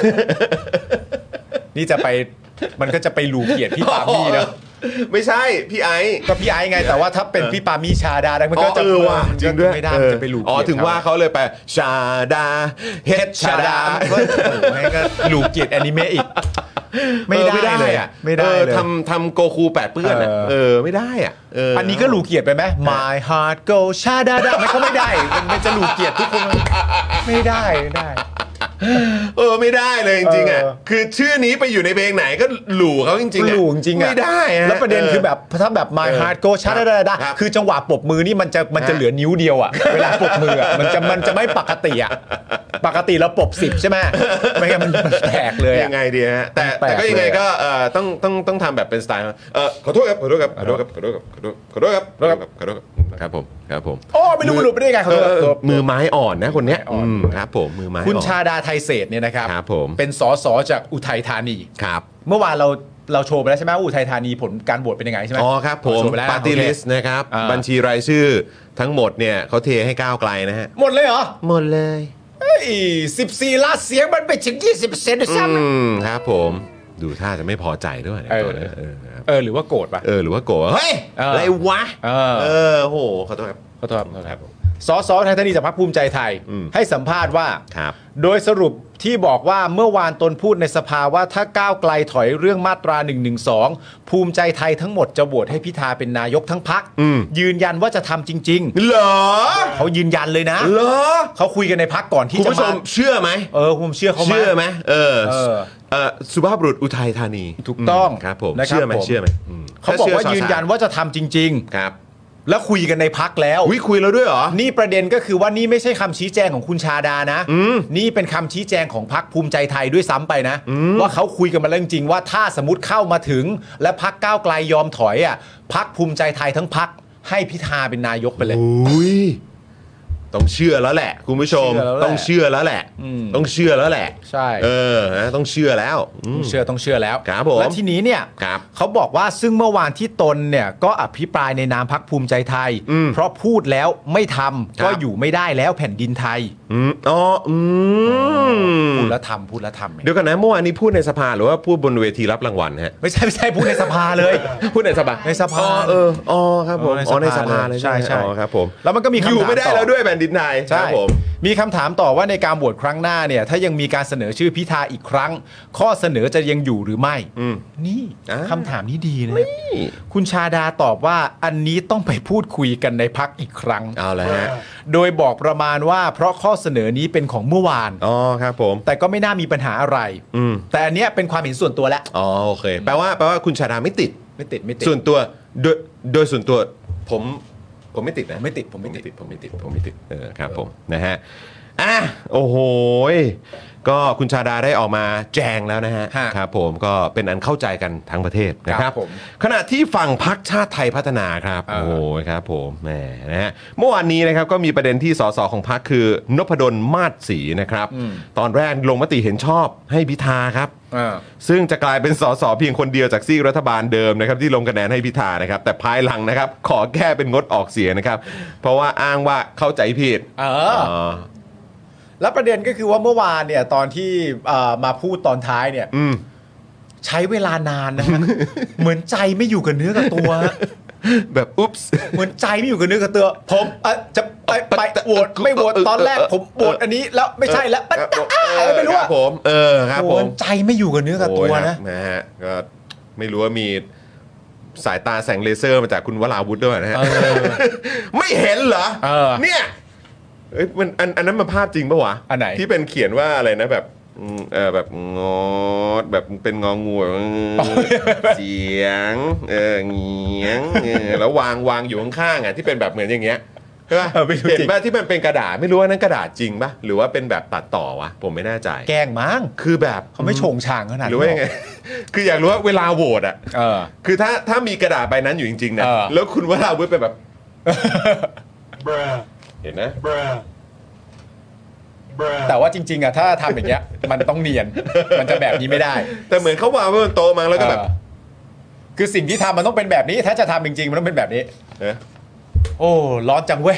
นี่จะไปมันก็จะไปหลูเกียรติพี่ปามี่เนอะไม่ใช่พี่ไอซ์ก็พี่ไอ้ไงแต่ว่าถ้าเป็นพี่ปามี่ชาดามันก็จะว่ะจริงด้วยไม่ได้มันจะไปหลูเกียรติถึงว่าเขาเลยไปชาดาเฮ็ดชาดาก็ให้ก็หลูเกียรติแอนิเมะอีกไม่ได้เลยอ่ะไม่ได้เลยทำโกคูแปดเปื้อนอ่ะไม่ได้อ่ะอันนี้ก็หลูเกียรติไปไหม My heart go ชาดามันก็ไม่ได้มันจะหลูเกียรติทุกคนไม่ได้ไม่ได้เลยจริงๆอ่ะคือชื่อนี้ไปอยู่ในเพลงไหนก็หลู่เขาจริงๆหลูจริงๆไม่ได้ฮแล้วประเด็นคือแบบถ้าแบบ My heart go ชาดาคือจังหวะปรบมือนี่มันจะเหลือนิ้วเดียวอ่ะเวลาปรบมืออ่ะมันจะไม่ปกติอ่ะปกติเราปรบ10ใช่ไหมไม่งั้นมันแตกเลยยังไงดีฮะแต่ก็ยังไงก็ต้องทำแบบเป็นสไตล์ขอโทษครับครับผมโอ้ไม่รู้มันหลุดไปได้ไงขอโทษมือไม้อ่อนนะคนเนี้ยครับผมมือไม้อ่อนคุณชาดาไทยเศรษฐ์เนี่ยนะครับครับผมเป็นสสจากอุทัยธานีครับเมื่อวานเราโชว์ไปแล้วใช่ไหมว่าอุทัยธานีผลการโหวตเป็นยังไงใช่ไหมครับผมโชว์ไปแล้วปาร์ตี้ลิสต์นะครับบัญชีรายชื่อทั้งหมดเนี่ยเขาเทให้ก้าวไกลนะฮะหมดเลยเหรอหมดเลย 14 ล้านเสียงมันไปถึง 20%ด้วยซ้ำครับผมดูท่าจะไม่พอใจด้วยนะตอนนี้หรือว่าโกรธปะหรือว่าโกรธเฮ้ยอะไรวะโหขอโทษครับสสไทยธานีจากพรรคภูมิใจไทยให้สัมภาษณ์ว่า โดยสรุปที่บอกว่าเมื่อวานตนพูดในสภาว่าถ้าก้าวไกลถอยเรื่องมาตรา112ภูมิใจไทยทั้งหมดจะโหวตให้พิธาเป็นนายกทั้งพรรคยืนยันว่าจะทำจริงๆเหรอเขายืนยันเลยนะเหรอเขาคุยกันในพรรคก่อนที่จะมาคุณผู้ชมเชื่อไหมผมเชื่อเขาไหมเชื่อไหมสุภาพบุรุษอุทัยธานีถูกต้องครับผมเชื่อไหมเขาบอกว่ายืนยันว่าจะทำจริงๆครับแล้วคุยกันในพักแล้วคุยแล้วด้วยเหรอนี่ประเด็นก็คือว่านี่ไม่ใช่คำชี้แจงของคุณชาดานะนี่เป็นคำชี้แจงของพรรคภูมิใจไทยด้วยซ้ำไปนะว่าเขาคุยกันมาแล้วจริงๆว่าถ้าสมมติเข้ามาถึงและพรรคก้าวไกลยอมถอยพรรคภูมิใจไทยทั้งพรรคให้พิธาเป็นนายกไปเลยต้องเชื่อแล้วแหละคุณผู้ชมต้องเชื่อแล้วแหละต้องเชื่อแล้วแหละใช่ต้องเชื่อแล้วต้องเชื่อแล้วครับผมและทีนี้เนี่ยเขาบอกว่าซึ่งเมื่อวานที่ตนเนี่ยก็อภิปรายในนามพรรคภูมิใจไทยเพราะพูดแล้วไม่ทำก็อยู่ไม่ได้แล้วแผ่นดินไทยพูดแล้วทำเดี๋ยวกันนะเมื่อวานนี้พูดในสภาหรือว่าพูดบนเวทีรับรางวัลฮะไม่ใช่พูดในสภาเลยพูดในสภาครับผมในสภาเลยใช่ครับผมแล้วมันก็มีคำถามอยู่ไม่ได้แล้วด้วยแผ่นดินไทยใช่มีคำถามต่อว่าในการโหวตครั้งหน้าเนี่ยถ้ายังมีการเสนอชื่อพิธาอีกครั้งข้อเสนอจะยังอยู่หรือไม่นี่คำถามนี้ดีนะคุณชาดาตอบว่าอันนี้ต้องไปพูดคุยกันในพรรคอีกครั้งเอาละฮะโดยบอกประมาณว่าเพราะข้อเสนอนี้เป็นของเมื่อวานครับผมแต่ก็ไม่น่ามีปัญหาอะไรแต่อันเนี้ยเป็นความเห็นส่วนตัวแล้วโอเคแปลว่าคุณชาดาไม่ติดส่วนตัวโดยส่วนตัวผมผมไม่ติดนะผมไม่ติดผมไม่ติดครับผมนะฮะโอ้โหก็คุณชาดาได้ออกมาแจงแล้วนะฮะครับผมก็เป็นอันเข้าใจกันทั้งประเทศนะครับขณะที่ฝั่งพรรคชาติไทยพัฒนาครับโอ้โหครับผมแหมนะฮะเมื่อวานนี้นะครับก็มีประเด็นที่สสของพรรคคือนพดลมาศศรีนะครับตอนแรกลงมติเห็นชอบให้พิธาครับซึ่งจะกลายเป็นสสเพียงคนเดียวจากซีกรัฐบาลเดิมนะครับที่ลงคะแนนให้พิธานะครับแต่ภายหลังนะครับขอแก้เป็นงดออกเสียงนะครับเพราะว่าอ้างว่าเข้าใจผิดแล้วประเด็นก็คือว่าเมื่อวานเนี่ยตอนที่มาพูดตอนท้ายเนี่ยใช้เวลานานนะฮะ เหมือนใจไม่อยู่กับเนื้อกับตัวแบบอุ๊บส์เหมือนใจไม่อยู่กับเนื้อกับตัวผมจะไปโหวตไม่โหวตตอนแรกผมโหวตอันนี้แล้วไม่ใช่แล้วไม่รู้ครับผมครับผมใจไม่อยู่กับเนื้อกับตัวนะฮะก็ไม่รู้ว่ามีสายตาแสงเลเซอร์มาจากคุณวราวุธด้วยนะฮะไม่เห็นเหรอเนี่ยมันอันนั้นมันภาพจริงปะวะอันไหนที่เป็นเขียนว่าอะไรนะแบบแบบงอแบบเป็นงองูเสียงเงียงแล้ววางอยู่ข้างๆที่เป็นแบบเหมือนอย่างเงี้ยใช่ป่ะเห็นป่ะที่มันเป็นกระดาษไม่รู้ว่านั้นกระดาษจริงป่ะหรือว่าเป็นแบบตัดต่อวะผมไม่แน่ใจแกล้งมั้งคือแบบเขาไม่โฉงฉางขนาดหรือว่ายังไงคืออยากรู้ว่าเวลาโหวตอ่ะคือถ้ามีกระดาษใบนั้นอยู่จริงๆนะแล้วคุณวราวุธเป็นแบบเห็นนะแต่ว่าจริงๆอะถ้าทำอย่างเงี้ยมันต้องเนียนมันจะแบบนี้ไม่ได้แต่เหมือนเขาวางไว้บนโต๊ะมั้งแล้วก็แบบคือสิ่งที่ทำมันต้องเป็นแบบนี้ถ้าจะทำจริงๆมันต้องเป็นแบบนี้โอ้ร้อนจังเว้ย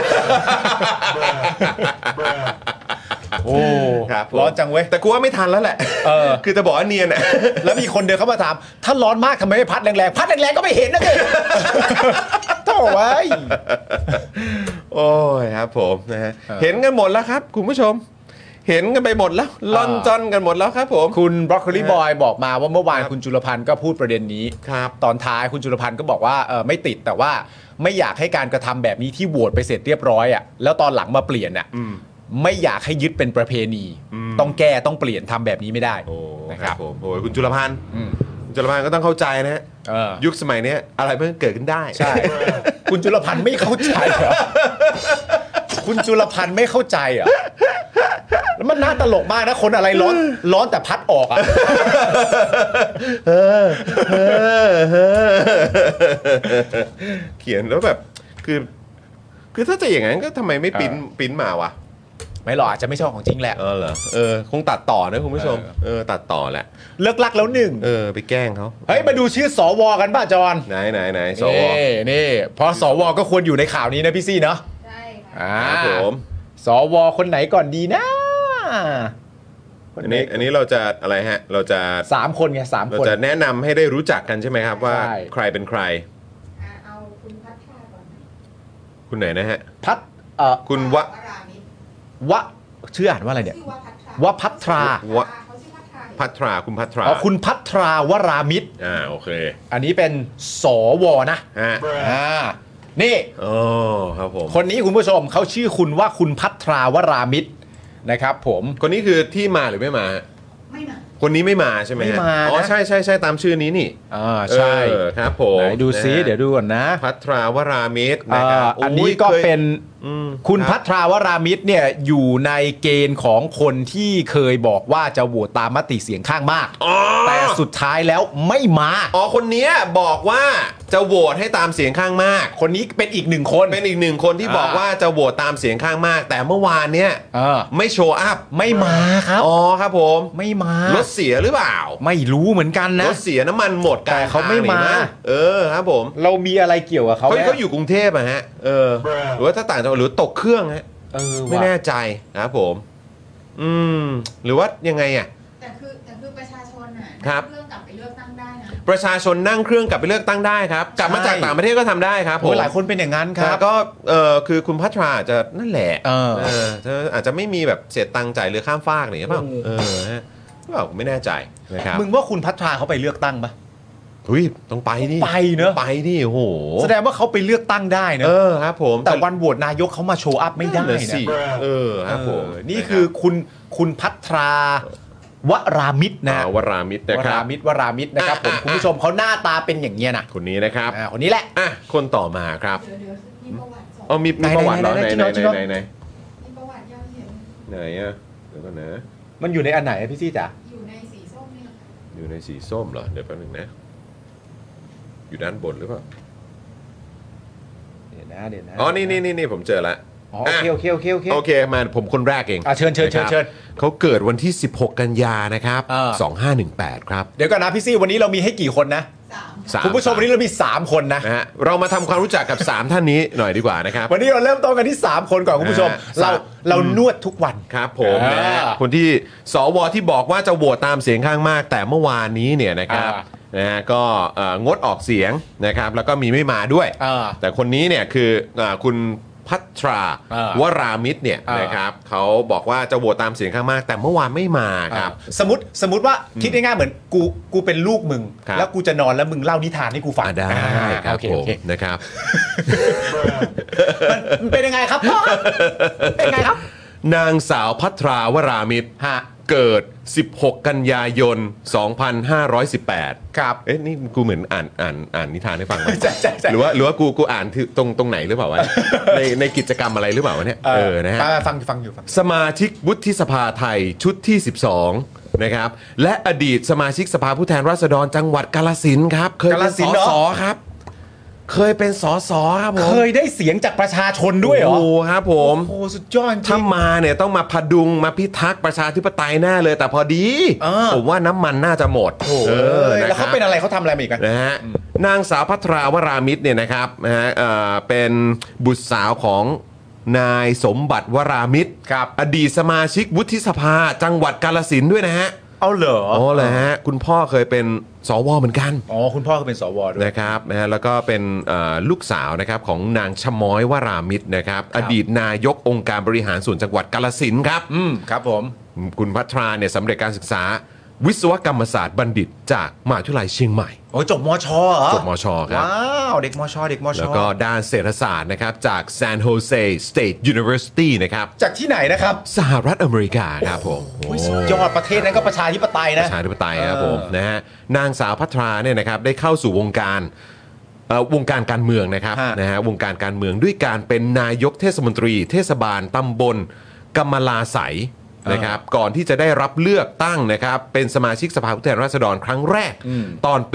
โอ้ร้อนจังเว้ยแต่กูว่าไม่ทันแล้วแหละคือจะบอกว่าเนียนอ่ะแล้วมีคนเดินเข้ามาถามถ้าร้อนมากทำไมไม่พัดแรงๆพัดแรงๆก็ไม่เห็นนะเลยโถ่ไว้โอ้ยครับผมนะฮะเห็นกันหมดแล้วครับคุณผู้ชมเห็นกันไปหมดแล้วล่อนจอนกันหมดแล้วครับผมคุณบรอกโคลีบอยบอกมาว่าเมื่อวานคุณจุลพันธ์ก็พูดประเด็นนี้ตอนท้ายคุณจุลพันธ์ก็บอกว่าไม่ติดแต่ว่าไม่อยากให้การกระทำแบบนี้ที่โหวตไปเสร็จเรียบร้อยอ่ะแล้วตอนหลังมาเปลี่ยนอ่ะไม่อยากให้ยึดเป็นประเพณีต้องแก้ต้องเปลี่ยนทำแบบนี้ไม่ได้นะครับผมโอ้ยคุณจุลพันธ์ก็ต้องเข้าใจนะฮะยุคสมัยนี้อะไรเพิ่งเกิดขึ้นได้ใช่ คุณจุลพันธ์ไม่เข้าใจเหรอคุณจุลพันธ์ไม่เข้าใจเหรอแล้วมันน่าตลกมากนะคนอะไรร้อนแต่พัดออกอ่ะเขียนแล้วแบบคือถ้าจะอย่างนั้นก็ทำไมไม่ปิ้นมาวะไม่หรอกอาจจะไม่ชอบของจริงแหละเหรอคงตัดต่อนะคุณผู้ชมตัดต่อแหละเลิกลักแล้วหนึ่งไปแกล้งเขาเฮ้ยมาดูชื่อสวกันป่ะจอนไหนสวนี่เพราะสวก็ควรอยู่ในข่าวนี้นะพี่ซี่เนาะใช่ค่ะครับผมสวคนไหนก่อนดีนะอันนี้เราจะอะไรฮะเราจะ 3คนไง3คนเราจะแนะนำให้ได้รู้จักกันใช่ไหมครับว่าใครเป็นใครเอาคุณพัทราก่อนคุณไหนนะฮะคุณวะชื่ออ่านว่าอะไรเนี่ยวะพัทราคุณพัทราคุณพัทราวรามิตรโอเคอันนี้เป็นสวนะนี่ครับผมคนนี้คุณผู้ชมเขาชื่อคุณว่าคุณพัทราวรามิตรนะครับผมคนนี้คือที่มาหรือไม่มาไม่มาคนนี้ไม่มาใช่ไหมไม่มาใช่ตามชื่อนี้นี่ใช่ครับผมไหนดูซิเดี๋ยวดูก่อนนะพัทราวรามิตรนะครับอันนี้ก็เป็นคุณพัทราวรามิตรเนี่ยอยู่ในเกณฑ์ของคนที่เคยบอกว่าจะโหวตตามมติเสียงข้างมากแต่สุดท้ายแล้วไม่มาคนนี้บอกว่าจะโหวตให้ตามเสียงข้างมากคนนี้เป็นอีกหนึ่งคนที่บอกว่าจะโหวตตามเสียงข้างมากแต่เมื่อวานเนี่ยไม่โชว์อัพไม่มาครับครับผมไม่มารถเสียหรือเปล่าไม่รู้เหมือนกันนะรถเสียน้ำมันหมดแต่เขาไม่มาครับผมเรามีอะไรเกี่ยวกับเขาเขาอยู่กรุงเทพอะฮะหรือว่าถ้าต่างจังหวัดหรือตกเครื่องฮะไม่แน่ใจครับผมหรือว่ายังไงอะแต่คือประชาชนน่ะเครื่องกลับไปเลือกตั้งได้นะประชาชนนั่งเครื่องกลับไปเลือกตั้งได้ครับกลับมาจากต่างประเทศก็ทำได้ครับหลายคนเป็นอย่างนั้นครับก็คือคุณพัทราจะนั่นแหละอาจจะไม่มีแบบเสียตังค์จ่ายเรือข้ามฟากอะไรอย่างเงี้ยเปล่าไม่แน่ใจนะครับมึงว่าคุณพัทราเขาไปเลือกตั้งปะต้องไปนี่ไปเนอะไปนี่โอ้โหแสดงว่าเขาไปเลือกตั้งได้นะครับผมแต่วันโหวตนายกเขามาโชว์อัพไม่ได้นะครับผมนี่คือคุณพัทราวรามิตรนะวรามิตรนะครับวรามิตรนะครับผมคุณผู้ชมเขาหน้าตาเป็นอย่างเงี้ยนะคนนี้นะครับคนนี้แหละคนต่อมาครับมอ๋อมีประวัติเหรอไหนมีประวัติยาวเหยียดไหนอ่ะเดี๋ยวก่อนนะมันอยู่ในอันไหนพี่ซี่จ๋าอยู่ในสีส้มเนี่ยอยู่ในสีส้มเหรอเดี๋ยวแป๊บนึงนะอยู่ด้านบนหรือเปล่าเดี๋ยวนะอ๋อนี่ผมเจอละอ๋อโอเคโอเคมาผมคนแรกเองเชิญนะครับเขาเกิดวันที่16กันยานะครับอ่า 2518ครับเดี๋ยวก่อนนะพี่ซี่วันนี้เรามีให้กี่คนนะสามคุณผู้ชมวันนี้เรามี3คนนะนะฮะเรามาทำความรู้จักกับ 3 ท่านนี้หน่อยดีกว่านะครับวันนี้เราเริ่มต้นกันที่3คนก่อนคุณผู้ชม เรานวดทุกวันครับผมนะฮะคนที่สวที่บอกว่าจะโหวตตามเสียงข้างมาก แต่เมื่อวานนี้เนี่ยนะครับนะฮะก็งดออกเสียงนะครับแล้วก็มีไม่มาด้วย แต่คนนี้เนี่ยคือคุณพัทราวรามิตรเนี่ยนะครับเขาบอกว่าจะโหวตตามเสียงข้างมาก แต่เมื่อวานไม่มาครับสมมติว่าคิดง่ายๆเหมือนกูเป็นลูกมึงครับแล้วกูจะนอนแล้วมึงเล่านิทานให้กูฟังได้ครับโอเคผโอมเคนะครับมันเป็นยังไงครับพ่อเป็นยังไงครับนางสาวพัทราวรามิตรฮะเกิด 16 กันยายน 2518 ครับเอ๊ะนี่กูเหมือนอ่านนิทานให้ฟังป่ะใช่หรือว่ากูอ่านที่ตรงไหนหรือเปล่าวะ ในกิจกรรมอะไรหรือเปล่าวะเนี่ยนะฮะฟังอยู่สมาชิกวุฒิสภาไทยชุดที่ 12 นะครับและอดีตสมาชิกสภาผู้แทนราษฎรจังหวัดกาฬสินธุ์ครับเคยเป็นกาฬสิสนธุ์เหรอสครับเคยเป็นสสครับผมเคยได้เสียงจากประชาชนด้วยเหรอโอ้โหครับผมโอ้สุดยอดจริงถ้ามาเนี่ยต้องมาพดุงมาพิทักษ์ประชาธิปไตยแน่เลย แต่พอดี ผมว่าน้ำมันน่าจะหมดแล้วเขาเป็นอะไรเขาทำอะไรมาอีกอะนะฮะนางสาวพัทราวรามิตรเนี่ยนะครับนะฮะเป็นบุตรสาวของนายสมบัติวรามิตรครับอดีตสมาชิกวุฒิสภาจังหวัดกาฬสินธุ์ด้วยนะฮะเอาเหรออ๋อเลยฮะคุณพ่อเคยเป็นสวเหมือนกันอ๋อคุณพ่อก็เป็นสวด้วยนะครับนะฮะแล้วก็เป็นลูกสาวนะครับของนางชม้อยวรามิตรนะครับอดีตนายกองค์การบริหารส่วนจังหวัดกาฬสินธุ์ครับครับผมคุณพัทราเนี่ยสำเร็จการศึกษาวิศวกรรมศาสตร์บัณฑิตจากมหาวิทยาลัยเชียงใหม่โอ้ยจบมชเหรอจบมชครับว้าวเด็กมชแล้วก็ด้านเศรษฐศาสตร์นะครับจาก San Jose State University นะครับจากที่ไหนนะครับสหรัฐอเมริกาครับผมโอ้ยสุดยอดประเทศนั้นก็ประชาธิปไตยปนะระชาธิปไตยครับผมนะฮะนางสาวพัทราเนี่ยนะครับได้เข้าสู่วงการการเมืองนะครับฮะนะฮะวงการการเมืองด้วยการเป็นนายกเทศมนตรีเทศบาลตำบลกำมะลาไสยนะครับก่อนที่จะได้รับเลือกตั้งนะครับเป็นสมาชิกสภาผู้แทนราษฎรครั้งแรกตอนปี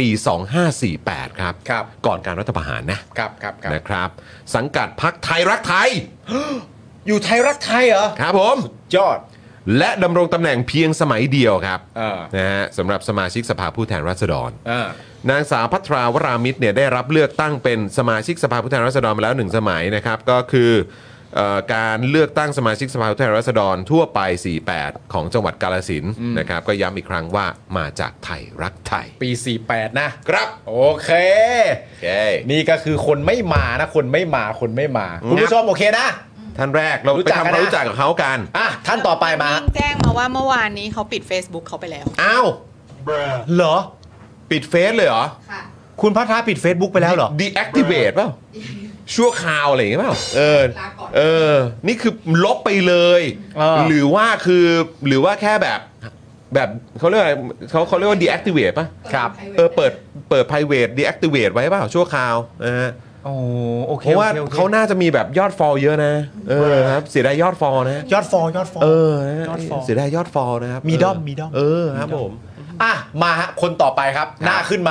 2548 ครับครับก่อนการรัฐประหารนะครับ นะครับ สังกัดพรรคไทยรักไทยอยู่ไทยรักไทยเหรอครับผมยอดและดำรงตำแหน่งเพียงสมัยเดียวครับอ่านะฮะสำหรับสมาชิกสภาผู้แทนราษฎรอ่านางสาวพัทราวรามิตรเนี่ยได้รับเลือกตั้งเป็นสมาชิกสภาผู้แทนราษฎรมาแล้ว1สมัยนะครับก็คือการเลือกตั้งสมาชิกสภาผู้แทนราษฎรทั่วไป 48 ของจังหวัดกาฬสินธุ์นะครับก็ย้ำอีกครั้งว่ามาจากไทยรักไทยปี 48 นะครับ โอเค นี่ก็คือคนไม่มานะคนไม่มาคุณผู้ชมโอเคนะท่านแรกเรารู้ไปจักกันทำความนะรู้จักกับเขากันอ่ะท่านต่อไปมาแจ้งมาว่าเมื่อวานนี้เขาปิด Facebook เขาไปแล้วอ้าวเหรอปิดเฟซเลยเหรอค่ะคุณพัทราปิด Facebook ไปแล้วเหรอ deactivate เปล่าชั่วคราวอะไรอย่างเงี้ยเปล่าลาก่อนนี่คือลบไปเลย หรือว่าแค่แบบเขาเรียกอะไรเขาเรียกว่า deactivate ป่ะครับเปิด private deactivate ไว้เปล่าชั่วคราวนะฮะโอ้โอเคเพราะว่าโอคเขาน่าจะมีแบบยอดฟอลเยอะนะครับเสียดายยอดฟอลนะยอดฟอลนะ ยอดฟอลเสียดายยอดฟอลนะครับมีด้อมครับผมอ่ะมาฮะคนต่อไปครับ หน้าขึ้นมา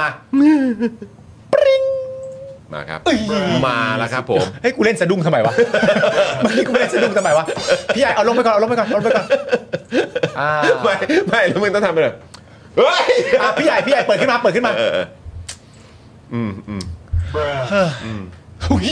มาครับมาแล้วครับผมเฮ้ยกูเล่นสะดุ้งทำไมวะ เมื่อกี้กูเล่นสะดุ้งทำไมวะพี่ใหญ่เอาลงไปก่อนไม่แล้วมึงต้องทำไปเลยเฮ้ยอ่ะพี่ใหญ่เปิดขึ้นมาอุ๊ย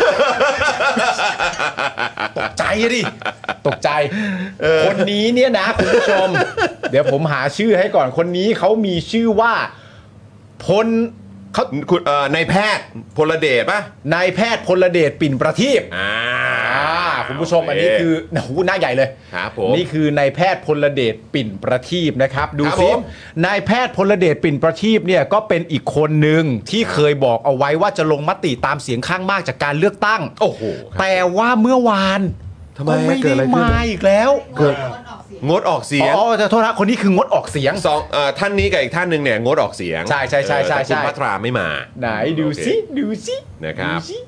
ตกใจอะดิตกใจคนนี้เนี่ยนะคุณผู้ชม เดี๋ยวผมหาชื่อให้ก่อนคนนี้เขามีชื่อว่าพลเขาคุณนายแพทย์พลเดชป่ะนายแพทย์พลเดชปิ่นประทีปคุณผู้ชมอันนี้คือหน้าใหญ่เลยครับผมนี่คือนายแพทย์พลเดชปิ่นประทีปนะครับดูครับสิผมนายแพทย์พลเดชปิ่นประทีปเนี่ยก็เป็นอีกคนหนึ่งที่เคยบอกเอาไว้ว่าจะลงมติตามเสียงข้างมากจากการเลือกตั้งโอ้โหครับแต่ว่าเมื่อวานทำไมก็ไม่เกิดได้อะไรขึ้นมาอีกแล้วเกิดงดออกเสียงอ๋อจะโทษนะคนนี้คืองดออกเสียงสองท่านนี้กับอีกท่านหนึ่งเนี่ยงดออกเสียงใช่แต่คุณพัทราไม่มาไหนดูโอเคสิดูสินะครับดูสิ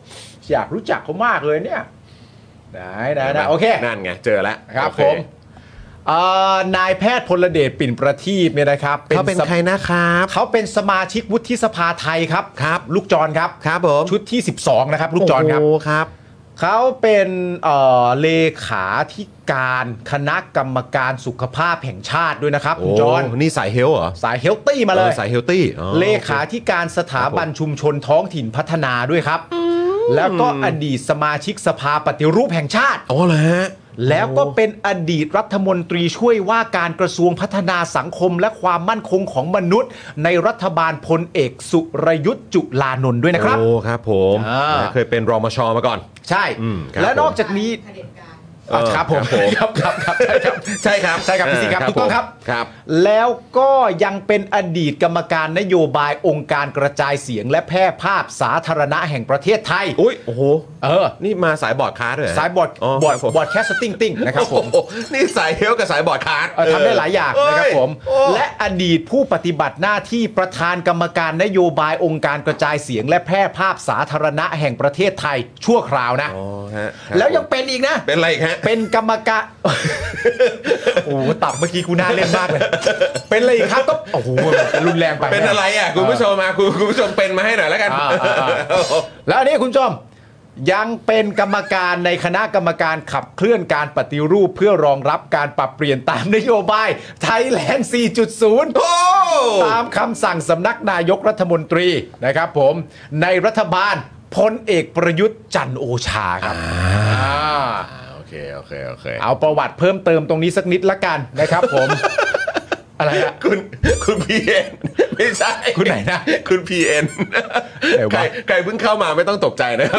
อยากรู้จักเขามากเลยเนี่ยได้โอเคนั่นไงเจอแล้วครับโอเผมนายแพทย์พลเดชปิ่นประทีปเนี่ยนะครับเขาเป็นใครนะครับเขาเป็นสมาชิกวุฒิสภาไทยครับลูกจรครับครับผมชุดที่12นะครับลูกจรครับโอ้ครับเขาเป็นเลขาธิการคณะกรรมการสุขภาพแห่งชาติด้วยนะครับคุณจอนนี่สายเฮลเหรอสายเฮลตี้มาเลยสายเฮลตี้เลขาธิการสถาบันชุมชนท้องถิ่นพัฒนาด้วยครับ แล้วก็อดีตสมาชิกสภาปฏิรูปแห่งชาติอ๋อเหรอฮะแล้วก็เป็นอดีตรัฐมนตรีช่วยว่าการกระทรวงพัฒนาสังคมและความมั่นคงของมนุษย์ในรัฐบาลพลเอกสุรยุทธ์จุลานนท์ด้วยนะครับโอ้ครับผม เคยเป็นรมชมาก่อนใช่ครับและนอกจากนี้เผด็จการครับผมครับใช่ครับพี่ซีครับถูกต้องครับครับแล้วก็ยังเป็นอดีตกรรมการนโยบายองค์การกระจายเสียงและแพร่ภาพสาธารณะแห่งประเทศไทยอุ้ยโอ้โห นี่มาสายบอร์ดคาสด้วยสายบอร์ดแคสติ้งนะครับผมโอ้โหนี่สายเฮลกับสายบอร์ดคาสทำได้หลายอย่างนะครับผมและอดีตผู้ปฏิบัติหน้าที่ประธานกรรมการนโยบายองค์การกระจายเสียงและแพร่ภาพสาธารณะแห่งประเทศไทยชั่วคราวนะอ๋อฮะแล้วยังเป็นอีกนะเป็นอะไรอีกฮะเป็นกรรมการ โอ้โหตับเมื่อกี้กูน่าเล่นมากเลย เป็นอะไรอีกครับก็โอ้โหรุนแรงไปเป็นอะไรอ่ะคุณผู้ชมมาคุณผู้ชมเป็นมาให้หน่อยแล้วกันแล้วอันนี้คุณผู้ชมยังเป็นกรรมการในคณะกรรมการขับเคลื่อนการปฏิรูปเพื่อรองรับการปรับเปลี่ยนตามนโยบายไทยแลนด์ 4.0 ตามคำสั่งสำนักนายกรัฐมนตรีนะครับผมในรัฐบาลพลเอกประยุทธ์จันทร์โอชาครับโอเคเอาประวัติเพิ่มเติมตรงนี้สักนิดละกันนะครับผม อะไรอะคุณพีเอ็นไม่ใช่คุณไหนนะคุณพีเอ็นใครเพิ่งเข้ามาไม่ต้องตกใจนะครับ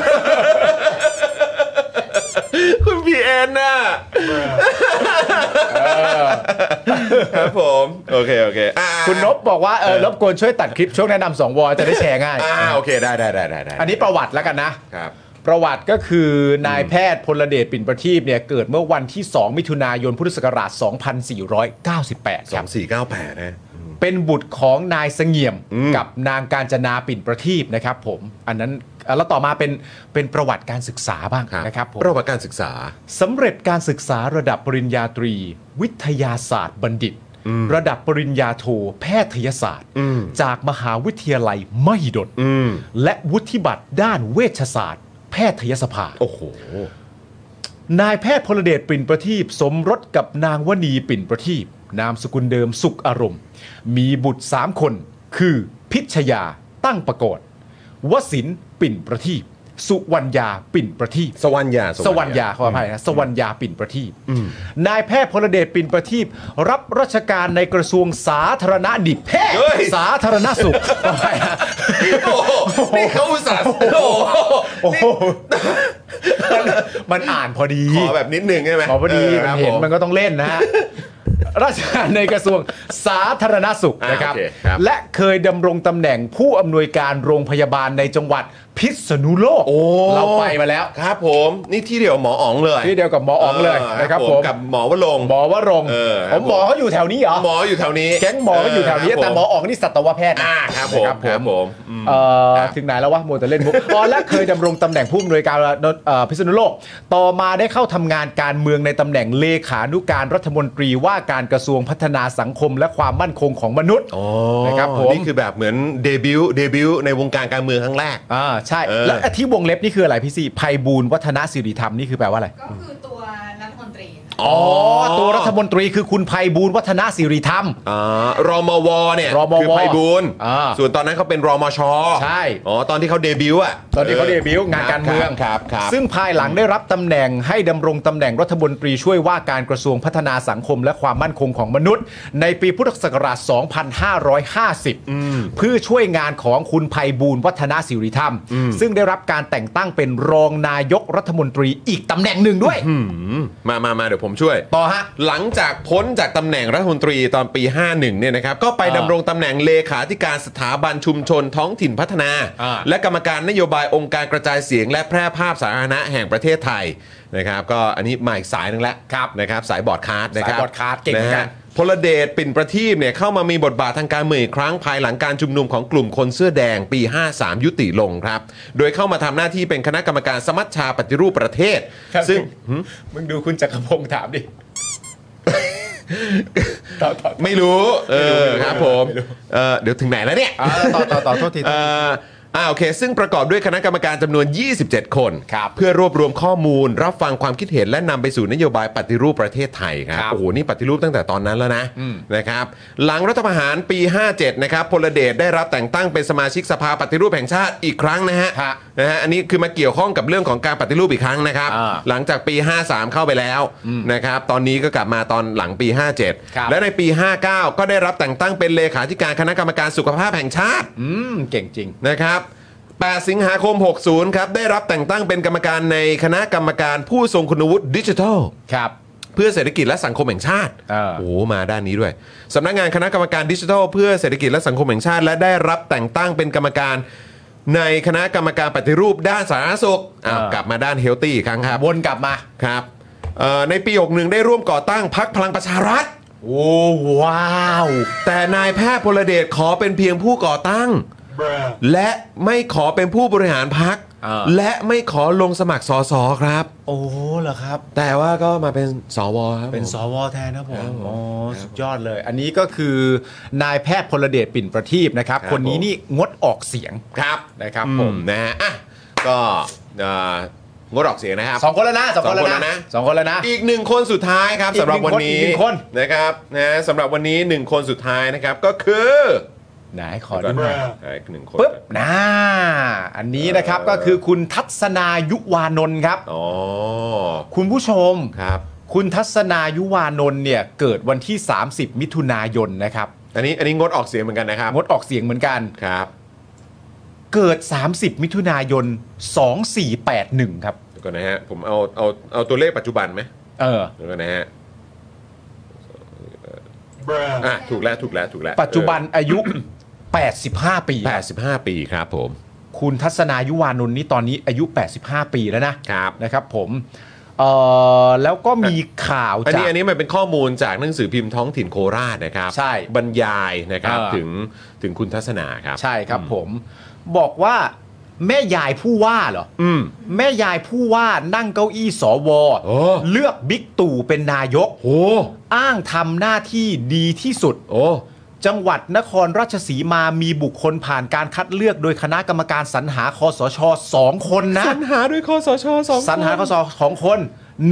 คุณพีเอ็นน่ะครับผมโอเคคุณนพบอกว่ารบกวนช่วยตัดคลิปช่วงแนะนำ2 วจะได้แชร์ง่ายโอเคได้อันนี้ประวัติแล้วกันนะครับประวัติก็คือนายแพทย์พลเดชปิ่นประทีปเนี่ยเกิดเมื่อวันที่2มิถุนายนพุทธศักราช2498ครับ 2498นะเป็นบุตรของนายเสงี่ยมกับนางกาญจนาปิ่นประทีปนะครับผมอันนั้นแล้วต่อมาเป็นประวัติการศึกษาบ้างนะครับผมประวัติการศึกษาสำเร็จการศึกษาระดับปริญญาตรีวิทยาศาสตร์บัณฑิตระดับปริญญาโทแพทยศาสตร์จากมหาวิทยาลัยมหิดลและวุฒิบัตรด้านเวชศาสตร์แพทยสภาโอ้โหนายแพทย์พลเดชปิ่นประทีปสมรสกับนางวณีปิ่นประทีปนามสกุลเดิมสุขอารมณ์มีบุตร3 คนคือพิชยาตั้งประกอบวสินทร์ปิ่นประทีปสุวรรณยาปิ่นประทีปสวรรณยาขออภัยนะสวรรณยาปิ่นประทีปนายแพทย์พลเดชปิ่นประทีปรับราชการในกระทรวงสาธารณดิบสาธารณสุขนี่เขาอุตส่าห์มันอ่านพอดีขอแบบนิดนึงใช่ไหมพอดีมันเห็นมันก็ต้องเล่นนะฮะราชการในกระทรวงสาธารณสุขนะครับและเคยดำรงตำแหน่งผู้อำนวยการโรงพยาบาลในจังหวัดพิษณุโลกเราไปมาแล้วครับผมนี่ที่เดียวหมออ๋องเลยที่เดียวกับหมออ๋องเลยนะครับผมกับหมอวรงค์หมอเขาอยู่แถวนี้เหรอหมออยู่แถวนี้แก๊งหมอก็อยู่แถวนี้แต่หมออ๋องนี่สัตวแพทย์ครับผมถึงไหนแล้ววะโมแต่เล่นมุกและเคยดำรงตำแหน่งผู้อำนวยการพิษณุโลกต่อมาได้เข้าทำงานการเมืองในตำแหน่งเลขานุการรัฐมนตรีว่าการกระทรวงพัฒนาสังคมและความมั่นคงของมนุษย์นะครับผมนี่คือแบบเหมือนเดบิวต์ในวงการการเมืองครั้งแรกใช่แล้วที่วงเล็บนี่คืออะไรพี่ซี่ไพบูลย์วัฒนศิริธรรมนี่คือแปลว่าอะไรก็คือตัวรัฐมนตรีตัวรัฐมนตรีคือคุณไพบูลย์วัฒนศิริธรรมรมวเนี่ยคือไพบูลย์ส่วนตอนนั้นเขาเป็นรมชใช่ตอนที่เขาเดบิวต์ตอนที่เขาเดบิวต์งานการเมืองซึ่งภายหลังได้รับตำแหน่งให้ดำรงตำแหน่งรัฐมนตรีช่วยว่าการกระทรวงพัฒนาสังคมและความมั่นคงของมนุษย์ในปีพุทธศักราช2550เพื่อช่วยงานของคุณไพบูลย์วัฒนศิริธรรมซึ่งได้รับการแต่งตั้งเป็นรองนายกรัฐมนตรีอีกตำแหน่งหนึ่งด้วยมาเดี๋ยวผมช่วยต่อฮะหลังจากพ้นจากตำแหน่งรัฐมนตรีตอนปี51เนี่ยนะครับก็ไปดำรงตำแหน่งเลขาธิการสถาบันชุมชนท้องถิ่นพัฒนาและกรรมการนโยบายองค์การกระจายเสียงและแพร่ภาพสาธารณะแห่งประเทศไทยนะครับก็อันนี้มาอีกสายนึงแล้วนะครับสายบอร์ดคาสต์นะครับสายบอร์ดคาสต์เก่งกันพลเดชปิ่นประทีปเนี่ยเข้ามามีบทบาททางการเมืองอีกครั้งภายหลังการชุมนุมของกลุ่มคนเสื้อแดงปี 53 ยุติลงครับโดยเข้ามาทำหน้าที่เป็นคณะกรรมการสมัชชาปฏิรูปประเทศซึ่งมึงดูคุณจักรพงษ์ถามดิไม่รู้ครับผมเดี๋ยวถึงไหนแล้วเนี่ยต่อโทษทีโอเคซึ่งประกอบด้วยคณะกรรมการจำนวน27 คนเพื่อรวบรวมข้อมูลรับฟังความคิดเห็นและนำไปสู่นโยบายปฏิรูปประเทศไทยครับโอ้โหนี่ปฏิรูปตั้งแต่ตอนนั้นแล้วนะครับหลังรัฐประหารปี 57 นะครับพลเดชได้รับแต่งตั้งเป็นสมาชิกสภาปฏิรูปแห่งชาติอีกครั้งนะฮะอันนี้คือมาเกี่ยวข้องกับเรื่องของการปฏิรูปอีกครั้งนะครับหลังจากปี 53 เข้าไปแล้วนะครับตอนนี้ก็กลับมาตอนหลังปี 57 และในปี 59 ก็ได้รับแต่งตั้งเป็นเลขาธิการคณะกรรมการสุขภาพแห่งชาติเก่งจริงนะครับ8 สิงหาคม 60 ครับได้รับแต่งตั้งเป็นกรรมการในคณะกรรมการผู้ทรงคุณวุฒิดิจิทัลครับเพื่อเศรษฐกิจและสังคมแห่งชาติโอ้มาด้านนี้ด้วยสำนักงานคณะกรรมการดิจิทัลเพื่อเศรษฐกิจและสังคมแห่งชาติและได้รับแต่งตั้งเป็นกรรมการในคณะกรรมการปฏิรูปด้านสาธารณสุขกลับมาด้านเฮลตี้อีกครั้งครับวนกลับมาครับในปี 61 ได้ร่วมก่อตั้งพรรคพลังประชารัฐโอ้ว้าวแต่นายแพทย์พลเดชขอเป็นเพียงผู้ก่อตั้งและไม่ขอเป็นผู้บริหารพรรคและไม่ขอลงสมัครสสครับโอ้เหรอครับแต่ว่าก็มาเป็นสวครับเป็นสวแทนนะผมอ๋อสุดยอดเลยอันนี้ก็คือนายแพทย์พลเดชปิ่นประทีปนะครับคนนี้นี่งดออกเสียงครับนะครับผมนะฮะก็งดออกเสียงนะครับ 2 คนแล้วนะ2 คนแล้วนะอีก1คนสุดท้ายครับสำหรับวันนี้นะครับนะสำหรับวันนี้1คนสุดท้ายนะครับก็คือไหนขอดูหน่อย1คนปึ๊บอันนี้นะครับก็คือคุณทัศนายุวานนท์ครับคุณผู้ชมครับคุณทัศนายุวานนท์เนี่ยเกิดวันที่30มิถุนายนนะครับอันนี้งดออกเสียงเหมือนกันนะครับงดออกเสียงเหมือนกันครับเกิด30มิถุนายน2481ครับเดี๋ยวก่อนนะฮะผมเอาตัวเลขปัจจุบันไหมเดี๋ยวก่อนนะฮะถูกแล้วปัจจุบันอายุ85 ปี 85 ปีครับผมคุณทัศนายุวานนท์นี่ตอนนี้อายุ85 ปีแล้วนะครับผมแล้วก็มีข่าวจากอันนี้มันเป็นข้อมูลจากหนังสือพิมพ์ท้องถิ่นโคราชนะครับใช่บรรยายนะครับถึงคุณทัศนาครับใช่ครับผมบอกว่าแม่ยายผู้ว่าเหรอแม่ยายผู้ว่านั่งเก้าอี้สวเลือกบิ๊กตู่เป็นนายกอ้างทำหน้าที่ดีที่สุดจังหวัดนครราชสีมามีบุคคลผ่านการคัดเลือกโดยคณะกรรมการสรรหาคสช2 คนนะสรรหาโดยคสช2 สรรหาคสช2 คน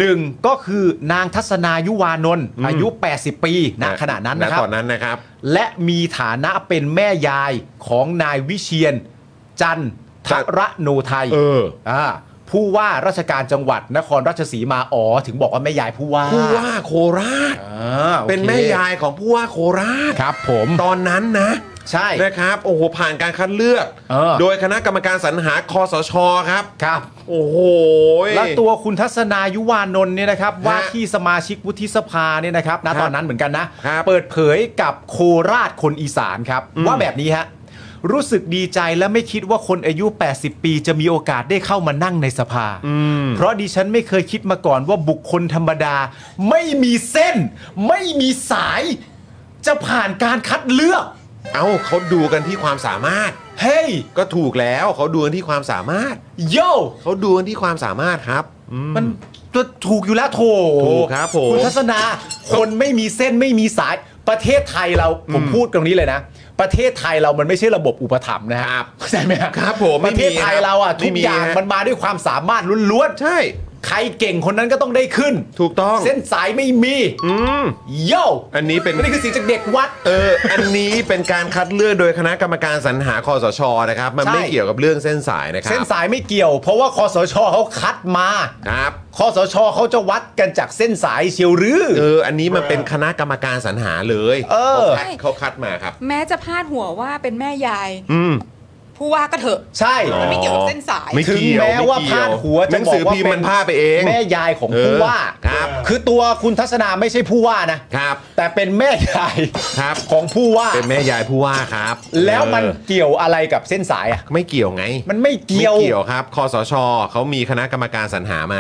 1ก็คือนางทัศนายุวานนท์อายุ80 ปีณขณะนั้นนะครับตอนนั้นนะครับและมีฐานะเป็นแม่ยายของนายวิเชียรจันทรโนไทยผู้ว่าราชการจังหวัดนครราชสีมาถึงบอกว่าแม่ยายผู้ว่าโคราชเป็นแม่ยายของผู้ว่าโคราชครับผมตอนนั้นนะใช่นะครับโอ้โหผ่านการคัดเลือกโดยคณะกรรมการสรรหาคสชครับโอ้โหและตัวคุณทัศนายุวานนท์เนี่ยนะครับว่าที่สมาชิกวุฒิสภาเนี่ยนะครับณตอนนั้นเหมือนกันนะเปิดเผยกับโคราชคนอีสานครับว่าแบบนี้ฮะรู้สึกดีใจและไม่คิดว่าคนอายุ80 ปีจะมีโอกาสได้เข้ามานั่งในสภาเพราะดิฉันไม่เคยคิดมาก่อนว่าบุคคลธรรมดาไม่มีเส้นไม่มีสายจะผ่านการคัดเลือกเขาดูกันที่ความสามารถเฮ้ยก็ถูกแล้วเขาดูกันที่ความสามารถเขาดูกันที่ความสามารถครับมันถูกอยู่แล้วถูกครับผมคุณทัศนาคนไม่มีเส้นไม่มีสายประเทศไทยเราผมพูดตรงนี้เลยนะประเทศไทยเรามันไม่ใช่ระบบอุปถัมภ์นะครับเข้าใจไหมครับผมประเทศไทยเราทุกอย่างมันมาด้วยความสามารถล้วนๆใช่ใครเก่งคนนั้นก็ต้องได้ขึ้นถูกต้องเส้นสายไม่มีโย่อันนี้เป็นนี่คือสิ่งจากเด็กวัดอันนี้เป็นการคัดเลือกโดยคณะกรรมการสรรหาคสชนะครับมันไม่เกี่ยวกับเรื่องเส้นสายนะครับเส้นสายไม่เกี่ยวเพราะว่าคสชเขาคัดมาครับคสชเขาจะวัดกันจากเส้นสายเชียวหรืออันนี้มันเป็นคณะกรรมการสรรหาเลยเขาคัดมาครับแม้จะพาดหัวว่าเป็นแม่ยายผู้ว่าก็เถอะใช่มันไม่เกี่ยวกับเส้นสายถึงแม้ว่าพาดหัวจะบอกว่าเป็นผ้าไปเองแม่ยายของผู้ว่าครับคือตัวคุณทัศนาไม่ใช่ผู้ว่านะครับแต่เป็นแม่ยายครับของผู้ว่าเป็นแม่ยายผู้ว่าครับแล้วมันเกี่ยวอะไรกับเส้นสายไม่เกี่ยวไงมันไม่เกี่ยวครับคสชเขามีคณะกรรมการสรรหามา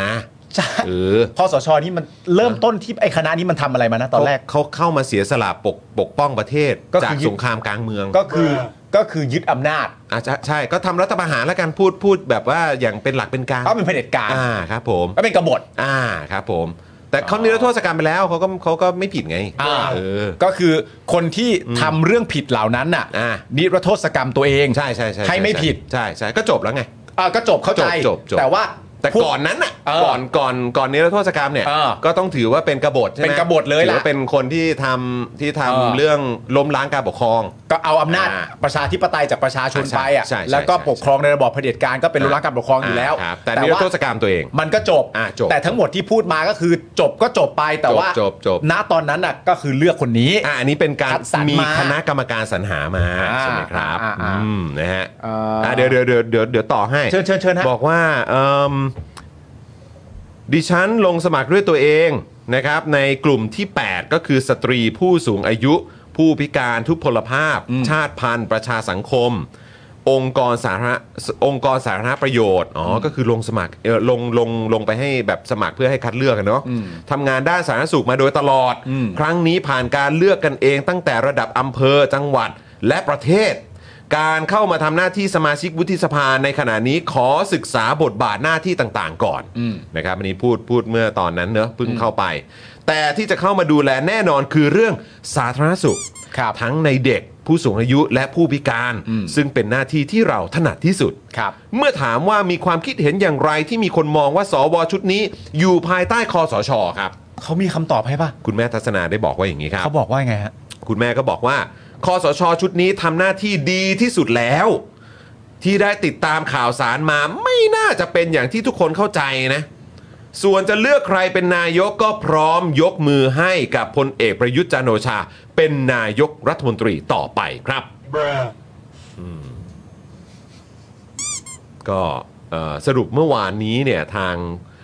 ใช่อคสชนี่มันเริ่มต้นที่ไอ้คณะนี้มันทำอะไรมานะตอนแรกเขาเข้ามาเสียสละปกป้องประเทศก็จาคืกอยึดสงครามกลางเมืองก็คือยึดอำนาจใช่ก็ทำรัฐประหารแล้วกันพูดแบบว่าอย่างเป็นหลักเป็นการเขาเป็นเผด็จการครับผมก็เป็นกบฏครับผม แต่เขานิรโทษกรรมไปแล้วเขาก็ไม่ผิดไงก็คือคนที่ทำเรื่องผิดเหล่านั้นน่ะนิรโทษกรรมตัวเองใช่ให้ไม่ผิดใช่ก็จบแล้วไงก็จบเข้าใจจบ แต่ก่อนนั้นน่ะก่อนนิรโทษกรรมเนี่ยก็ต้องถือว่าเป็นกบฏใช่ไหมเป็นกบฏเลยล่ะถือว่าเป็นคนที่ทำเรื่องล้มล้างการปกครองก็เอาอำนาจประชาธิปไตยจากประชาชนไปอ่ะใช่แล้วก็ปกครองในระบอบเผด็จการก็เป็นล้มล้างการปกครองอยู่แล้วแต่นิรโทษกรรมตัวเองมันก็จบ แต่ทั้งหมดที่พูดมาก็คือจบก็จบไปแต่ว่าจบณตอนนั้นน่ะก็คือเลือกคนนี้อันนี้เป็นการคัดสรรมีมาคณะกรรมการสรรหามาใช่ไหมครับนะฮะเดี๋ยวต่อให้เชิญฮะบอกว่าดิฉันลงสมัครด้วยตัวเองนะครับในกลุ่มที่ 8 ก็คือสตรีผู้สูงอายุ ผู้พิการทุพพลภาพ ชาติพันธุ์ประชาสังคม องค์กรสาธารณประโยชน์ก็คือลงสมัครลงไปให้แบบสมัครเพื่อให้คัดเลือกกันเนาะทำงานด้านสาธารณสุขมาโดยตลอด ครั้งนี้ผ่านการเลือกกันเองตั้งแต่ระดับอำเภอจังหวัดและประเทศ การเข้ามาทำหน้าที่สมาชิกวุฒิสภาในขณะนี้ขอศึกษาบทบาทหน้าที่ต่างๆก่อนนะครับอันนี้พูดเมื่อตอนนั้นเนอะเพิ่งเข้าไป แต่ที่จะเข้ามาดูแลแน่นอนคือเรื่องสาธารณสุขทั้งในเด็กผู้สูงอายุและผู้พิการซึ่งเป็นหน้าที่ที่เราถนัดที่สุดเมื่อถามว่ามีความคิดเห็นอย่างไรที่มีคนมองว่าสวชุดนี้อยู่ภายใต้คสชครับเขามีคำตอบให้ป่ะคุณแม่ทัศนาได้บอกว่าอย่างนี้ครับเขาบอกว่าไงฮะคุณแม่ก็บอกว่าคสชชุดนี้ทำหน้าที่ดีที่สุดแล้วที่ได้ติดตามข่าวสารมาไม่น่าจะเป็นอย่างที่ทุกคนเข้าใจนะส่วนจะเลือกใครเป็นนายกก็พร้อมยกมือให้กับพลเอกประยุทธ์จันทร์โอชาเป็นนายกรัฐมนตรีต่อไปครับก็สรุปเมื่อวานนี้เนี่ยทาง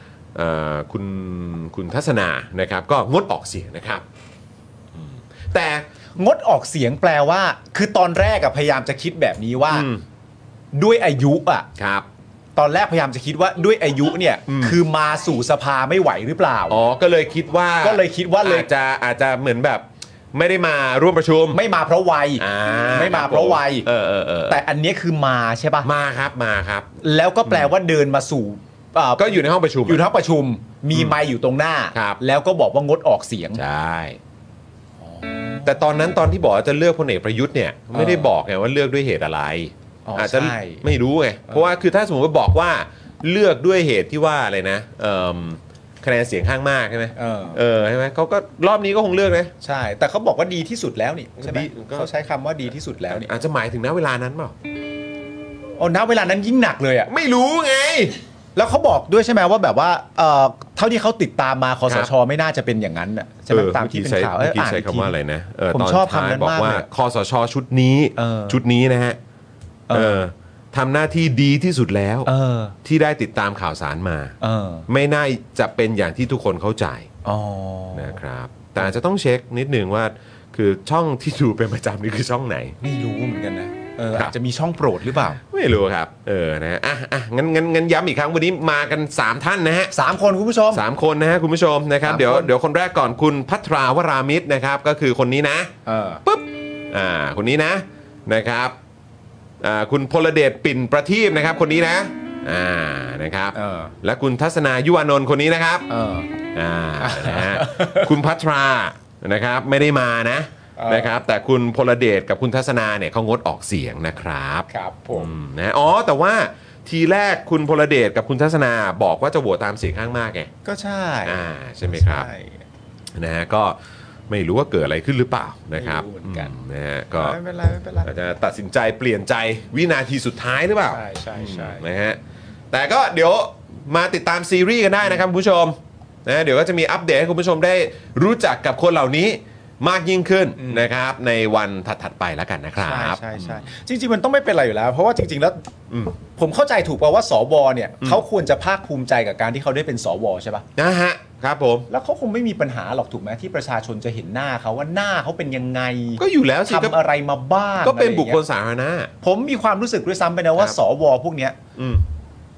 คุณทัศนานะครับก็งดออกเสียงนะครับแต่งดออกเสียงแปลว่าคือตอนแรกพยายามจะคิดแบบนี้ว่าด้วยอายุครับตอนแรกพยายามจะคิดว่าด้วยอายุเนี่ยคือมาสู่สภาไม่ไหวหรือเปล่าก็เลยคิดว่าเลยอาจจะเหมือนแบบไม่ได้มาร่วมประชุมไม่มาเพราะวัยไม่มาเพราะวัยแต่อันนี้คือมาใช่ป่ะมาครับแล้วก็แปลว่าเดินมาสู่ก็อยู่ในห้องประชุมอยู่ในห้องประชุมมีไมค์อยู่ตรงหน้าแล้วก็บอกว่างดออกเสียงใช่แต่ตอนที่บอกจะเลือกพลเอกประยุทธ์เนี่ยไม่ได้บอกไงว่าเลือกด้วยเหตุอะไรอาจจะไม่รู้ไงเพราะว่าคือถ้าสมมติว่าบอกว่าเลือกด้วยเหตุที่ว่าอะไรนะคะแนนเสียงข้างมากใช่ไหมใช่ไหมเขาก็รอบนี้ก็คงเลือกนะใช่แต่เขาบอกว่าดีที่สุดแล้วนี่ใช่ไหมเขาใช้คำว่าดีที่สุดแล้วนี่อาจจะหมายถึงณเวลานั้นเปล่าณเวลานั้นยิ่งหนักเลยไม่รู้ไงแล้วเขาบอกด้วยใช่ไหมว่าแบบว่าเท่าที่เขาติดตามมาคสชไม่น่าจะเป็นอย่างนั้นใช่ไหมตามที่เป็นข่าวใช้คำว่าอะไรนะผมชอบคำนั้นมากว่าคสชชุดนี้นะฮะทำหน้าที่ดีที่สุดแล้วที่ได้ติดตามข่าวสารมาไม่น่าจะเป็นอย่างที่ทุกคนเข้าใจนะครับแต่อาจจะต้องเช็คนิดนึงว่าคือช่องที่ดูเป็นประจำนี่คือช่องไหนไม่รู้เหมือนกันนะอาจจะมีช่องโปรดหรือเปล่าไม่รู้ครับนะงั้นย้ำอีกครั้งวันนี้มากัน3ท่านนะฮะ 3คนคุณผู้ชม 3คนนะฮะคุณผู้ชมนะครับเดี๋ยวคนแรกก่อนคุณภัทราวรามิตรนะครับก็คือคนนี้นะปุ๊บคนนี้นะครับคุณพลเดชปิ่นประทีปนะครับคนนี้นะครับและคุณทัศนายุวานนท์คนนี้นะครับนะฮะคุณภัทรานะครับไม่ได้มานะครับแต่คุณพลเดชกับคุณทัศนาเนี่ยเขางดออกเสียงนะครับครับผมนะแต่ว่าทีแรกคุณพลเดชกับคุณทัศนาบอกว่าจะโหวตตามเสียงข้างมากไงก็ใช่ใช่ไหมครับนะฮะก็ไม่รู้ว่าเกิดอะไรขึ้นหรือเปล่านะครับนะฮะก็ไม่เป็นไรอาจจะตัดสินใจเปลี่ยนใจวินาทีสุดท้ายหรือเปล่าใช่นะฮะแต่ก็เดี๋ยวมาติดตามซีรีส์กันได้นะครับคุณผู้ชมนะเดี๋ยวก็จะมีอัปเดตให้คุณผู้ชมได้รู้จักกับคนเหล่านี้มากยิ่งขึ้นนะครับในวันถัดๆไปแล้วกันนะครับใช่จริงๆมันต้องไม่เป็นไรอยู่แล้วเพราะว่าจริงๆแล้วผมเข้าใจถูกป่ะว่าสวเนี่ยเขาควรจะภาคภูมิใจกับการที่เขาได้เป็นสวใช่ป่ะนะฮะครับผมแล้วเขาคงไม่มีปัญหาหรอกถูกไหมที่ประชาชนจะเห็นหน้าเขาว่าหน้าเขาเป็นยังไงก็อยู่แล้วสิทำอะไรมาบ้างก็เป็นบุคคลสาธารณะผมมีความรู้สึกด้วยซ้ำไปนะว่าสวพวกเนี้ย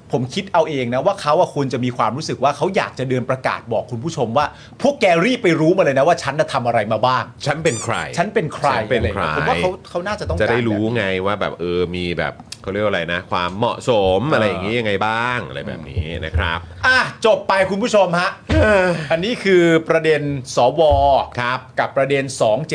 ผมคิดเอาเองนะว่าเขาควรจะมีความรู้สึกว่าเขาอยากจะเดินประกาศบอกคุณผู้ชมว่าพวกแกรีบไปรู้มาเลยนะว่าฉันน่ะทำอะไรมาบ้างฉันเป็นใครฉันเป็นใครฉันเป็นใครผมว่าเขาน่าจะต้องจะได้การรู้แบบไงว่าแบบมีแบบเขาเรียกว่าอะไรนะ ความเหมาะสมอะไรอย่างนี้ยังไงบ้างอะไรแบบนี้นะครับจบไปคุณผู้ชมฮะ อันนี้คือประเด็นสวครับกับประเด็น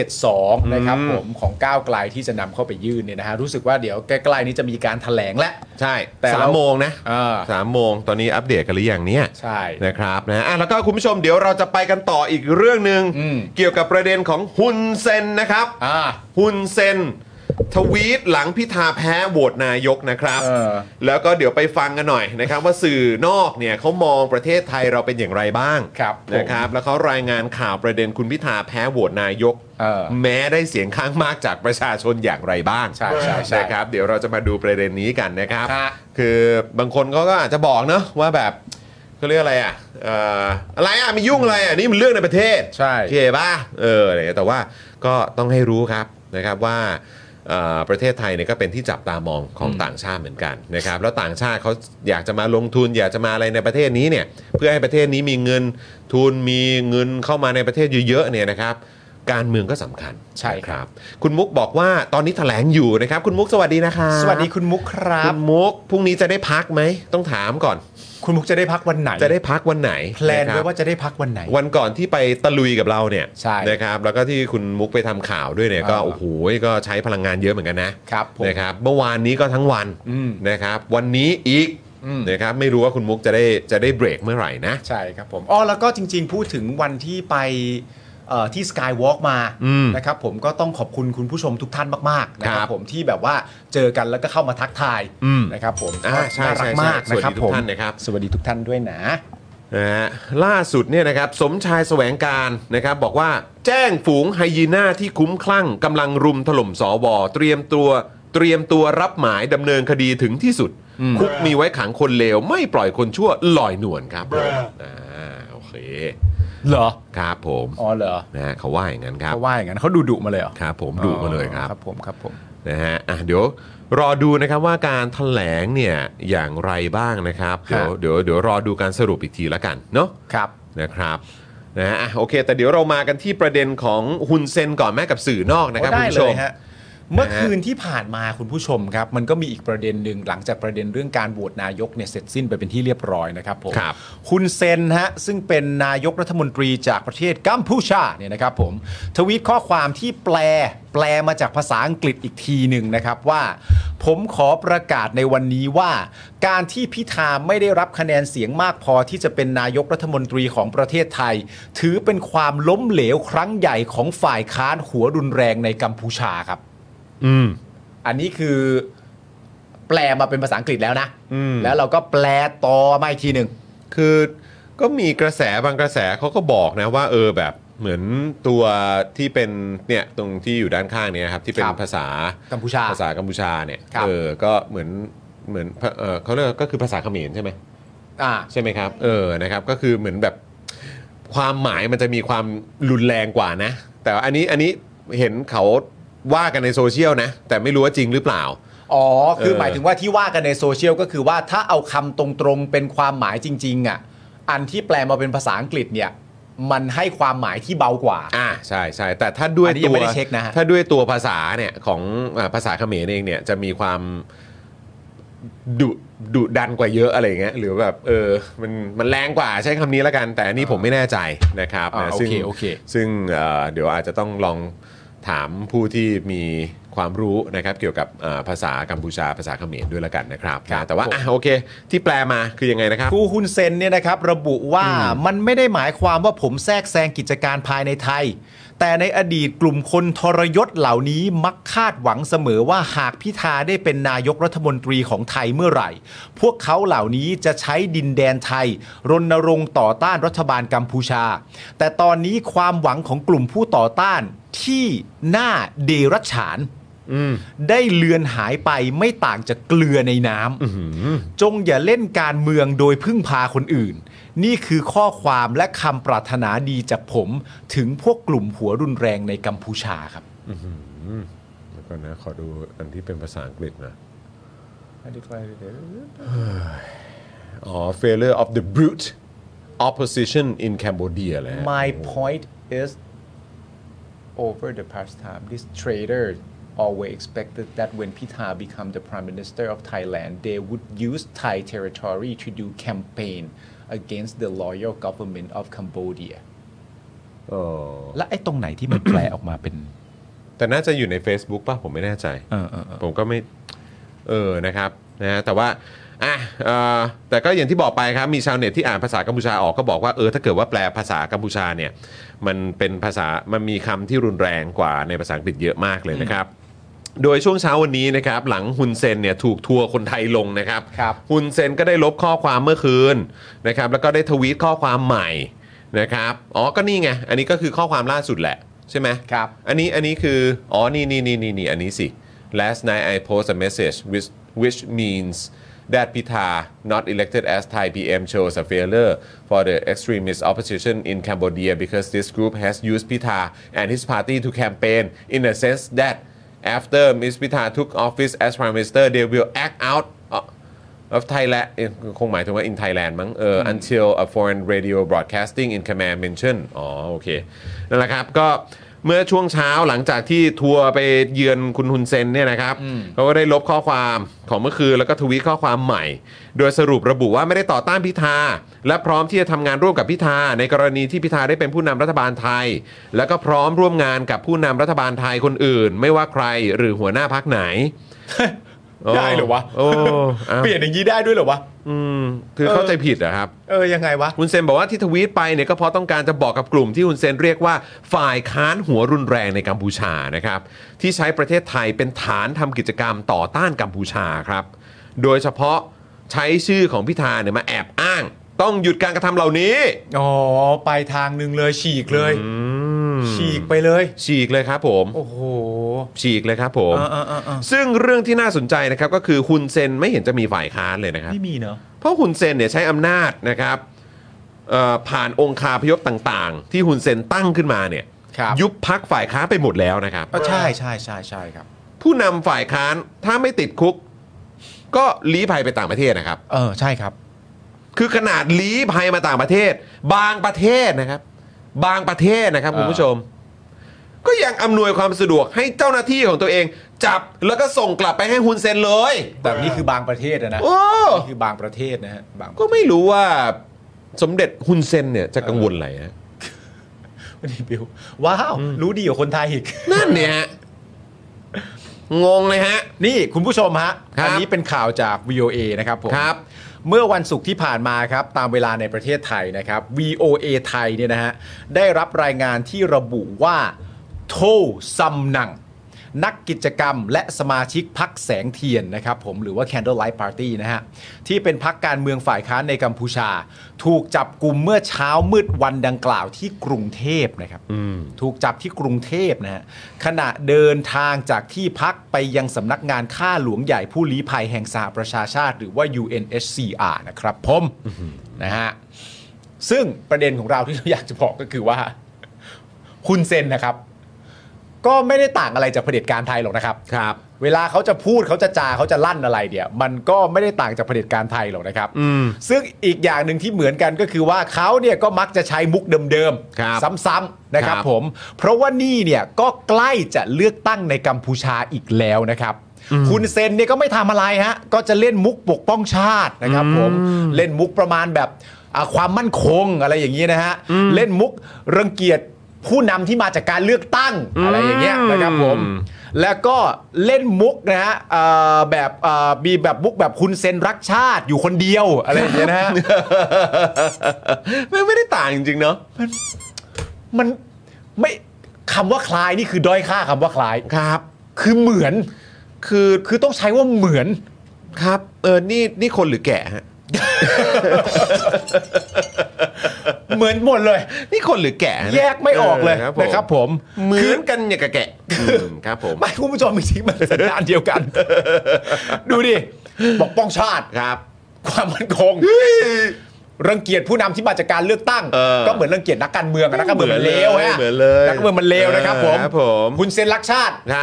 272นะครับผมของก้าวไกลที่จะนำเข้าไปยื่นเนี่ยนะฮะรู้สึกว่าเดี๋ยวใกล้ๆนี้จะมีการแถลงแล้วใช่แต่ 3 โมงนะ 3 โมงตอนนี้อัปเดตกันหรือยังเนี่ยใช่นะครับนะแล้วก็คุณผู้ชมเดี๋ยวเราจะไปกันต่ออีกเรื่องหนึ่งเกี่ยวกับประเด็นของฮุนเซนนะครับฮุนเซนทวีตหลังพิธาแพ้โหวตนายกนะครับแล้วก็เดี๋ยวไปฟังกันหน่อยนะครับว่าสื่อนอกเนี่ยเขามองประเทศไทยเราเป็นอย่างไรบ้างนะครับแล้วเขารายงานข่าวประเด็นคุณพิธาแพ้โหวตนายกแม้ได้เสียงข้างมากจากประชาชนอย่างไรบ้างใช่นะครับเดี๋ยวเราจะมาดูประเด็นนี้กันนะครับคือบางคนเขาก็อาจจะบอกเนอะว่าแบบเขาเรียกอะไรอะไรมียุ่งอะไรนี่มันเรื่องในประเทศใช่โอเคป่ะแต่ว่าก็ต้องให้รู้ครับนะครับว่าประเทศไทยเนี่ยก็เป็นที่จับตามองของต่างชาติเหมือนกันนะครับแล้วต่างชาติเขาอยากจะมาลงทุนอยากจะมาอะไรในประเทศนี้เนี่ยเพื่อให้ประเทศนี้มีเงินทุนมีเงินเข้ามาในประเทศเยอะๆเนี่ยนะครับการเมืองก็สำคัญใช่ครับคุณมุกบอกว่าตอนนี้แถลงอยู่นะครับคุณมุกสวัสดีนะครับสวัสดีคุณมุกครับคุณมุกพรุ่งนี้จะได้พักไหมต้องถามก่อนคุณมุกจะได้พักวันไหนจะได้พักวันไหนแพลนไว้ว่าจะได้พักวันไหนวันก่อนที่ไปตะลุยกับเราเนี่ยนะครับแล้วก็ที่คุณมุกไปทำข่าวด้วยเนี่ยก็โอ้โหก็ใช้พลังงานเยอะเหมือนกันนะครับนะครับเมื่อวานนี้ก็ทั้งวันนะครับวันนี้อีกนะครับไม่รู้ว่าคุณมุกจะได้เบรกเมื่อไหร่นะใช่ครับผมแล้วก็จริงๆพูดถึงวันที่ไปที่สกายวอล์กมานะครับผมก็ต้องขอบคุณคุณผู้ชมทุกท่านมากๆนะครับผมที่แบบว่าเจอกันแล้วก็เข้ามาทักทายนะครับผมน่ารักมากนะครับผมสวัสดีทุกท่านด้วยนะล่าสุดเนี่ยนะครับสมชายแสวงการนะครับบอกว่าแจ้งฝูงไฮยีน่าที่คุ้มคลั่งกำลังรุมถล่มสวเตรียมตัวรับหมายดำเนินคดีถึงที่สุดคุกมีไว้ขังคนเลวไม่ปล่อยคนชั่วลอยนวลครับโอเคเหรอครับผมเหรอนะเขาว่าอย่างนั้นครับเขาว่าอย่างนั้นเขาดุมาเลยเหรอครับผมดุมาเลยครับครับผมนะฮะเดี๋ยวรอดูนะครับว่าการแถลงเนี่ยอย่างไรบ้างนะครับเดี๋ยวรอดูการสรุปอีกทีละกันเนาะครับนะครับนะฮะโอเคแต่เดี๋ยวเรามากันที่ประเด็นของฮุนเซนก่อนแม้กับสื่อนอกนะครับคุณผู้ชมเมื่อคืนที่ผ่านมาคุณผู้ชมครับมันก็มีอีกประเด็นหนึ่งหลังจากประเด็นเรื่องการโหวตนายกเนี่ยเสร็จสิ้นไปเป็นที่เรียบร้อยนะครับผมฮุนเซนฮะซึ่งเป็นนายกรัฐมนตรีจากประเทศกัมพูชาเนี่ยนะครับผมทวีตข้อความที่แปลมาจากภาษาอังกฤษอีกทีหนึ่งนะครับว่าผมขอประกาศในวันนี้ว่าการที่พิธาไม่ได้รับคะแนนเสียงมากพอที่จะเป็นนายกรัฐมนตรีของประเทศไทยถือเป็นความล้มเหลวครั้งใหญ่ของฝ่ายค้านหัวรุนแรงในกัมพูชาครับอันนี้คือแปลมาเป็นภาษาอังกฤษแล้วนะแล้วเราก็แปลต่อมาอีกทีหนึ่งคือก็มีกระแสบางกระแสเขาก็บอกนะว่าแบบเหมือนตัวที่เป็นเนี่ยตรงที่อยู่ด้านข้างเนี่ยครับที่เป็นภาษากัมพูชาเนี่ยก็เหมือนเขาเรียกก็คือภาษาเขมรใช่ไหมใช่ไหมครับนะครับก็คือเหมือนแบบความหมายมันจะมีความรุนแรงกว่านะแต่อันนี้เห็นเขาว่ากันในโซเชียลนะแต่ไม่รู้ว่าจริงหรือเปล่าคือหมายถึงว่าที่ว่ากันในโซเชียลก็คือว่าถ้าเอาคำตรงๆเป็นความหมายจริงๆอันที่แปลมาเป็นภาษาอังกฤษเนี่ยมันให้ความหมายที่เบากว่าใช่แต่ถ้าด้วยตัวถ้าด้วยตัวภาษาเนี่ยของภาษาเขมรเองเนี่ยจะมีความดุดันกว่าเยอะอะไรอย่างเงี้ยหรือแบบมันแรงกว่าใช้คำนี้แล้วกันแต่อันนี้ผมไม่แน่ใจนะครับซึ่งเดี๋ยวอาจจะต้องลองถามผู้ที่มีความรู้นะครับเกี่ยวกับภาษากัมพูชาภาษาเขมรด้วยละกันนะครับแต่ว่าโอเคที่แปลมาคือยังไงนะครับผู้ฮุนเซนเนี่ยนะครับระบุว่ามันไม่ได้หมายความว่าผมแทรกแซงกิจการภายในไทยแต่ในอดีตกลุ่มคนทรยศเหล่านี้มักคาดหวังเสมอว่าหากพิธาได้เป็นนายกรัฐมนตรีของไทยเมื่อไหร่พวกเขาเหล่านี้จะใช้ดินแดนไทยรณรงค์ต่อต้านรัฐบาลกัมพูชาแต่ตอนนี้ความหวังของกลุ่มผู้ต่อต้านที่น่าเดรัจฉานได้เลือนหายไปไม่ต่างจากเกลือในน้ำจงอย่าเล่นการเมืองโดยพึ่งพาคนอื่นนี่คือข้อความและคำปรารถนาดีจากผมถึงพวกกลุ่มหัวรุนแรงในกัมพูชาครับแล้วก็นะขอดูอันที่เป็นภาษาอังกฤษนะอ๋อ failure of the brute opposition in Cambodia เลย My point is over the past time this trader always expected that when Pitha become the prime minister of Thailand they would use Thai territory to do campaign against the loyal government of Cambodia และไอ้ตรงไหนที่มันแปลออกมาเป็นแต่น่าจะอยู่ใน Facebook ป่ะผมไม่แน่ใจผมก็ไม่นะครับนะแต่ว่าแต่ก็อย่างที่บอกไปครับมีชาวเน็ตที่อ่านภาษากัมพูชาออกก็บอกว่าถ้าเกิดว่าแปลภาษากัมพูชาเนี่ยมันเป็นภาษามันมีคำที่รุนแรงกว่าในภาษาอังกฤษเยอะมากเลยนะครับโดยช่วงเช้าวันนี้นะครับหลังฮุนเซนเนี่ยถูกทัวร์คนไทยลงนะครับฮุนเซนก็ได้ลบข้อความเมื่อคืนนะครับแล้วก็ได้ทวีตข้อความใหม่นะครับก็นี่ไงอันนี้ก็คือข้อความล่าสุดแหละใช่ไหมครับอันนี้คือนี่อันนี้สิ last night I post a message which means that Pitha not elected as Thai PM shows a failure for the extremist opposition in Cambodia because this group has used Pitha and his party to campaign in a sense that after Ms. Pitha took office as Prime Minister they will act out of Thailand คงหมายถึงว่า in Thailand มั้งuntil a foreign radio broadcasting in Khmer mention โอเคนั่นแหละครับก็เมื่อช่วงเช้าหลังจากที่ทัวร์ไปเยือนคุณฮุนเซนเนี่ยนะครับเขาก็ได้ลบข้อความของเมื่อคืนแล้วก็ทวีตข้อความใหม่โดยสรุประบุว่าไม่ได้ต่อต้านพิธาและพร้อมที่จะทำงานร่วมกับพิธาในกรณีที่พิธาได้เป็นผู้นำรัฐบาลไทยแล้วก็พร้อมร่วมงานกับผู้นำรัฐบาลไทยคนอื่นไม่ว่าใครหรือหัวหน้าพรรคไหนได้เหรอวะเปลี่ยนอย่างนี้ได้ด้วยเหรอวะคือเข้าใจผิดอะครับยังไงวะฮุนเซนบอกว่าที่ทวีตไปเนี่ยก็เพราะต้องการจะบอกกับกลุ่มที่ฮุนเซนเรียกว่าฝ่ายค้านหัวรุนแรงในกัมพูชานะครับที่ใช้ประเทศไทยเป็นฐานทำกิจกรรมต่อต้านกัมพูชาครับโดยเฉพาะใช้ชื่อของพิธาเนี่ยมาแอบอ้างต้องหยุดการกระทำเหล่านี้ไปทางนึงเลยฉีกเลยฉีกไปเลยฉีกเลยครับผมโอ้โหฉีกเลยครับผมซึ่งเรื่องที่น่าสนใจนะครับก็คือฮุนเซนไม่เห็นจะมีฝ่ายค้านเลยนะครับไม่มีเนาะเพราะฮุนเซนเนี่ยใช้อำนาจนะครับผ่านองค์คาพยพต่างๆที่ฮุนเซนตั้งขึ้นมาเนี่ยยุบพรรคฝ่ายค้านไปหมดแล้วนะครับใช่ครับผู้นำฝ่ายค้านถ้าไม่ติดคุกก็ลี้ภัยไปต่างประเทศนะครับใช่ครับคือขนาดลี้ภัยมาต่างประเทศบางประเทศนะครับคุณผู้ชมก็ยังอำนวยความสะดวกให้เจ้าหน้าที่ของตัวเองจับแล้วก็ส่งกลับไปให้ฮุนเซนเลยแบบนี้คือบางประเทศนะนี่คือบางประเทศนะฮะก็ไม่รู้ว่าสมเด็จฮุนเซนเนี่ยจะกังวลอะไรฮะวันนี้บิวว้าวรู้ดีกว่าคนไทยอีกนั่นเนี่ยงงเลยฮะนี่คุณผู้ชมฮะอันนี้เป็นข่าวจาก VOA นะครับผมครับเมื่อวันศุกร์ที่ผ่านมาครับตามเวลาในประเทศไทยนะครับ VOA ไทยเนี่ยนะฮะได้รับรายงานที่ระบุว่าโทซัมนังนักกิจกรรมและสมาชิกพรรคแสงเทียนนะครับผมหรือว่า Candlelight Party นะฮะที่เป็นพรรคการเมืองฝ่ายค้านในกัมพูชาถูกจับกุมเมื่อเช้ามืดวันดังกล่าวที่กรุงเทพนะครับถูกจับที่กรุงเทพนะฮะขณะเดินทางจากที่พักไปยังสำนักงานข้าหลวงใหญ่ผู้ลี้ภัยแห่งสหประชาชาติหรือว่า UNHCR นะครับผมนะฮะซึ่งประเด็นของเราที่เราอยากจะบอกก็คือว่าฮุนเซนนะครับก็ไม่ได้ต่างอะไรจากเผด็จการไทยหรอกนะครับครับเวลาเขาจะพูดเขาจะจาเขาจะลั่นอะไรเนี่ยมันก็ไม่ได้ต่างจากเผด็จการไทยหรอกนะครับซึ่งอีกอย่างหนึ่งที่เหมือนกันก็คือว่าเขาเนี่ยก็มักจะใช้มุกเดิมๆซ้ำๆนะครับผมเพราะว่านี่เนี่ยก็ใกล้จะเลือกตั้งในกัมพูชาอีกแล้วนะครับฮุนเซนเนี่ยก็ไม่ทำอะไรฮะก็จะเล่นมุกปกป้องชาตินะครับผมเล่นมุกประมาณแบบความมั่นคงอะไรอย่างนี้นะฮะเล่นมุกรังเกียจผู้นำที่มาจากการเลือกตั้งอะไรอย่างเงี้ยนะครับผมแล้วก็เล่นมุกนะฮะแบบมีแบบมุกแบบคุณเซนรักชาติอยู่คนเดียวอะไรอย่างเงี้ยนะฮะไม่ได้ต่างจริงๆเนาะมันไม่คำว่าคล้ายนี่คือด้อยค่าคำว่าคล้ายครับคือเหมือนคือต้องใช้ว่าเหมือนครับนี่คนหรือแกะฮะเหมือนหมดเลยนี่คนหรือแกะแยกไม่ออกเลยนะครับผมเหมือนกันอย่างกับแกะครับผมไม่คุณผู้ชมจริงๆมันสัญญาณเดียวกันดูดิปกป้องชาติครับความมั่นคงรังเกียจผู้นำที่มาจากการเลือกตั้งก็เหมือนรังเกียจนักการเมืองนักการเมืองมันเลวฮะนักการเมืองมันเลวนะครับผมคุณเซนรักชาติครับ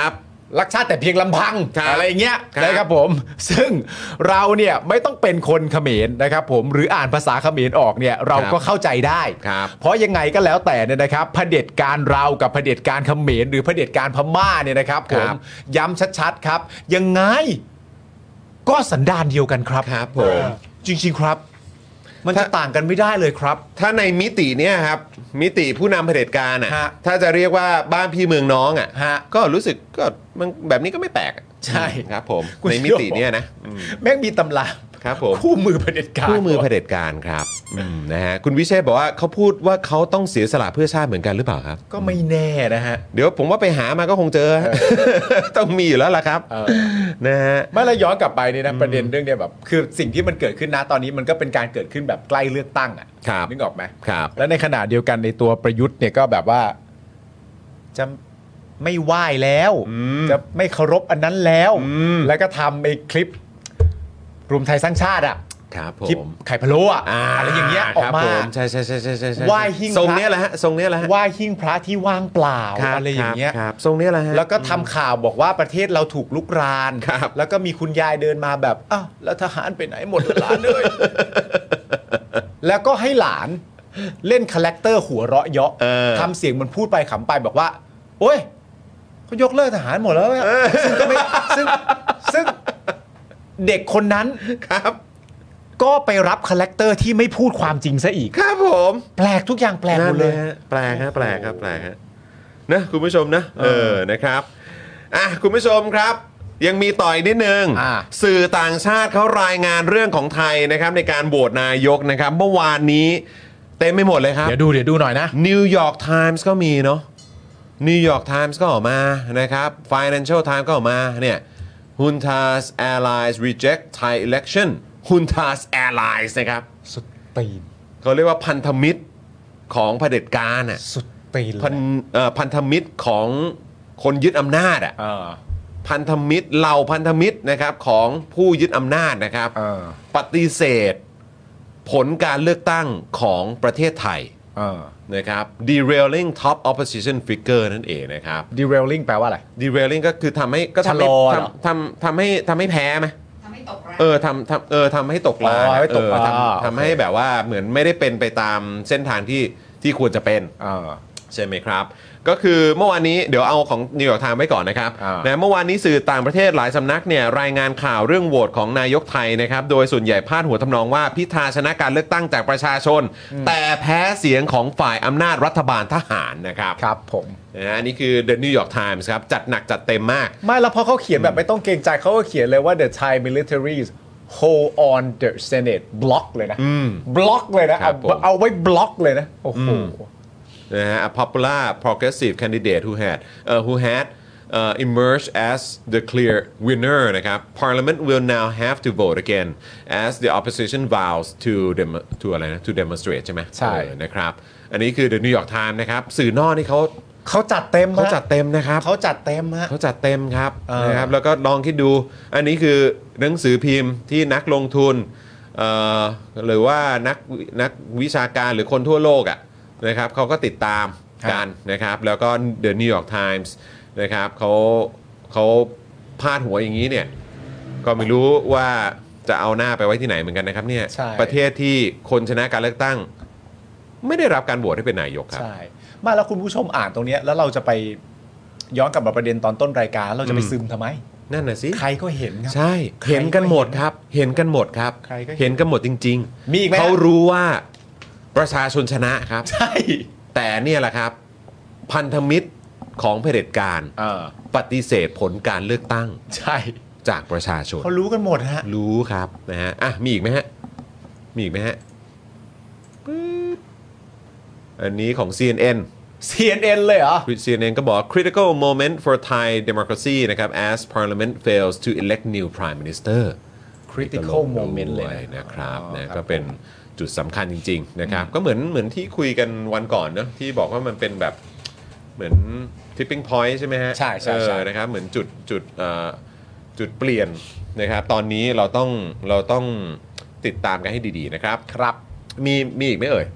รักชาติแต่เพียงลำพังครับอะไรอย่างเงี้ยครับนะครับผมซึ่งเราเนี่ยไม่ต้องเป็นคนเขมรนะครับผมหรืออ่านภาษาเขมรออกเนี่ยเราก็เข้าใจได้ครับเพราะยังไงก็แล้วแต่เนี่ยนะครับเผด็จการเรากับเผด็จการเขมรหรือเผด็จการพม่าเนี่ยนะครับผมย้ำชัดๆครับยังไงก็สันดานเดียวกันครับครับผมจริงๆครับ มันจะต่างกันไม่ได้เลยครับถ้าในมิติเนี้ยครับมิติผู้นำเผด็จการอ่ะฮะถ้าจะเรียกว่าบ้านพี่เมืองน้องอ่ะฮะก็รู้สึกก็มันแบบนี้ก็ไม่แปลกอะใช่ครับผมคุณในมิติเนี้ยนะแม่งมีตำราครับผมคู่มือเผด็จการคู่มือเผด็จการครับนะฮะคุณวิเชษฐ์บอกว่าเขาพูดว่าเขาต้องเสียสละเพื่อชาติเหมือนกันหรือเปล่าครับก็ไม่แน่นะฮะเดี๋ยวผมว่าไปหามาก็คงเจอ ต้องมีอยู่แล้วล่ะครับเออนะฮะไม่แล้วย้อนกลับไปนี่นะประเด็นเรื่องเนี้ยแบบคือสิ่งที่มันเกิดขึ้นนะตอนนี้มันก็เป็นการเกิดขึ้นแบบใกล้เลือกตั้งอ่ะครับนึกออกไหมครับแล้วในขณะเดียวกันในตัวประยุทธ์เนี่ยก็แบบว่าจะไม่ไหว้แล้ว จะไม่เคารพอันนั้นแล้ว แล้วก็ทำไอ้คลิปรวมไทยสร้างชาติอ่ะครับผคลิปมไข่พะโล้อะอะไรอย่างเงี้ยออกครับมาผใช่ใช่ใช่ใช่ใช่ใช่ไหว้หิ้งทรงพระเนี้ยแหละฮะทรงเนี้ยแหละฮะไหว้หิ้งพระที่ว่างเปล่าครับอะไรอย่างเงี้ยครับทรงเนี้ยแหละฮะแล้วก็ทำข่าวบอกว่าประเทศเราถูกลุกรานครับแล้วก็มีคุณยายเดินมาแบบอ้าวแล้วทหารไปไหนหมดหลานเลย แล้วก็ให้หลานเล่นคาแรคเตอร์หัวเราะเยาะทำเสียงเหมันพูดไปขำไปบอกว่า โอ้ยเขายกเลิกทหารหมดแล้วอะซึ่งก็ไม่ซึ่งเด็กคนนั้นครับก็ไปรับคาแรคเตอร์ที่ไม่พูดความจริงซะอีกครับผมแปลกทุกอย่างแปลกหมดเลยนั่นฮะแปลกฮะแปลกครับแปลกฮะนะคุณผู้ชมนะนะครับอ่ะคุณผู้ชมครับ ยังมีต่ออีกนิดนึง สื่อต่างชาติเขารายงานเรื่องของไทยนะครับในการโหวตนายกนะครับเมื่อวานนี้เต็มไปหมดเลยครับเดี๋ยวดูหน่อยนะ New York Times ก็มีเนาะ New York Times ก็ออกมานะครับ Financial Times ก็ออกมาเนี่ย Junta's allies reject Thai election Junta's allies นะครับสุดตีนเขาเรียกว่าพันธมิตรของเผด็จการอ่ะสุดตีนเลยพันธมิตรของคนยึดอำนาจอ่ะพันธมิตรเหล่าพันธมิตรนะครับของผู้ยึดอำนาจนะครับปฏิเสธผลการเลือกตั้งของประเทศไทยนะครับ derailing top opposition figure นั่นเองนะครับ derailing แปลว่าอะไร derailing ก็คือทำให้ก็ทำให้ชะลอเหรอทำให้แพ้ไหมทำให้ตกรางทำให้ตกรางอ๋อให้ตกรางทำให้แบบว่าเหมือนไม่ได้เป็นไปตามเส้นทางที่ควรจะเป็นใช่ไหมครับ ก็คือเมื่อวานนี้เดี๋ยวเอาของนิวยอร์กไทม์ไว้ก่อนนะครับนะเมื่อวานนี้สื่อต่างประเทศหลายสำนักเนี่ยรายงานข่าวเรื่องโหวตของนายกไทยนะครับโดยส่วนใหญ่พาดหัวทำนองว่าพิธาชนะการเลือกตั้งจากประชาชน แต่แพ้เสียงของฝ่ายอำนาจรัฐบาลทหารนะครับครับผมนะอันนี้คือ The New York Times ครับจัดหนักจัดเต็มมากไม่แล้วพอเขาเขียนแบบไม่ต้องเกรงใจเขาก็เขียนเลยว่า the Thai militaries hold on the Senate block เลยนะบล็อกเลยนะครับผมเอาไว้บล็อกเลยนะโอ้โหนะฮะ a popular progressive candidate who had emerged as the clear winner นะครับ Parliament will now have to vote again as the opposition vows toอะไรนะ to demonstrate ใช่ไหมใช่นะครับอันนี้คือ The New York Times นะครับสื่อนอกนี่เขาจัดเต็มเขาจัดเต็มนะครับเขาจัดเต็มฮะเขาจัดเต็มครับนะครับแล้วก็ลองคิดดู อันนี้คือหนังสือพิมพ์ที่นักลงทุนหรือว่านักวิชาการหรือคนทั่วโลกอ่ะนะครับเขาก็ติดตามกันนะครับแล้วก็ The New York Times นะครับเขาพาดหัวอย่างนี้เนี่ยก็ไม่รู้ว่าจะเอาหน้าไปไว้ที่ไหนเหมือนกันนะครับเนี่ยใช่ประเทศที่คนชนะการเลือกตั้ง ไม่ได้รับการโหวตให้เป็นนายกครับใช่มาแล้วคุณผู้ชมอ่านตรงเนี้ยแล้วเราจะไปย้อนกลับมาประเด็นตอนต้นรายการเราจะไปซึมทำไมนั่นน่ะสิใครก็เห็นครับใช่เห็นกันหมดครับเห็นกันหมดครับใครก็เห็นเห็นกันหมดจริงมีอีกไหมเขารู้ว่าประชาชนชนะครับใช่แต่เนี่ยแหละครับ พันธมิตรของเผด็จการปฏิเสธผลการเลือกตั้งใช่จากประชาชนเขารู้กันหมดฮะรู้ครับนะฮะอ่ะมีอีกไหมฮะมีอีกไหมฮะอันนี้ของ CNN เลยเหรอ CNN ก็บอก critical moment for Thai democracy นะครับ as parliament fails to elect new prime minister critical moment เลยนะครับนะครับก็เป็นจุดสำคัญจริงๆนะครับก็เหมือนที่คุยกันวันก่อนเนอะที่บอกว่ามันเป็นแบบเหมือน tipping point ใช่ไหมฮะใช่นะครับเหมือนจุดเปลี่ยนนะครับตอนนี้เราต้องติดตามกันให้ดีๆนะครับครับมีอีกไหมเอ่ย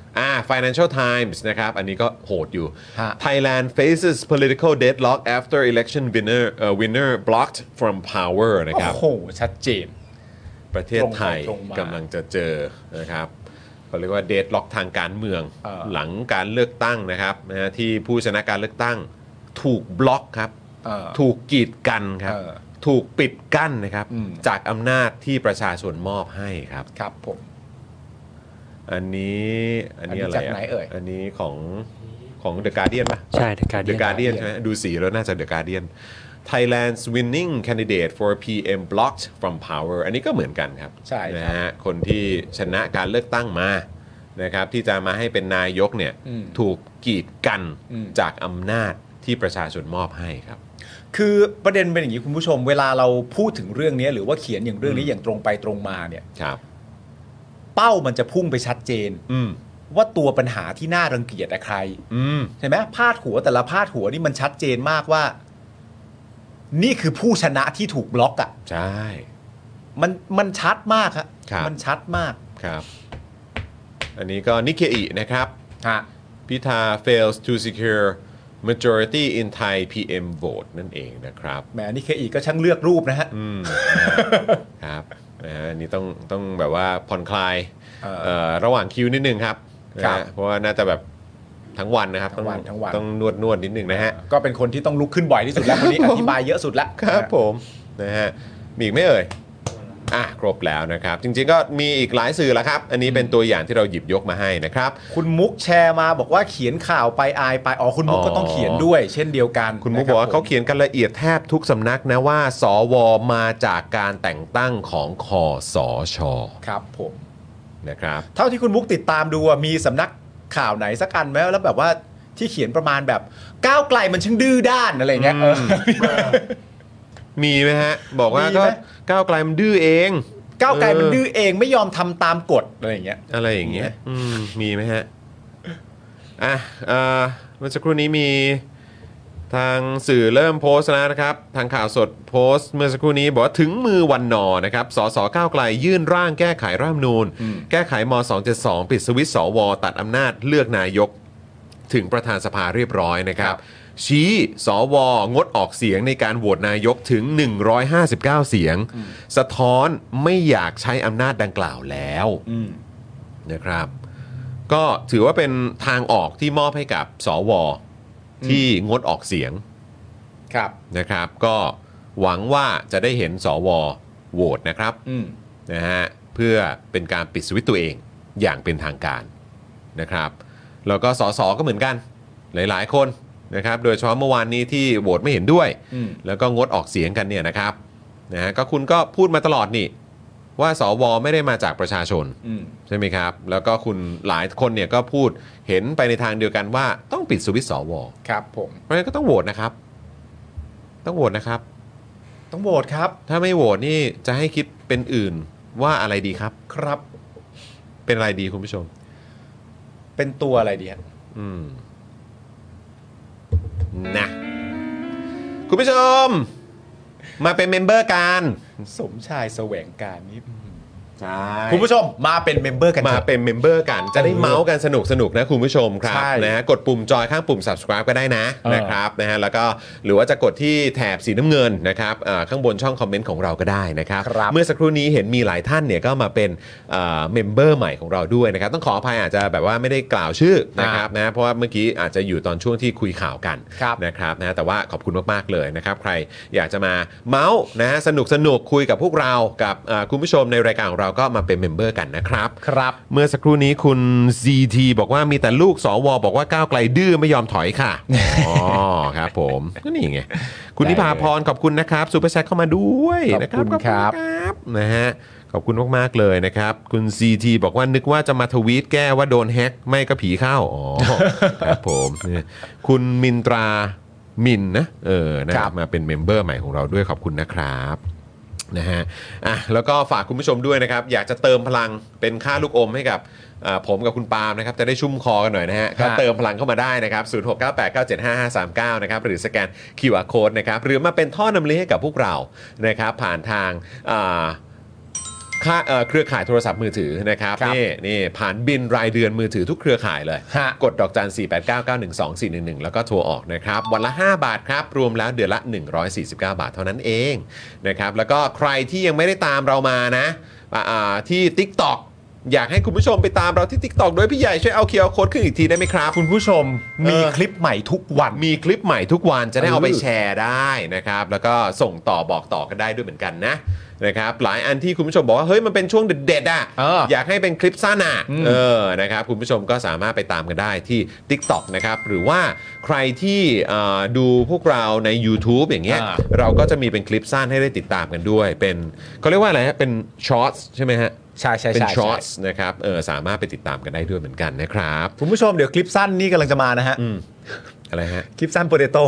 Financial Times นะครับอันนี้ก็โหดอยู่ฮะ Thailand faces political deadlock after election winner blocked from power นะครับโอ้โหชัดเจนประเทศไทยตรงไปตรงมากำลังจะเจอนะครับเขาเรียกว่าเดดล็อกทางการเมือง หลังการเลือกตั้งนะครับนะฮะที่ผู้ชนะการเลือกตั้งถูกบล็อกครับ ถูกกีดกันครับ ถูกปิดกั้นนะครับ จากอำนาจที่ประชาชนมอบให้ครับครับผมอันนี้อะไรจากไหนเอ่ยอันนี้ของ The Guardian ป่ะใช่ The Guardian The Guardian ใช่ไหมดูสีแล้วน่าจะ The Guardian Thailand's winning candidate for PM blocked from power อันนี้ก็เหมือนกันครับใช่ครับนะฮะคนที่ชนะการเลือกตั้งมานะครับที่จะมาให้เป็นนายกเนี่ยถูกกีดกันจากอำนาจที่ประชาชนมอบให้ครับคือประเด็นเป็นอย่างนี้คุณผู้ชมเวลาเราพูดถึงเรื่องนี้หรือว่าเขียนอย่างเรื่องนี้อย่างตรงไปตรงมาเนี่ยครับเป้ามันจะพุ่งไปชัดเจน ว่าตัวปัญหาที่น่ารังเกียจอะใครใช่ไหมพาดหัวแต่ละพาดหัวนี่มันชัดเจนมากว่า นี่คือผู้ชนะที่ถูกบล็อกอะใช่มันชัดมากครับครับมันชัดมากครับ อันนี้ก็นิเคอินะครับฮะพิธา fails to secure majority in Thai PM vote นั่นเองนะครับแหมนี่เคอีก็ช่างเลือกรูปนะฮะครับอันนี้ต้องแบบว่าผ่อนคลายระหว่างคิวนิดนึงครับครับนะเพราะว่าน่าจะแบบทั้งวันนะครับทั้งวันต้องนวดนิดนึงนะฮะก็เป็นคนที่ต้องลุกขึ้นบ่อยที่สุดแล้วคนนี้ อธิบายเยอะสุดแล้วครับผมนะฮะมีอีกไหม่เอ่ยครบแล้วนะครับ จริงๆก็มีอีกหลายสื่อแล้วครับ อันนี้เป็นตัวอย่างที่เราหยิบยกมาให้นะครับคุณมุกแชร์มาบอกว่าเขียนข่าวไปอายไปอ๋อคุณมุกก็ต้องเขียนด้วย เช่นเดียวกันคุณมุกบอกว่าเขาเขียนกันละเอียดแทบทุกสำนักนะว่า สวมาจากการแต่งตั้งของคอสชครับผมนะครับเท่าที่คุณมุกติดตามดูมีสำนักข่าวไหนสักอันไหมแล้วแบบว่าที่เขียนประมาณแบบก้าวไกลมันช่างดื้อด้านอะไรเงี้ยมีไหมฮะบอกว่ามีก็ไหมก้าวไกลมันดื้อเองก้าวไกลมันดื้อเองไม่ยอมทำตามกฎอะไรอย่างเงี้ยอะไรอย่างเงี้ยมีไหมฮะเมื่อสักครู่นี้มีทางสื่อเริ่มโพสต์แล้วนะครับทางข่าวสดโพสต์เมื่อสักครู่นี้บอกว่าถึงมือวันนอนะครับสสก้าวไกลยื่นร่างแก้ไขรัฐธรรมนูญแก้ไขม.272 ปิดสวิตช์สวตัดอำนาจเลือกนายกถึงประธานสภาเรียบร้อยนะครับชี้สวงดออกเสียงในการโหวตนายกถึง159เสียงสะท้อนไม่อยากใช้อำนาจดังกล่าวแล้วนะครับก็ถือว่าเป็นทางออกที่มอบให้กับสวที่งดออกเสียงครับนะครับก็หวังว่าจะได้เห็นสวโหวตนะครับนะฮะเพื่อเป็นการปิดสวิตช์ตัวเองอย่างเป็นทางการนะครับแล้วก็สสก็เหมือนกันหลายๆคนนะครับโดยเฉพาะเมื่อวานนี้ที่โหวตไม่เห็นด้วยแล้วก็งดออกเสียงกันเนี่ยนะครับนะฮะก็คุณก็พูดมาตลอดนี่ว่าสวไม่ได้มาจากประชาชนใช่ไหมครับแล้วก็คุณหลายคนเนี่ยก็พูดเห็นไปในทางเดียวกันว่าต้องปิดสวิตช์สวครับผมเพราะฉะนั้นก็ต้องโหวตนะครับต้องโหวตนะครับต้องโหวตครับถ้าไม่โหวตนี่จะให้คิดเป็นอื่นว่าอะไรดีครับครับเป็นอะไรดีคุณผู้ชมเป็นตัวอะไรดีฮะนะคุณผู้ชมมาเป็นเมมเบอร์กันสมชายแสวงการนี้ใช่คุณผู้ชมมาเป็นเมมเบอร์กันมาเถอะเป็นเมมเบอร์กันจะได้เมาส์กันสนุกๆนะคุณผู้ชมครับใช่นะฮะกดปุ่มจอยข้างปุ่ม subscribe ก็ได้นะนะครับนะฮะแล้วก็หรือว่าจะกดที่แถบสีน้ำเงินนะครับข้างบนช่องคอมเมนต์ของเราก็ได้นะครับครับเมื่อสักครู่นี้เห็นมีหลายท่านเนี่ยก็มาเป็นเมมเบอร์ใหม่ของเราด้วยนะครับต้องขออภัยอาจจะแบบว่าไม่ได้กล่าวชื่อนะครับนะเพราะว่าเมื่อกี้อาจจะอยู่ตอนช่วงที่คุยข่าวกันครับนะครับนะแต่ว่าขอบคุณมากๆเลยนะครับใครอยากจะมาเมาส์นะสนุกคุยกับพวกเรากับคุณผู้ชมในรายการของเราก็มาเป็นเมมเบอร์กันนะครับครับเมื่อสักครู่นี้คุณ ZT บอกว่ามีแต่ลูกสวบอกว่าก้าวไกลดื้อไม่ยอมถอยค่ะ อ๋อครับผมก็นี่ไงคุณนิพาพรขอบคุณนะครับซูเปอร์แซคเข้ามาด้วยนะครัขอบคุณครับครับนะฮะขอบคุณมากๆเลยนะครับคุณ ZT บอกว่านึกว่าจะมาทวีตแก้ว่าโดนแฮ็กไม่ก็ผีเข้าอ๋อครับผมเนี่ยคุณมินตรามินนะนะครับมาเป็นเมมเบอร์ใหม่ของเราด้วยขอบคุณนะครับนะฮะแล้วก็ฝากคุณผู้ชมด้วยนะครับอยากจะเติมพลังเป็นค่าลูกอมให้กับผมกับคุณปาล์มนะครับจะได้ชุ่มคอกันหน่อยนะฮะก็เติมพลังเข้ามาได้นะครับ0698975539นะครับหรือสแกน QR Code นะครับหรือมาเป็นท่อนำเลี้ยงให้กับพวกเรานะครับผ่านทางเครือข่ายโทรศัพท์มือถือนะครับครับนี่ผ่านบินรายเดือนมือถือทุกเครือข่ายเลยฮะกดดอกจัน 489912411 แล้วก็โทรออกนะครับวันละ 5 บาทครับรวมแล้วเดือนละ 149 บาทเท่านั้นเองนะครับแล้วก็ใครที่ยังไม่ได้ตามเรามานะที่ TikTok อยากให้คุณผู้ชมไปตามเราที่ TikTok ด้วยพี่ใหญ่ช่วยเอา QR Code ขึ้นอีกทีได้ไหมครับคุณผู้ชมมีคลิปใหม่ทุกวันมีคลิปใหม่ทุกวันจะได้เอาไปแชร์ได้นะครับแล้วก็ส่งต่อบอกต่อกันได้ด้วยเหมือนกันนะครับหลายอันที่คุณผู้ชมบอกว่าเฮ้ยมันเป็นช่วงเด็ดๆอ่ะอยากให้เป็นคลิปสั้นอ่ะนะครับคุณผู้ชมก็สามารถไปตามกันได้ที่ TikTok นะครับหรือว่าใครที่ดูพวกเราใน YouTube อย่างเงี้ยเราก็จะมีเป็นคลิปสั้นให้ได้ติดตามกันด้วยเป็นเขาเรียกว่าอะไรฮะเป็นช็อตใช่ไหมฮะใช่เป็นช็อตนะครับสามารถไปติดตามกันได้ด้วยเหมือนกันนะครับคุณผู้ชมเดี๋ยวคลิปสั้นนี่กำลังจะมานะฮะอะไรฮะคลิปสั้นโปเตโต้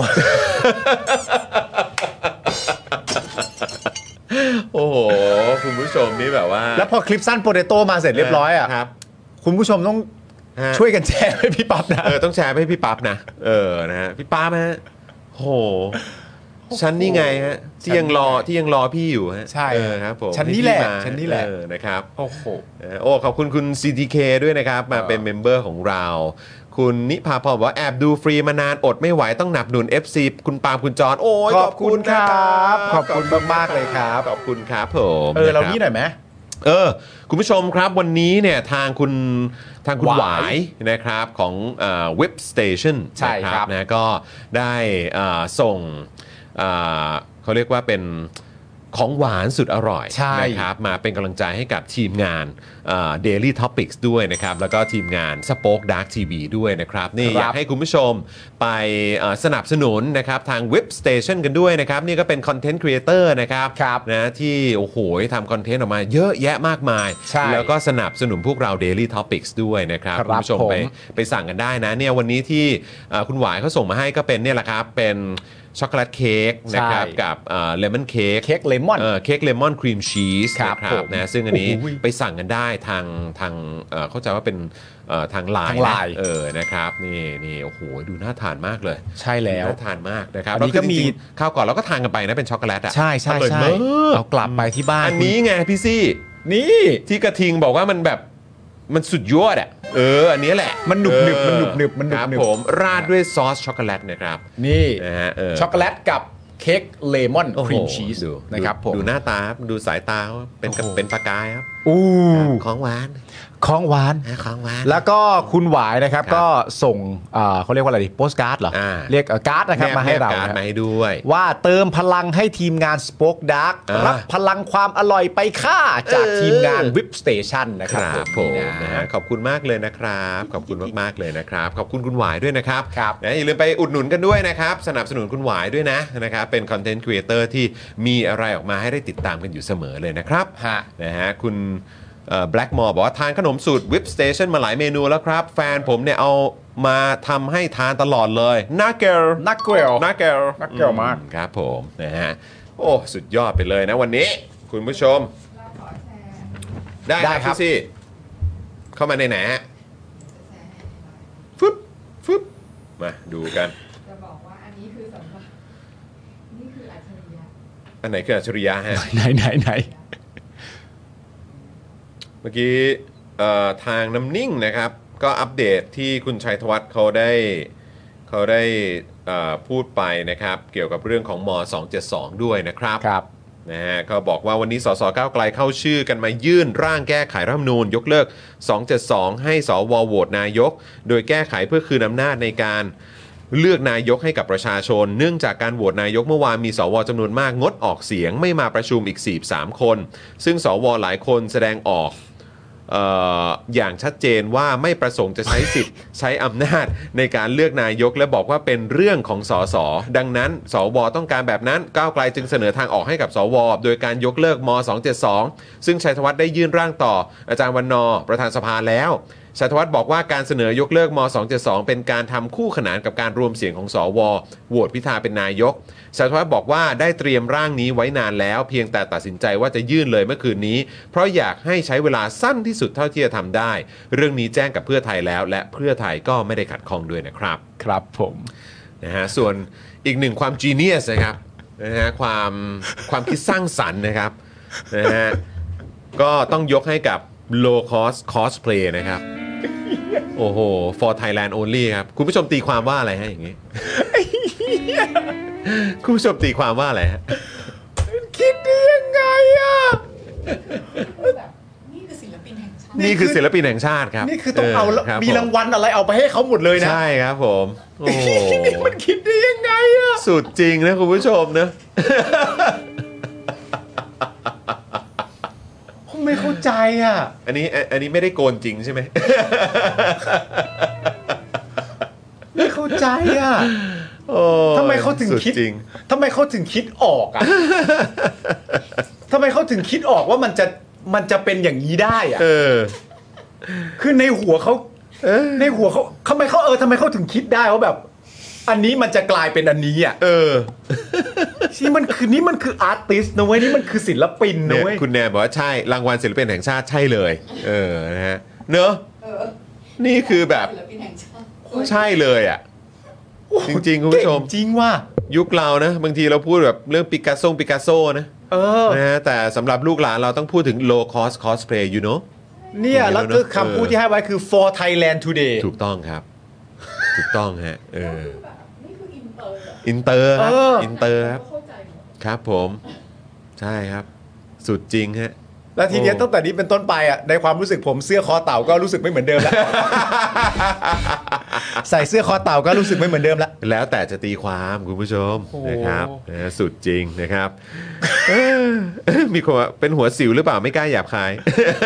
โอ้โหคุณผู้ชมนี่แบบว่าแล้วพอคลิปสั้นโปเตโต้มาเสร็จเรียบร้อยอ่ะครับคุณผู้ชมต้องช่วยกันแชร์ให้พี่ปั๊บนะต้องแชร์ให้พี่ปั๊บนะนะฮะพี่ปั๊บฮะโหฉันนี่ไงฮะที่ยังรอพี่อยู่ฮะใช่ครับผมฉันนี่แหละฉันนี่แหละนะครับโอ้โหขอบคุณคุณ CTK ด้วยนะครับมาเป็นเมมเบอร์ของเราคุณนิพาพรบอกว่าแอบดูฟรีมานานอดไม่ไหวต้องหนับหนุน FC คุณปาล์มคุณจอนโอ้ยขอบคุณครับขอบคุณมากๆเลยครับขอบคุณครับผมเรานี่หน่อยไหมคุณผู้ชมครับวันนี้เนี่ยทางคุณหวายนะครับของWhip Station นะครับนะก็ได้ส่งเขาเรียกว่าเป็นของหวานสุดอร่อยนะครับมาเป็นกำลังใจให้กับทีมงาน Daily Topics ด้วยนะครับแล้วก็ทีมงาน Spoke Dark TV ด้วยนะครับนี่อยากให้คุณผู้ชมไปสนับสนุนนะครับทาง Whip Station กันด้วยนะครับนี่ก็เป็นคอนเทนต์ครีเอเตอร์นะครับนะที่โอ้โหทำคอนเทนต์ออกมาเยอะแยะมากมายแล้วก็สนับสนุนพวกเรา Daily Topics ด้วยนะครับคุณผู้ชมไปสั่งกันได้นะเนี่ยวันนี้ที่คุณหวายเขาส่งมาให้ก็เป็นเนี่ยแหละครับเป็นช็อกโกแลตเค้กนะครับกับเลมอนเค้กเลมอนเค้กเลมอนครีมชีสนะครับนะซึ่งอันนี้ไปสั่งกันได้ทางเข้าใจว่าเป็นทางไลน์นะครับนี่โอ้โหดูน่าทานมากเลยใช่แล้วน่าทานมากนะครับแล้วก็มีข้าวก่อนเราก็ทานกันไปนะเป็นช็อกโกแลตอ่ะใช่เอากลับไปที่บ้านอันนี้ไงพี่ซี่นี่ที่กระทิงบอกว่ามันแบบมันสุดยอดอ่ะอันนี้แหละมันหนุบหนึบมันหนุบหนึบมันหนุบหนึบผมราดด้วยซอสช็อกโกแลตนะครับนี่นะฮะช็อกโกแลตกับเค้กเลมอนครีมชีสนะครับผมดูหน้าตาดูสายตาเป็นประกายครับของหวานแล้วก็คุณหวายนะครับก็ส่งเขาเรียกว่าอะไรดิโปสการ์ดเหรอเรียกการ์ดนะครับมาให้เรามาให้ด้วยว่าเติมพลังให้ทีมงาน Spoke Dark รับพลังความอร่อยไปค่าจากทีมงาน Whip Station นะครับผมนะขอบคุณมากเลยนะครับขอบคุณมากๆเลยนะครับขอบคุณคุณหวายด้วยนะครับอย่าลืมไปอุดหนุนกันด้วยนะครับสนับสนุนคุณหวายด้วยนะครับเป็นคอนเทนต์ครีเอเตอร์ที่มีอะไรออกมาให้ได้ติดตามกันอยู่เสมอเลยนะครับนะฮะคุณBlackmore บอกว่าทานขนมสูตร Whip Station มาหลายเมนูแล้วครับแฟนผมเนี่ยเอามาทำให้ทานตลอดเลยนักเกลมากครับผมนะฮะโอ้สุดยอดไปเลยนะวันนี้คุณผู้ชมได้ครับพี่เข้ามาในไหนฮะฟึบมาดูกันจะบอกว่าอันนี้คือสำหรับนี่คืออัจฉริยะอันไหนคืออัจฉริยะฮะไหนเมื่อกี้ทางน้ำนิ่งนะครับก็อัปเดตที่คุณชัยธวัฒน์เขาได้พูดไปนะครับเกี่ยวกับเรื่องของม.272 ด้วยนะครับนะฮะก็บอกว่าวันนี้สสก้าวไกลเข้าชื่อกันมายื่นร่างแก้ไขรัฐธรรมนูญยกเลิก272ให้สวโหวตนายกโดยแก้ไขเพื่อคืนอำนาจในการเลือกนายกให้กับประชาชนเนื่องจากการโหวตนายกเมื่อวานมีสวจำนวนมากงดออกเสียงไม่มาประชุมอีก43คนซึ่งสวหลายคนแสดงออกอย่างชัดเจนว่าไม่ประสงค์จะใช้สิทธิ์ใช้อำนาจในการเลือกนายกและบอกว่าเป็นเรื่องของสสดังนั้นสวต้องการแบบนั้นก้าวไกลจึงเสนอทางออกให้กับสวโดยการยกเลิกม.272ซึ่งชัยธวัฒน์ได้ยื่นร่างต่ออาจารย์วรรณรประธานสภาแล้วชัยธวัฒน์บอกว่าการเสนอยกเลิกม.272เป็นการทำคู่ขนานกับการรวมเสียงของสวโหวตพิธาเป็นนายกชัยธวัฒน์บอกว่าได้เตรียมร่างนี้ไว้นานแล้วเพียงแต่ตัดสินใจว่าจะยื่นเลยเมื่อคืนนี้เพราะอยากให้ใช้เวลาสั้นที่สุดเท่าที่จะทำได้เรื่องนี้แจ้งกับเพื่อไทยแล้วและเพื่อไทยก็ไม่ได้ขัดข้องด้วยนะครับครับผมนะฮะส่วนอีกหนึ่งความจีเนียสนะครับนะฮะความคิดสร้างสรรค์นะครับนะฮะก็ต้องยกให้กับ low cost cosplay นะครับ โอ้โห for Thailand only ครับคุณผู้ชมตีความว่าอะไรฮะอย่างงี้ คุณผู้ชมตีความว่าอะไรฮะคิดได้ยังไงอ่ะนี่คือศิลปินแห่งชาติครับนี่คือต้องเอาครับมีรางวัลอะไรเอาไปให้เขาหมดเลยนะใช่ครับผมโอ้โหนี่มันคิดได้ยังไงอ่ะสุดจริงนะคุณผู้ชมนะผมไม่เข้าใจอ่ะอันนี้ไม่ได้โกนจริงใช่ไหมไม่เข้าใจอ่ะโอ้ยทำไมเขาถึงคิดสุจริงทำไมเขาถึงคิดออกอ่ะ ทำไมเขาถึงคิดออกว่ามันจะเป็นอย่างนี้ได้อ่ะเออคือในหัวเขาในหัวเขาทำไมเขาถึงคิดได้ว่าแบบ อันนี้มันจะกลายเป็นอันนี้อ่ะเออนี่มันคืออาร์ติสต์นะเว้ยนี่มันคือศิลปินนะเนี่ยเว้ยคุณแนนบอกว่าใช่รางวัลศิลปินแห่งชาติใช่เลย เออนะฮะเนอะนี่คือแบบใช่เลยอ่ะ จริงๆคุณผู้ชมเก่งจริงว่ะยุคเรานะบางทีเราพูดแบบเรื่องปิกัสโซนะเออนะฮะแต่สำหรับลูกหลานเราต้องพูดถึง low cost cosplay you know เนี่ยแล้วก็คำพูดที่ให้ไว้คือ for Thailand today ถูกต้องครับ ถูกต้องฮะเอออินเตอร์ครับอินเตอร์ครับครับผมใช่ครับ สุดจริงฮะแล้วทีเนี้ยตั้งแต่นี้เป็นต้นไปอ่ะในความรู้สึกผมเสื้อคอเต่าก็รู้สึกไม่เหมือนเดิมแล้ว ใส่เสื้อคอเต่าก็รู้สึกไม่เหมือนเดิมแล้วแล้วแต่จะตีความคุณผู้ชมโอ้นะครับนะสุดจริงนะครับมีคนว่าเป็นหัวสิวหรือเปล่าไม่กล้าหยาบคาย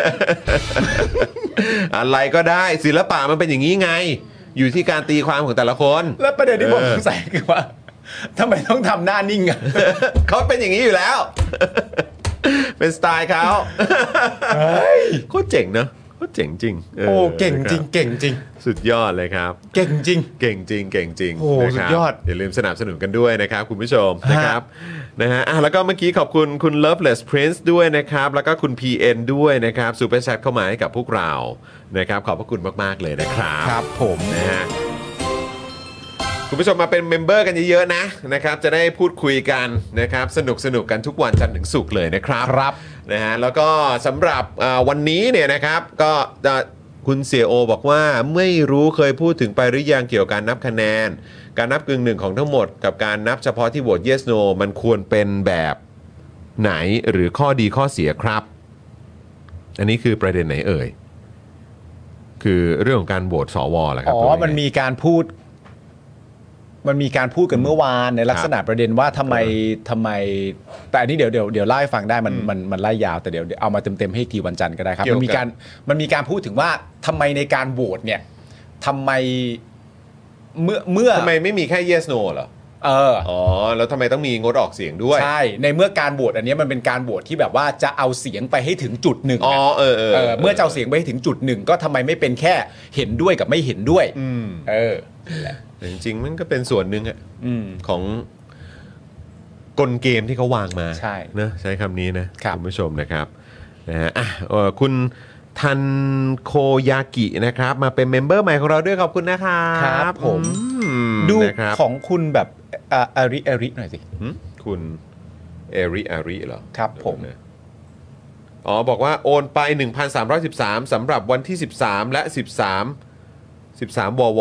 อะไรก็ได้ศิลปะมันเป็นอย่างนี้ไง อยู่ที่การตีความของแต่ละคนแล้วประเด็นที่ผมสงสัยคือว่าทำไมต้องทำหน้านิ่งอ่ะเขาเป็นอย่างนี้อยู่แล้ว เป็นสไตล์เขาโคตรเจ๋งเนอะโคตรเจ๋งจริงโอ้เก่งจริงเก่งจริงสุดยอดเลยครับเก่งจริงเก่งจริงเก่งจริงโอ้นะครับสุดยอดอย่าลืมสนับสนุนกันด้วยนะครับคุณผู้ชมนะครับนะฮะแล้วก็เมื่อกี้ขอบคุณคุณ Loveless Prince ด้วยนะครับแล้วก็คุณ PN ด้วยนะครับซูเปอร์แชทเข้ามาให้กับพวกเรานะครับขอบพระคุณมากๆเลยนะครับครับผมนะฮะคุณผู้ชมมาเป็นเมมเบอร์กันเยอะๆนะครับจะได้พูดคุยกันนะครับสนุกกันทุกวันจันทร์ถึงศุกร์เลยนะครับครับนะฮะแล้วก็สำหรับวันนี้เนี่ยนะครับก็คุณเสียโอบอกว่าไม่รู้เคยพูดถึงไปหรือยังเกี่ยวกับการนับคะแนน การนับกึ่งหนึ่งของทั้งหมดกับการนับเฉพาะที่โหวต yes no มันควรเป็นแบบไหนหรือข้อดีข้อเสียครับ อันนี้คือประเด็นไหนเอ่ยคือเรื่องของการโหวตสวเหรอครับอ๋อมันมีการพูดกันเมื่อวานในลักษณะประเด็นว่าทำไมแต่อันนี้เดี๋ยวเล่าให้ฟังได้มันไล่ยาวแต่เดี๋ยวเอามาเต็มๆให้ทีวันจันทร์ก็ได้ครับมันมีการพูดถึงว่าทำไมในการโหวตเนี่ยทำไมเมื่อทำไมไม่มีแค่ yes no เหรออ๋อแล้วทำไมต้องมีงดออกเสียงด้วยใช่ในเมื่อการโหวตอันนี้มันเป็นการโหวตที่แบบว่าจะเอาเสียงไปให้ถึงจุดหนึ่งเมื่อจะเอาเสียงไปให้ถึงจุดหนึ่งก็ทำไมไม่เป็นแค่เห็นด้วยกับไม่เห็นด้วยจริงๆมันก็เป็นส่วนหนึ่งของกลเกมที่เขาวางมานะใช้คำนี้นะคุณผู้ชมนะครับนะฮะคุณทันโคยากินะครับมาเป็นเมมเบอร์ใหม่ของเราด้วยขอบคุณนะครับผมดูของคุณแบบอาริหน่อยสิคุณเอริเหรอครับผมบอกว่าโอนไป 1,313 สำหรับวันที่ 13 และ 13 วว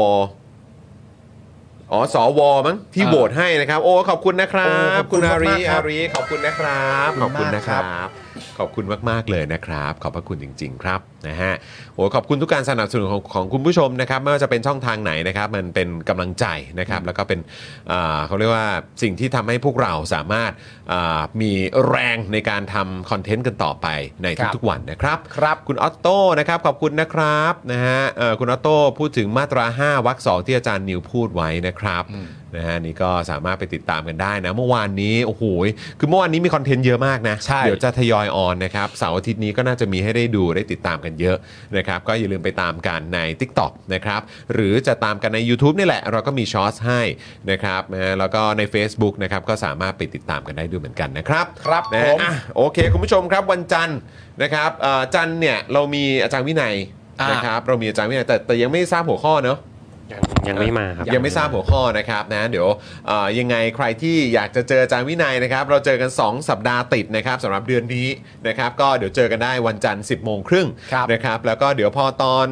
สวมั้งที่โหวตให้นะครับโอ้ขอบคุณนะครับคุณอารีขอบคุณนะครับขอบคุณนะครับขอบคุณมากๆเลยนะครับขอบพระคุณจริงๆครับนะฮะโอ้ขอบคุณทุกการสนับสนุนของคุณผู้ชมนะครับไม่ว่าจะเป็นช่องทางไหนนะครับมันเป็นกำลังใจนะครับแล้วก็เป็นเขาเรียกว่าสิ่งที่ทำให้พวกเราสามารถมีแรงในการทำคอนเทนต์กันต่อไปในทุกๆวันนะครับคุณออตโต้นะครับขอบคุณนะครับนะฮะคุณออตโต้พูดถึงมาตรา5วรรค2ที่อาจารย์นิวพูดไว้นะครับนะฮะนี่ก็สามารถไปติดตามกันได้นะเมื่อวานนี้โอ้โหคือเมื่อวานนี้มีคอนเทนต์เยอะมากนะเดี๋ยวจะทยอยออนนะครับเสาร์อาทิตย์นี้ก็น่าจะมีให้ได้ดูได้ติดตามกันเยอะนะครับก็อย่าลืมไปตามกันใน TikTok นะครับหรือจะตามกันใน YouTube นี่แหละเราก็มีช็อตให้นะครับนะแล้วก็ใน Facebook นะครับก็สามารถไปติดตามกันได้ด้วยเหมือนกันนะครับนะโอเคคุณผู้ชมครับวันจันทร์นะครับจันทร์เนี่ยเรามีอาจารย์วินัยนะครับเรามีอาจารย์วินัยแต่ยังไม่ทราบหัวข้อเนอะยังไม่มาครับยังไม่ทราบหัวข้อนะครับนะเดี๋ยวยังไงใครที่อยากจะเจออาจารย์วินัยนะครับเราเจอกัน2สัปดาห์ติดนะครับสำหรับเดือนนี้นะครับก็เดี๋ยวเจอกันได้วันจันทร์ 10:30 น.นะครับแล้วก็เดี๋ยวพอตอน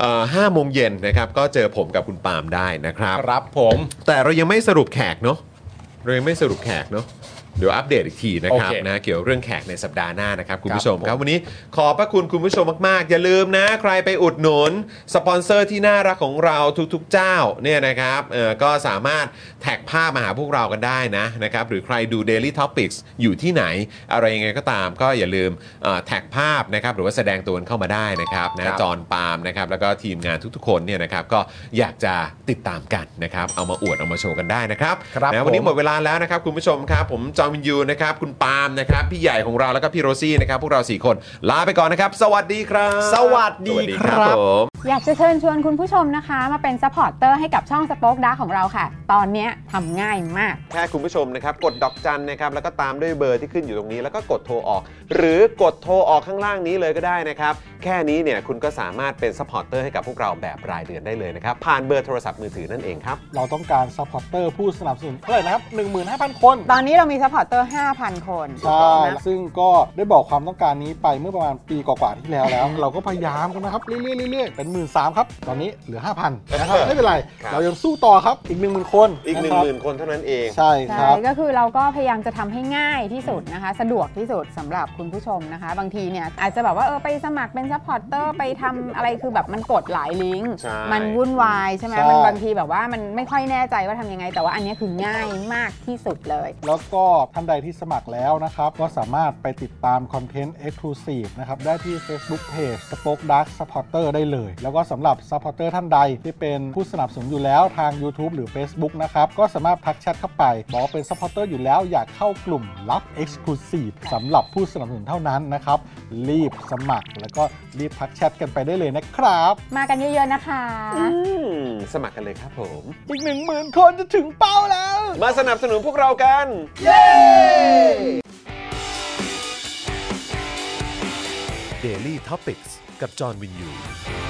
5 โมงเย็นนะครับก็เจอผมกับคุณปาล์มได้นะครับครับผมแต่เรายังไม่สรุปแขกเนาะเดี๋ยวอัปเดตอีกทีนะครับโอเคนะเกี่ยวเรื่องแขกในสัปดาห์หน้านะครับคุณผู้ชมครับครับวันนี้ขอบพระคุณคุณผู้ชมมากๆอย่าลืมนะใครไปอุดหนุนสปอนเซอร์ที่น่ารักของเราทุกๆเจ้าเนี่ยนะครับก็สามารถแท็กภาพมาหาพวกเรากันได้นะครับหรือใครดู Daily Topics อยู่ที่ไหนอะไรยังไงก็ตามก็อย่าลืมแท็กภาพนะครับหรือว่าแสดงตัวเข้ามาได้นะครับนะจอห์นปาล์มนะครับแล้วก็ทีมงานทุกๆคนเนี่ยนะครับก็อยากจะติดตามกันนะครับเอามาอวดเอามาโชว์กันได้นะครับครับนะวันนี้ผมหมดเวลาแล้วนะครับคุณผู้ชมครับผมจอห์นวินยูนะครับคุณปาล์มนะครับพี่ใหญ่ของเราแล้วก็พี่โรซี่นะครับพวกเรา4คนลาไปก่อนนะครับสวัสดีครับสวัสดีครับผมอยากจะเชิญชวนคุณผู้ชมนะคะมาเป็นซัพพอร์ตเตอร์ให้กับช่องสป็อคดาร์กของเราค่ะ ตอนนี้ทำง่ายมากแค่คุณผู้ชมนะครับกดดอกจันนะครับแล้วก็ตามด้วยเบอร์ที่ขึ้นอยู่ตรงนี้แล้วก็กดโทรออก หรือกดโทรออกข้างล่างนี้เลยก็ได้นะครับแค่นี้เนี่ยคุณก็สามารถเป็นซัพพอร์ตเตอร์ให้กับพวกเราแบบรายเดือนได้เลยนะครับผ่านเบอร์โทรศัพท์มือถือนั่นเองครับเราต้องการซัพพอร์เตอร์ผู้สนับสนุนเท่าไหร่นะครับ 15,000 คนตอนนี้เรามีซัพพอร์ตเตอร์ 5,000 คนใช่นะซึ่งก็ได้บอกความต้องการนี้ไปเมื่อประมาณปีกว่าๆที่แล้ว เราก็พยายามกันนะครับ เรื่อยๆ เป็น 13,000 ครับ ตอนนี้เหลือ 5,000 นะครับ ไม่เป็นไรครับเรายังสู้ต่อครับ อีก 10,000 คนอีกะครับ 10,000 คนเท่านั้นเองใช่คใช่รับก็คือเราก็พยายามจะทำให้ง่ายที่สุดนะคะสะดวกที่สุดสำหรับคุณผู้ชมนะคะ บางทีเนี่ยอาจจะแบบว่าไปสมัครเป็นซัพพอร์ตเตอร์ไปทำอะไรคือแบบมันกดหลายลิงก์ใช่มันวุ่นวายใช่ไหมใช่มันบางทีแบบว่ามันไม่ค่อยแน่ใจว่าทำยังไง แต่ว่าอันนี้คือง่ายมากที่สุดเลยแล้วก็ท่านใดที่สมัครแล้วนะครับ ก็สามารถไปติดตามคอนเทนต์ Exclusive นะครับได้ที่ Facebook Page Spoke Dark Supporter ได้เลย แล้วก็สำหรับ Supporter ท่านใดที่เป็นผู้สนับสนุนอยู่แล้วทาง YouTube หรือ Facebook นะครับ ก็สามารถทักแชทเข้าไปบอกว่าเป็น Supporter อยู่แล้วอยากเข้ากลุ่มลับ Exclusive สำหรับผู้สนับสนุนเท่านั้นนะครับ รีบสมัครแล้วก็รีบทักแชทกันไปได้เลยนะครับมากันเยอะๆนะคะสมัครกันเลยครับผมอีก 10,000 คนจะถึงเป้าแล้วมาสนับสนุนพวกเรากันเย้ Daily Topics กับจอห์นวินยู